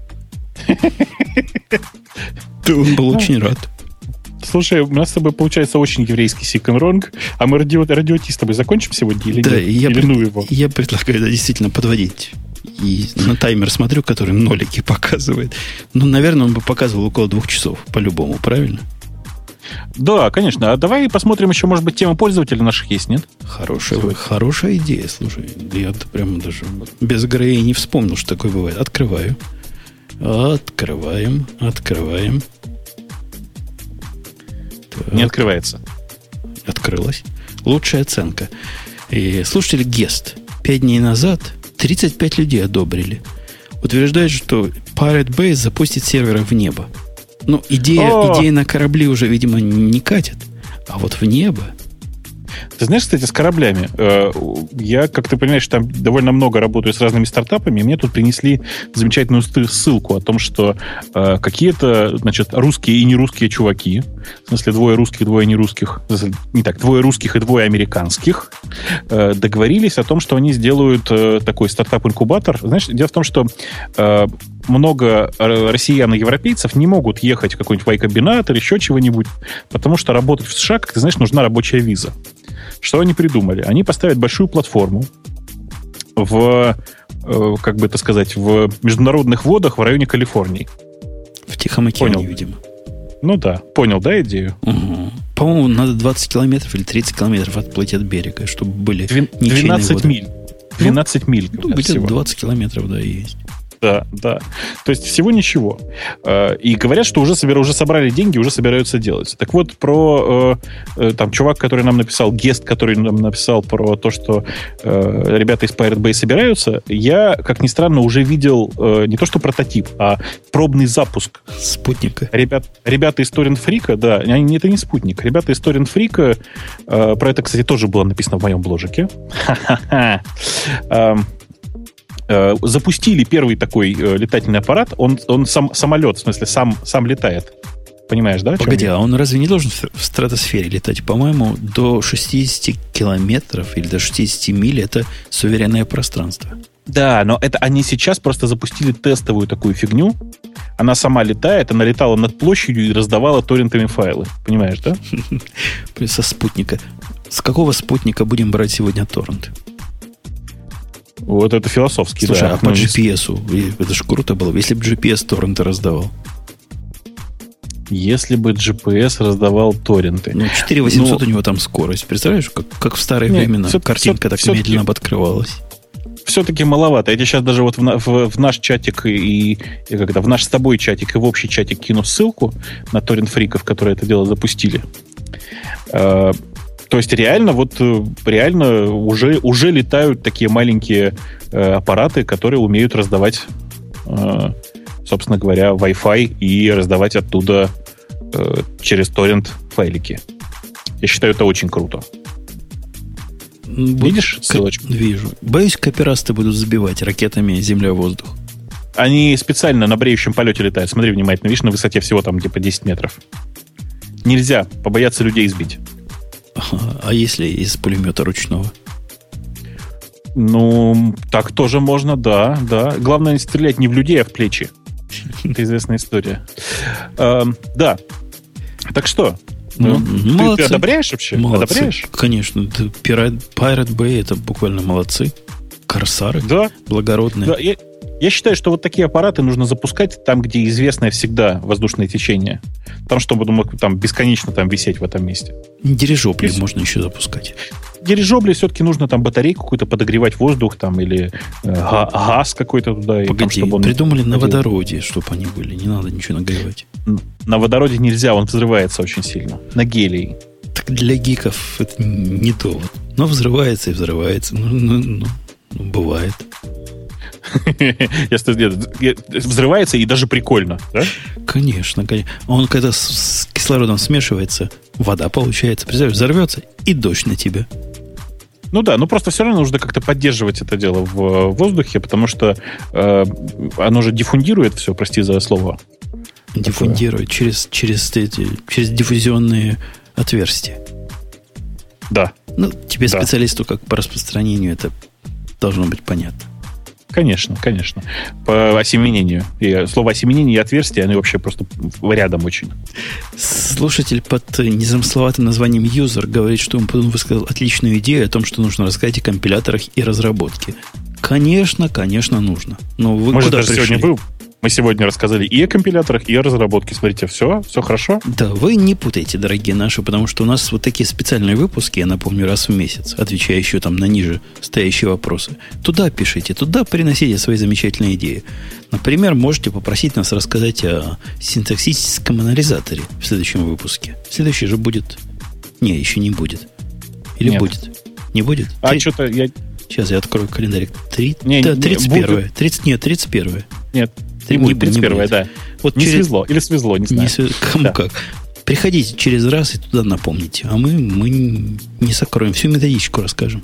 Он был очень рад. Слушай, у нас с тобой получается очень еврейский sick and wrong, а мы радиоти с тобой закончим сегодня или да, нет? Я предлагаю действительно подводить. И на таймер смотрю, который нолики показывает. Ну, наверное, он бы показывал около 2 часов, по-любому, правильно? Да, конечно. А давай посмотрим еще, может быть, темы пользователей наших есть, нет? Хорошая идея, слушай. Я прямо даже без Грея не вспомнил, что такое бывает. Открываю. Открываем. Так. Не открывается. Открылась. Лучшая оценка. И слушатель Гест 5 дней назад 35 людей одобрили. Утверждает, что Pirate Bay запустит серверы в небо. Ну, идея на корабли уже, видимо, не катит. А вот в небо... Ты знаешь, кстати, с кораблями. Я, как ты понимаешь, там довольно много работаю с разными стартапами. Мне тут принесли замечательную ссылку о том, что какие-то, значит, русские и нерусские чуваки, в смысле, 2 русских, 2 нерусских, не так, 2 русских и 2 американских, договорились о том, что они сделают такой стартап-инкубатор. Знаешь, дело в том, что много россиян и европейцев не могут ехать в какой-нибудь Y-комбинат или еще чего-нибудь, потому что работать в США, как ты знаешь, нужна рабочая виза. Что они придумали? Они поставят большую платформу в, как бы это сказать, в международных водах в районе Калифорнии. В Тихом океане, видимо. Ну да, понял, да, идею? Угу. По-моему, надо 20 километров или 30 километров отплыть от берега, чтобы были 12 воды. Миль. 12 миль. Где-то 20 километров, да, есть. Да. То есть всего ничего. И говорят, что уже собрали деньги, уже собираются делать. Так вот, про там чувак, который нам написал, Гест, который нам написал про то, что ребята из Pirate Bay собираются, я, как ни странно, уже видел не то что прототип, а пробный запуск. Спутника. Ребята из Torrent Freak, да, это не спутник. Ребята из Torrent Freak, про это, кстати, тоже было написано в моем бложике. Запустили первый такой летательный аппарат. Он самолет, в смысле, сам летает. Понимаешь, да? Погоди, а он разве не должен в стратосфере летать? По-моему, до 60 километров или до 60 миль это суверенное пространство. Да, но это они сейчас просто запустили тестовую такую фигню. Она сама летает, она летала над площадью и раздавала торрентами файлы. Понимаешь, да? Со спутника. С какого спутника будем брать сегодня торрент? Вот это философский, слушай, да. А по GPS-у? Это же круто было, если бы GPS торренты раздавал. Если бы GPS раздавал торренты. 4800 у него там скорость. Представляешь, как в старые времена картинка так медленно открывалась. Все-таки маловато. Я тебе сейчас даже вот в наш чатик и в наш с тобой чатик и в общий чатик кину ссылку на торрент-фриков, которые это дело запустили. То есть реально уже летают такие маленькие аппараты, которые умеют раздавать, собственно говоря, Wi-Fi и раздавать оттуда через торрент файлики. Я считаю, это очень круто. Видишь ссылочку? Вижу. Боюсь, копирасты будут сбивать ракетами земля-воздух. Они специально на бреющем полете летают. Смотри внимательно, видишь, на высоте всего там типа 10 метров. Нельзя побояться людей сбить. А если из пулемета ручного? Ну, так тоже можно, да. Главное, не стрелять не в людей, а в плечи. Это известная история. Да. Так что? Ты одобряешь вообще? Молодцы. Одобряешь? Конечно. Pirate Bay это буквально молодцы. Корсары. Да. Благородные. Да. Я считаю, что вот такие аппараты нужно запускать там, где известное всегда воздушное течение. Там, чтобы там бесконечно там висеть в этом месте. Дирижабли можно еще запускать. Дирижабли все-таки нужно там батарейку какую-то подогревать воздух там или газ какой-то туда. Погоди, там, чтобы он придумали на водороде, чтобы они были. Не надо ничего нагревать. На водороде нельзя, он взрывается очень сильно. На гелии. Так для гиков это не довод. Но взрывается и взрывается. Ну, бывает. Взрывается и даже прикольно, да? Конечно. Он когда с кислородом смешивается, вода получается. Представляешь, взорвется и дождь на тебя. Ну да, но просто все равно нужно как-то поддерживать это дело в воздухе, потому что оно же диффундирует все, прости за слово. Диффундирует через диффузионные отверстия. Да. Ну, тебе, специалисту, как по распределению, это должно быть понятно. Конечно. По осеменению. И слово осеменение и отверстие, они вообще просто рядом очень. Слушатель под незамысловатым названием User говорит, что он высказал отличную идею о том, что нужно рассказать о компиляторах и разработке. Конечно, нужно. Но вы Может, куда даже пришли? Мы сегодня рассказали и о компиляторах, и о разработке. Смотрите, все хорошо? Да, вы не путайте, дорогие наши, потому что у нас вот такие специальные выпуски, я напомню, раз в месяц, отвечающие там на ниже стоящие вопросы. Туда пишите, туда приносите свои замечательные идеи. Например, можете попросить нас рассказать о синтаксическом анализаторе в следующем выпуске. Следующий же будет... Не, еще не будет. Или Нет. будет? Не будет? Что-то я... Сейчас я открою календарик. 31. Будет. 31. Нет. Не будет будет. 31, да. Вот не свезло. Или свезло, не знаю. Кому да. как. Приходите через раз и туда напомните. А мы не сокроем. Всю методичку расскажем.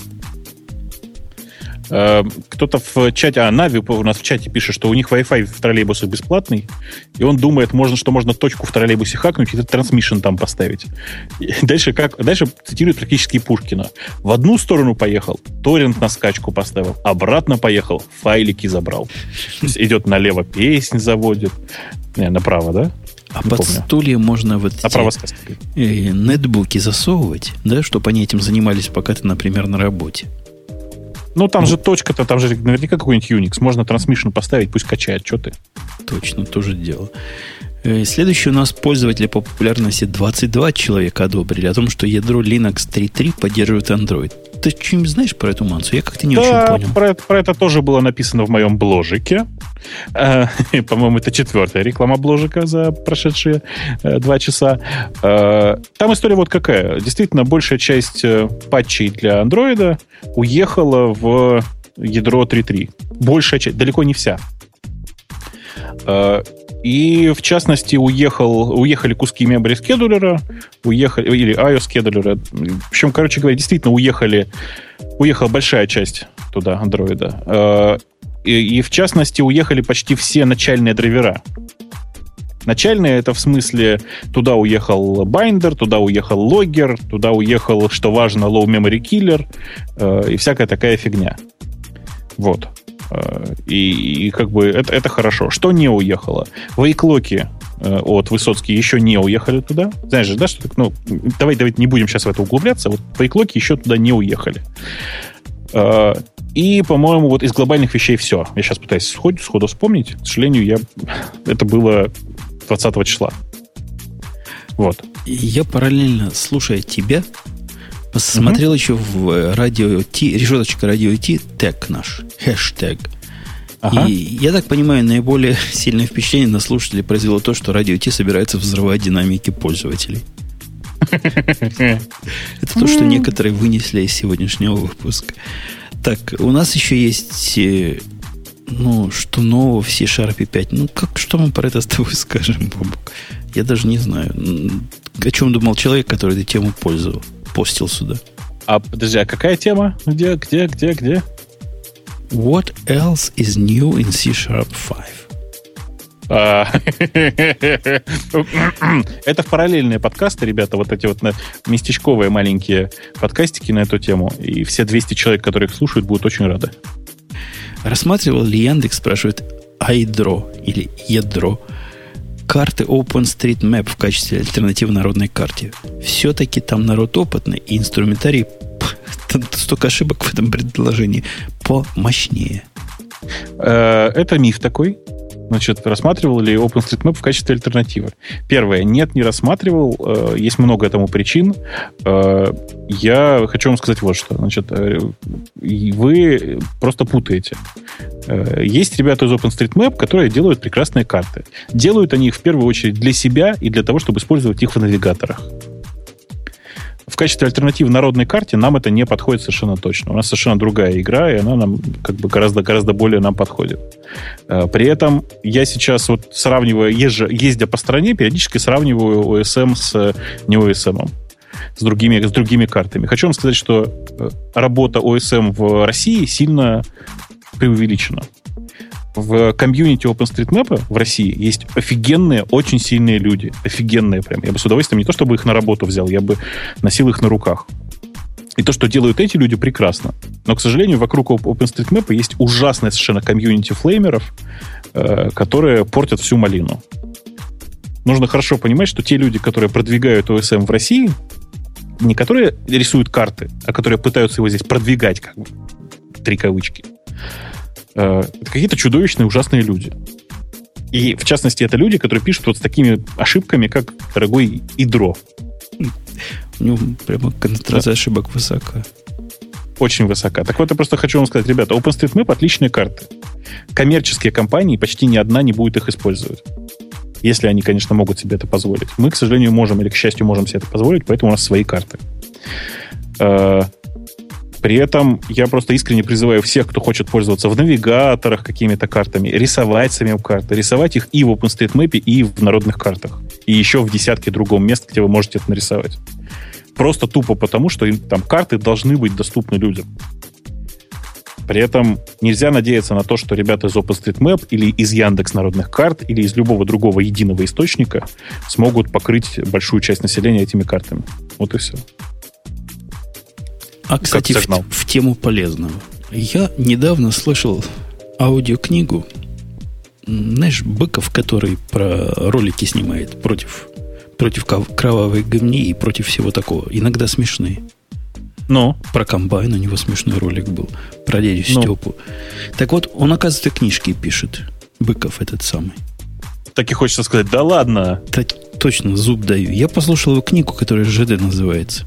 Кто-то в чате, Нави у нас в чате пишет, что у них Wi-Fi в троллейбусах бесплатный, и он думает, что можно точку в троллейбусе хакнуть и трансмишн там поставить. И дальше цитирует практически Пушкина. В одну сторону поехал, торрент на скачку поставил, обратно поехал, файлики забрал. То есть идет налево, песнь заводит. Направо, да? А под стулья можно вот эти нетбуки засовывать, да, чтобы они этим занимались, пока ты, например, на работе. Ну, там же точка-то, там же наверняка какой-нибудь Unix. Можно трансмишн поставить, пусть качает. Что ты? Точно, тоже дело. Следующий у нас пользователи по популярности 22 человека одобрили о том, что ядро Linux 3.3 поддерживает Android. Ты что-нибудь знаешь про эту мансу? Я как-то не очень понял. Про это тоже было написано в моем бложике. По-моему, это 4-я реклама бложика за прошедшие 2 часа. Там история вот какая. Действительно, большая часть патчей для Android уехала в ядро 3.3. Большая часть, далеко не вся. И, в частности, уехали куски memory scheduler, или iOS scheduler. В общем, короче говоря, действительно уехала большая часть туда андроида. И, в частности, уехали почти все начальные драйвера. Начальные — это в смысле туда уехал Binder, туда уехал Logger, туда уехал, что важно, Low Memory Killer и всякая такая фигня. Вот. И как бы это хорошо. Что не уехало? Вейклоки от Высоцкий еще не уехали туда. Знаешь же, да, что так? Ну, давай не будем сейчас в это углубляться. Вот вейклоки еще туда не уехали. И, по-моему, вот из глобальных вещей все. Я сейчас пытаюсь сходу вспомнить. К сожалению, это было 20 числа. Вот. Я параллельно, слушая тебя, посмотрел еще в радио T, решеточка радио T, тег наш, хэштег. Ага. И я так понимаю, наиболее сильное впечатление на слушателей произвело то, что радио T собирается взрывать динамики пользователей. Это то, что некоторые вынесли из сегодняшнего выпуска. Так, у нас еще есть, что нового в C-Sharp 5. Что мы про это с тобой скажем, Бобок? Я даже не знаю. О чем думал человек, который эту тему постил сюда? Подожди, а какая тема? Где? What else is new in C# 5? Это в параллельные подкасты, ребята, вот эти вот местечковые маленькие подкастики на эту тему. И все 200 человек, которые их слушают, будут очень рады. Рассматривал ли Яндекс, спрашивает, Айдро или Ядро, карты OpenStreetMap в качестве альтернативы народной карте? Все-таки там народ опытный, и инструментарий, столько ошибок в этом предложении, помощнее. Это миф такой. Значит, рассматривал ли OpenStreetMap в качестве альтернативы? Первое. Нет, не рассматривал. Есть много этому причин. Я хочу вам сказать вот что. Значит, вы просто путаете. Есть ребята из OpenStreetMap, которые делают прекрасные карты. Делают они их в первую очередь для себя и для того, чтобы использовать их в навигаторах. В качестве альтернативы народной карте нам это не подходит совершенно точно. У нас совершенно другая игра, и она нам как бы гораздо более нам подходит. При этом я сейчас вот сравниваю, ездя по стране, периодически сравниваю OSM с не OSM, с другими картами. Хочу вам сказать, что работа OSM в России сильно преувеличена. В комьюнити OpenStreetMap в России есть офигенные, очень сильные люди. Офигенные прям. Я бы с удовольствием не то, чтобы их на работу взял, я бы носил их на руках. И то, что делают эти люди, прекрасно. Но, к сожалению, вокруг OpenStreetMap есть ужасное совершенно комьюнити флеймеров, которые портят всю малину. Нужно хорошо понимать, что те люди, которые продвигают OSM в России, не которые рисуют карты, а которые пытаются его здесь продвигать, как бы, 3 кавычки, это какие-то чудовищные, ужасные люди. И, в частности, это люди, которые пишут вот с такими ошибками, как дорогой Ядро. У него прямо концентрация ошибок высока. Очень высока. Так вот, я просто хочу вам сказать, ребята, OpenStreetMap отличные карты. Коммерческие компании почти ни одна не будет их использовать. Если они, конечно, могут себе это позволить. Мы, к сожалению, можем, или, к счастью, можем себе это позволить, поэтому у нас свои карты. При этом я просто искренне призываю всех, кто хочет пользоваться в навигаторах какими-то картами, рисовать сами карты, рисовать их и в OpenStreetMap, и в народных картах. И еще в десятке другом мест, где вы можете это нарисовать. Просто тупо потому, что им там карты должны быть доступны людям. При этом нельзя надеяться на то, что ребята из OpenStreetMap или из Яндекс народных карт или из любого другого единого источника смогут покрыть большую часть населения этими картами. Вот и все. А, кстати, в тему полезного. Я недавно слышал аудиокнигу, знаешь, Быков, который про ролики снимает против кровавой гавни и против всего такого. Иногда смешные. Но про комбайн у него смешной ролик был. Про дядю Степу. Так вот, он, оказывается, книжки пишет. Быков этот самый. Так и хочется сказать, да ладно. Да, точно, зуб даю. Я послушал его книгу, которая ЖД называется.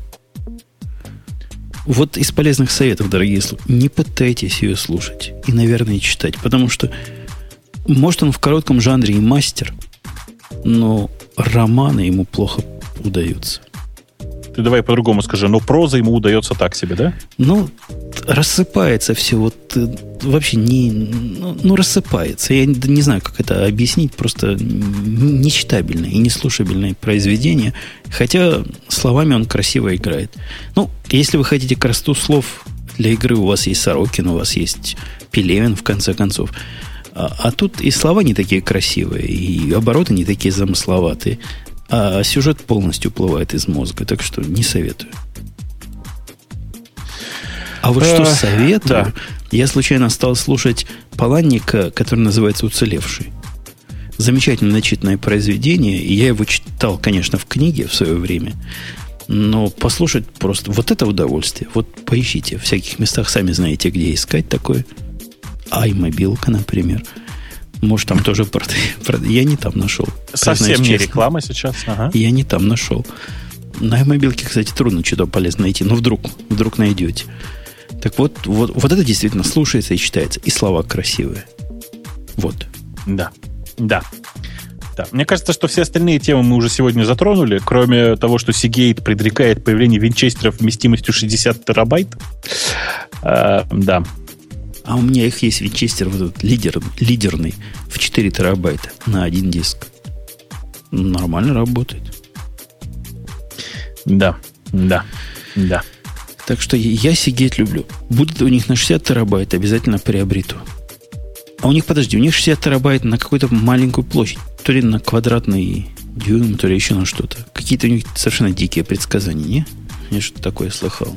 Вот из полезных советов, дорогие слушатели, не пытайтесь ее слушать и, наверное, читать, потому что, может, он в коротком жанре и мастер, но романы ему плохо удаются. Ты давай по-другому скажи, но проза ему удается так себе, да? Ну, рассыпается все, вот вообще рассыпается. Я не знаю, как это объяснить, просто нечитабельное и неслушабельное произведение, хотя словами он красиво играет. Ну, если вы хотите красоту слов для игры, у вас есть Сорокин, у вас есть Пелевин, в конце концов. А тут и слова не такие красивые, и обороты не такие замысловатые, а сюжет полностью уплывает из мозга, так что не советую. А вот что советую, да. Я случайно стал слушать Паланника, который называется «Уцелевший». Замечательно начитанное произведение, и я его читал, конечно, в книге в свое время, но послушать просто вот это удовольствие. Вот поищите, в всяких местах сами знаете, где искать такое. iMobile, например. Может, там тоже... Я не там нашел. Совсем не реклама сейчас. Ага. Я не там нашел. На мобилке, кстати, трудно что-то полезно найти, но вдруг найдете. Так вот это действительно слушается и читается. И слова красивые. Вот. Да. Мне кажется, что все остальные темы мы уже сегодня затронули, кроме того, что Seagate предрекает появление винчестеров вместимостью 60 терабайт. Да. А у меня их есть винчестер вот этот лидерный в 4 терабайта на один диск. Нормально работает. Да. Так что я Seagate люблю. Будет у них на 60 терабайт, обязательно приобрету. А у них, подожди, у них 60 терабайт на какую-то маленькую площадь. То ли на квадратный дюйм, то ли еще на что-то. Какие-то у них совершенно дикие предсказания, не? Я что-то такое слыхал.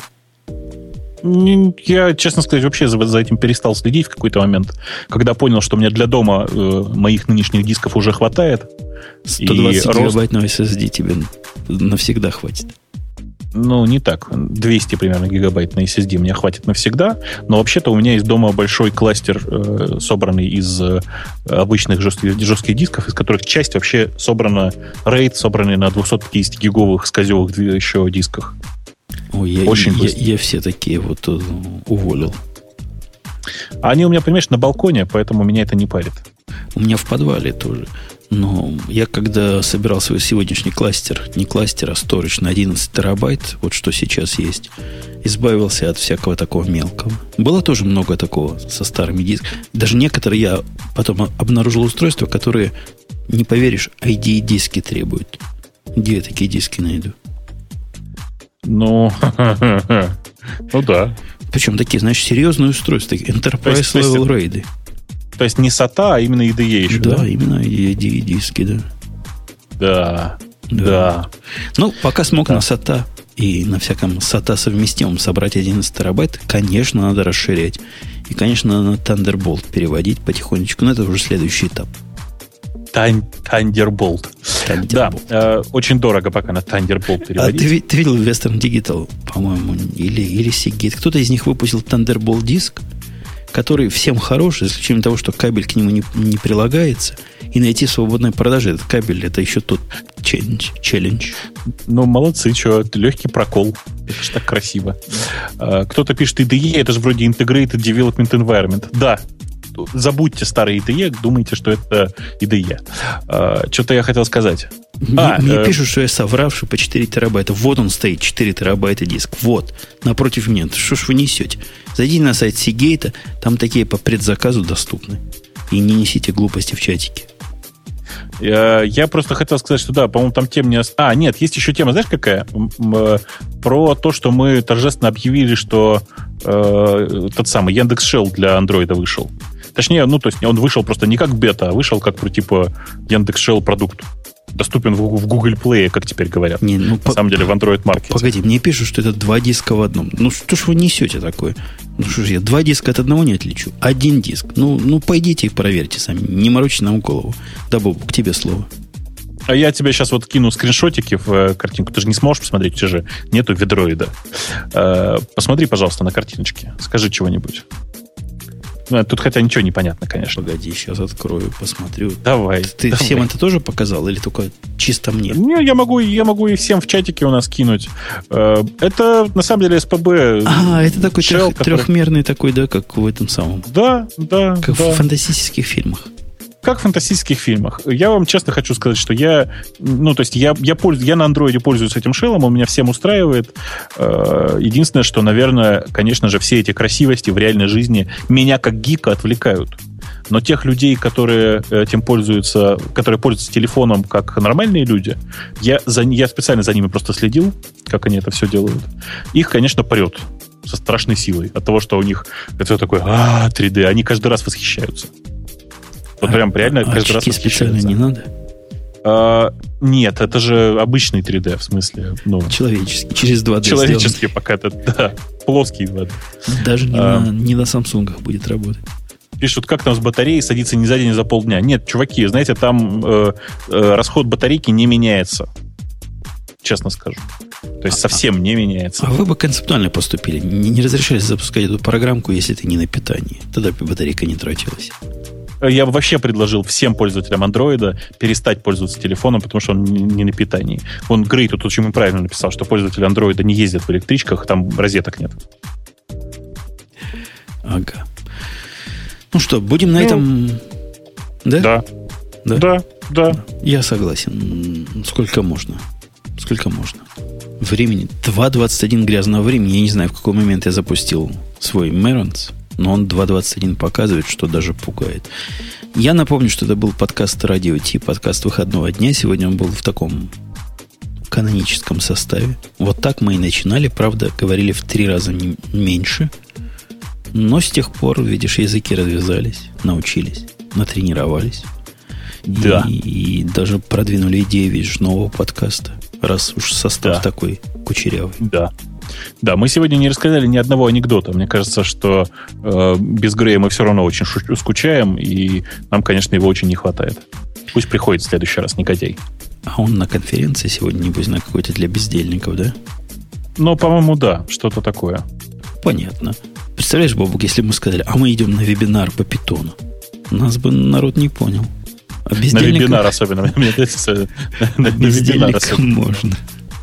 Я, честно сказать, вообще за этим перестал следить в какой-то момент. Когда понял, что мне для дома моих нынешних дисков уже хватает. 120 гигабайтного SSD тебе навсегда хватит. Ну, не так. 200 примерно гигабайт на SSD мне хватит навсегда. Но вообще-то у меня есть дома большой кластер, собранный из обычных жестких дисков, из которых часть вообще собрана, RAID собранный на 250-гиговых скозевых еще дисках. Ой, я все такие вот уволил. Они у меня, понимаешь, на балконе, поэтому меня это не парит. У меня в подвале тоже. Но я когда собирал свой сегодняшний кластер, не кластер, а сторидж на 11 терабайт, вот что сейчас есть, избавился от всякого такого мелкого. Было тоже много такого со старыми дисками. Даже некоторые я потом обнаружил устройства, которые, не поверишь, ID-диски требуют. Где я такие диски найду? Ну, ну да. Причем такие, знаешь, серьезные устройства, такие Enterprise Level RAID. То есть не SATA, а именно IDE еще, да? Да, именно IDE диски, да. Да. Ну, пока смог на SATA и на всяком SATA совместимом собрать 11 терабайт, конечно, надо расширять. И, конечно, надо на Thunderbolt переводить потихонечку. Но это уже следующий этап. Thunderbolt. Да, очень дорого пока на Thunderbolt переводить. Ты видел Western Digital, по-моему, или Seagate? Кто-то из них выпустил Thunderbolt диск, который всем хорош, за исключением того, что кабель к нему не прилагается. И найти в свободной продаже этот кабель, это еще тот челлендж. Ну, молодцы, что, легкий прокол. Это же так красиво. Кто-то пишет IDE, это же вроде Integrated Development Environment. Да, забудьте старый IDE, думайте, что это IDE. Что-то я хотел сказать. Мне пишут, что я совравший по 4 терабайта. Вот он стоит, 4 терабайта диск. Вот, напротив меня. Что ж вы несете? Зайдите на сайт Seagate, там такие по предзаказу доступны. И не несите глупости в чатике. Я просто хотел сказать, что да, по-моему, там тема не... нет, есть еще тема, знаешь, какая? Про то, что мы торжественно объявили, что тот самый Яндекс.Шелл для андроида вышел. Точнее, ну, то есть он вышел просто не как бета, а вышел как, типа, Яндекс.Шелл продукт. Доступен в Google Play, как теперь говорят. На самом деле в Android Market. Погоди, мне пишут, что это 2 диска в одном. Ну, что ж вы несете такое? Ну, что ж я 2 диска от одного не отличу. 1 диск. Ну, пойдите и проверьте сами. Не морочите нам голову. Да, Бобу, к тебе слово. А я тебе сейчас вот кину скриншотики в картинку. Ты же не сможешь посмотреть, у тебя же нету ведроида. Посмотри, пожалуйста, на картиночки. Скажи чего-нибудь. Тут хотя ничего не понятно, конечно. Погоди, сейчас открою, посмотрю. Давай. Ты всем это тоже показал или только чисто мне? Не, я могу и всем в чатике у нас кинуть. Это, на самом деле, СПБ. Это такой трехмерный такой, да, как в этом самом. Да. Как в фантастических фильмах. Как в фантастических фильмах. Я вам честно хочу сказать, что я на андроиде пользуюсь этим шеллом, он меня всем устраивает. Единственное, что, наверное, конечно же, все эти красивости в реальной жизни меня как гика отвлекают. Но тех людей, которые этим пользуются, которые пользуются телефоном как нормальные люди, я специально за ними просто следил, как они это все делают. Их, конечно, прет со страшной силой от того, что у них это такое 3D. Они каждый раз восхищаются. Вот прям реально каждый раз специально не надо? Нет, это же обычный 3D, в смысле. Человеческий, через 2D человеческий сделан. пока это, да, плоский 2D. Даже не на Samsung'ах будет работать. Пишут, как там с батареей садится не за день, не за полдня. Нет, чуваки, знаете, там расход батарейки не меняется. Честно скажу. То есть совсем не меняется. А вы бы концептуально поступили. Не разрешали запускать эту программку, если ты не на питании. Тогда бы батарейка не тратилась. Я бы вообще предложил всем пользователям андроида перестать пользоваться телефоном, потому что он не на питании. Грей тут очень правильно написал, что пользователи андроида не ездят в электричках, там розеток нет. Ага. Ну что, будем на этом... Да. Да. Я согласен. Сколько можно? Времени. 2.21 грязного времени. Я не знаю, в какой момент я запустил свой Merons, но он 2.21 показывает, что даже пугает. Я напомню, что это был подкаст Радио Ти, подкаст выходного дня. Сегодня он был в таком каноническом составе. Вот так мы и начинали. Правда, говорили в 3 раза меньше. Но с тех пор, видишь, языки развязались, научились, натренировались. Да. И даже продвинули идею, видишь, нового подкаста. Раз уж состав такой кучерявый. Да. Да, мы сегодня не рассказали ни одного анекдота. Мне кажется, что без Грея мы все равно очень скучаем, и нам, конечно, его очень не хватает. Пусть приходит в следующий раз, негодяй. А он на конференции сегодня, небось, на какой-то для бездельников, да? Ну, по-моему, да, что-то такое. Понятно. Представляешь, Бобук, если бы мы сказали, а мы идем на вебинар по питону, нас бы народ не понял. А на вебинар особенно. На бездельникам можно.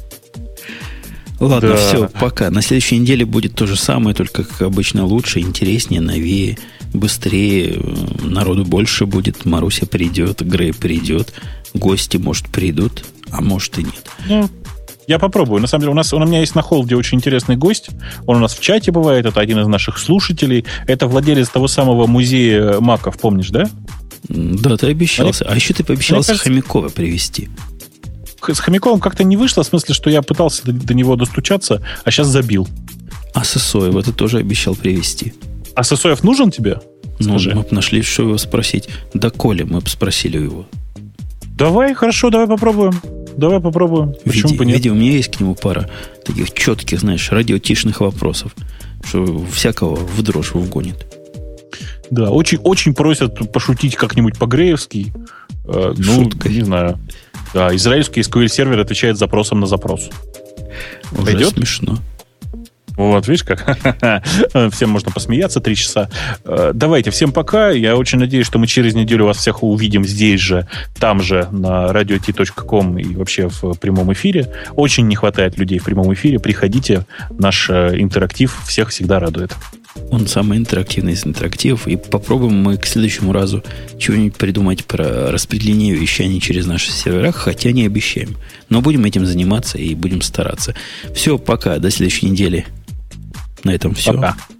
Ладно, все, пока. На следующей неделе будет то же самое, только, как обычно, лучше, интереснее, новее, быстрее. Народу больше будет. Маруся придет, Грей придет. Гости, может, придут, а может и нет. Ну, я попробую. На самом деле, у меня есть на холде очень интересный гость. Он у нас в чате бывает. Это один из наших слушателей. Это владелец того самого музея маков, помнишь, да? Да, ты обещался. А еще ты пообещался Хомякова привезти. С Хомяковым как-то не вышло, в смысле, что я пытался до него достучаться, а сейчас забил. А Сысоева ты тоже обещал привезти. А Сысоев нужен тебе? Скажи. Мы бы нашли, что его спросить. Да Коля, мы бы спросили его. Давай, хорошо, давай попробуем. Почему бы нет? Види, у меня есть к нему пара таких четких, знаешь, радиотишных вопросов, что всякого в дрожь вгонит. Да, очень, очень просят пошутить как-нибудь по-греевски. Шуткой. Не знаю. Да, израильский SQL-сервер отвечает запросом на запрос. Уже пойдет? Смешно. Вот, видишь как? Всем можно посмеяться 3 часа. Давайте, всем пока. Я очень надеюсь, что мы через неделю вас всех увидим здесь же, там же, на radio.t.com и вообще в прямом эфире. Очень не хватает людей в прямом эфире. Приходите. Наш интерактив всех всегда радует. Он самый интерактивный из интерактивов. И попробуем мы к следующему разу чего-нибудь придумать про распределение вещаний через наши сервера, хотя не обещаем. Но будем этим заниматься и будем стараться. Все, пока. До следующей недели. На этом все. Пока.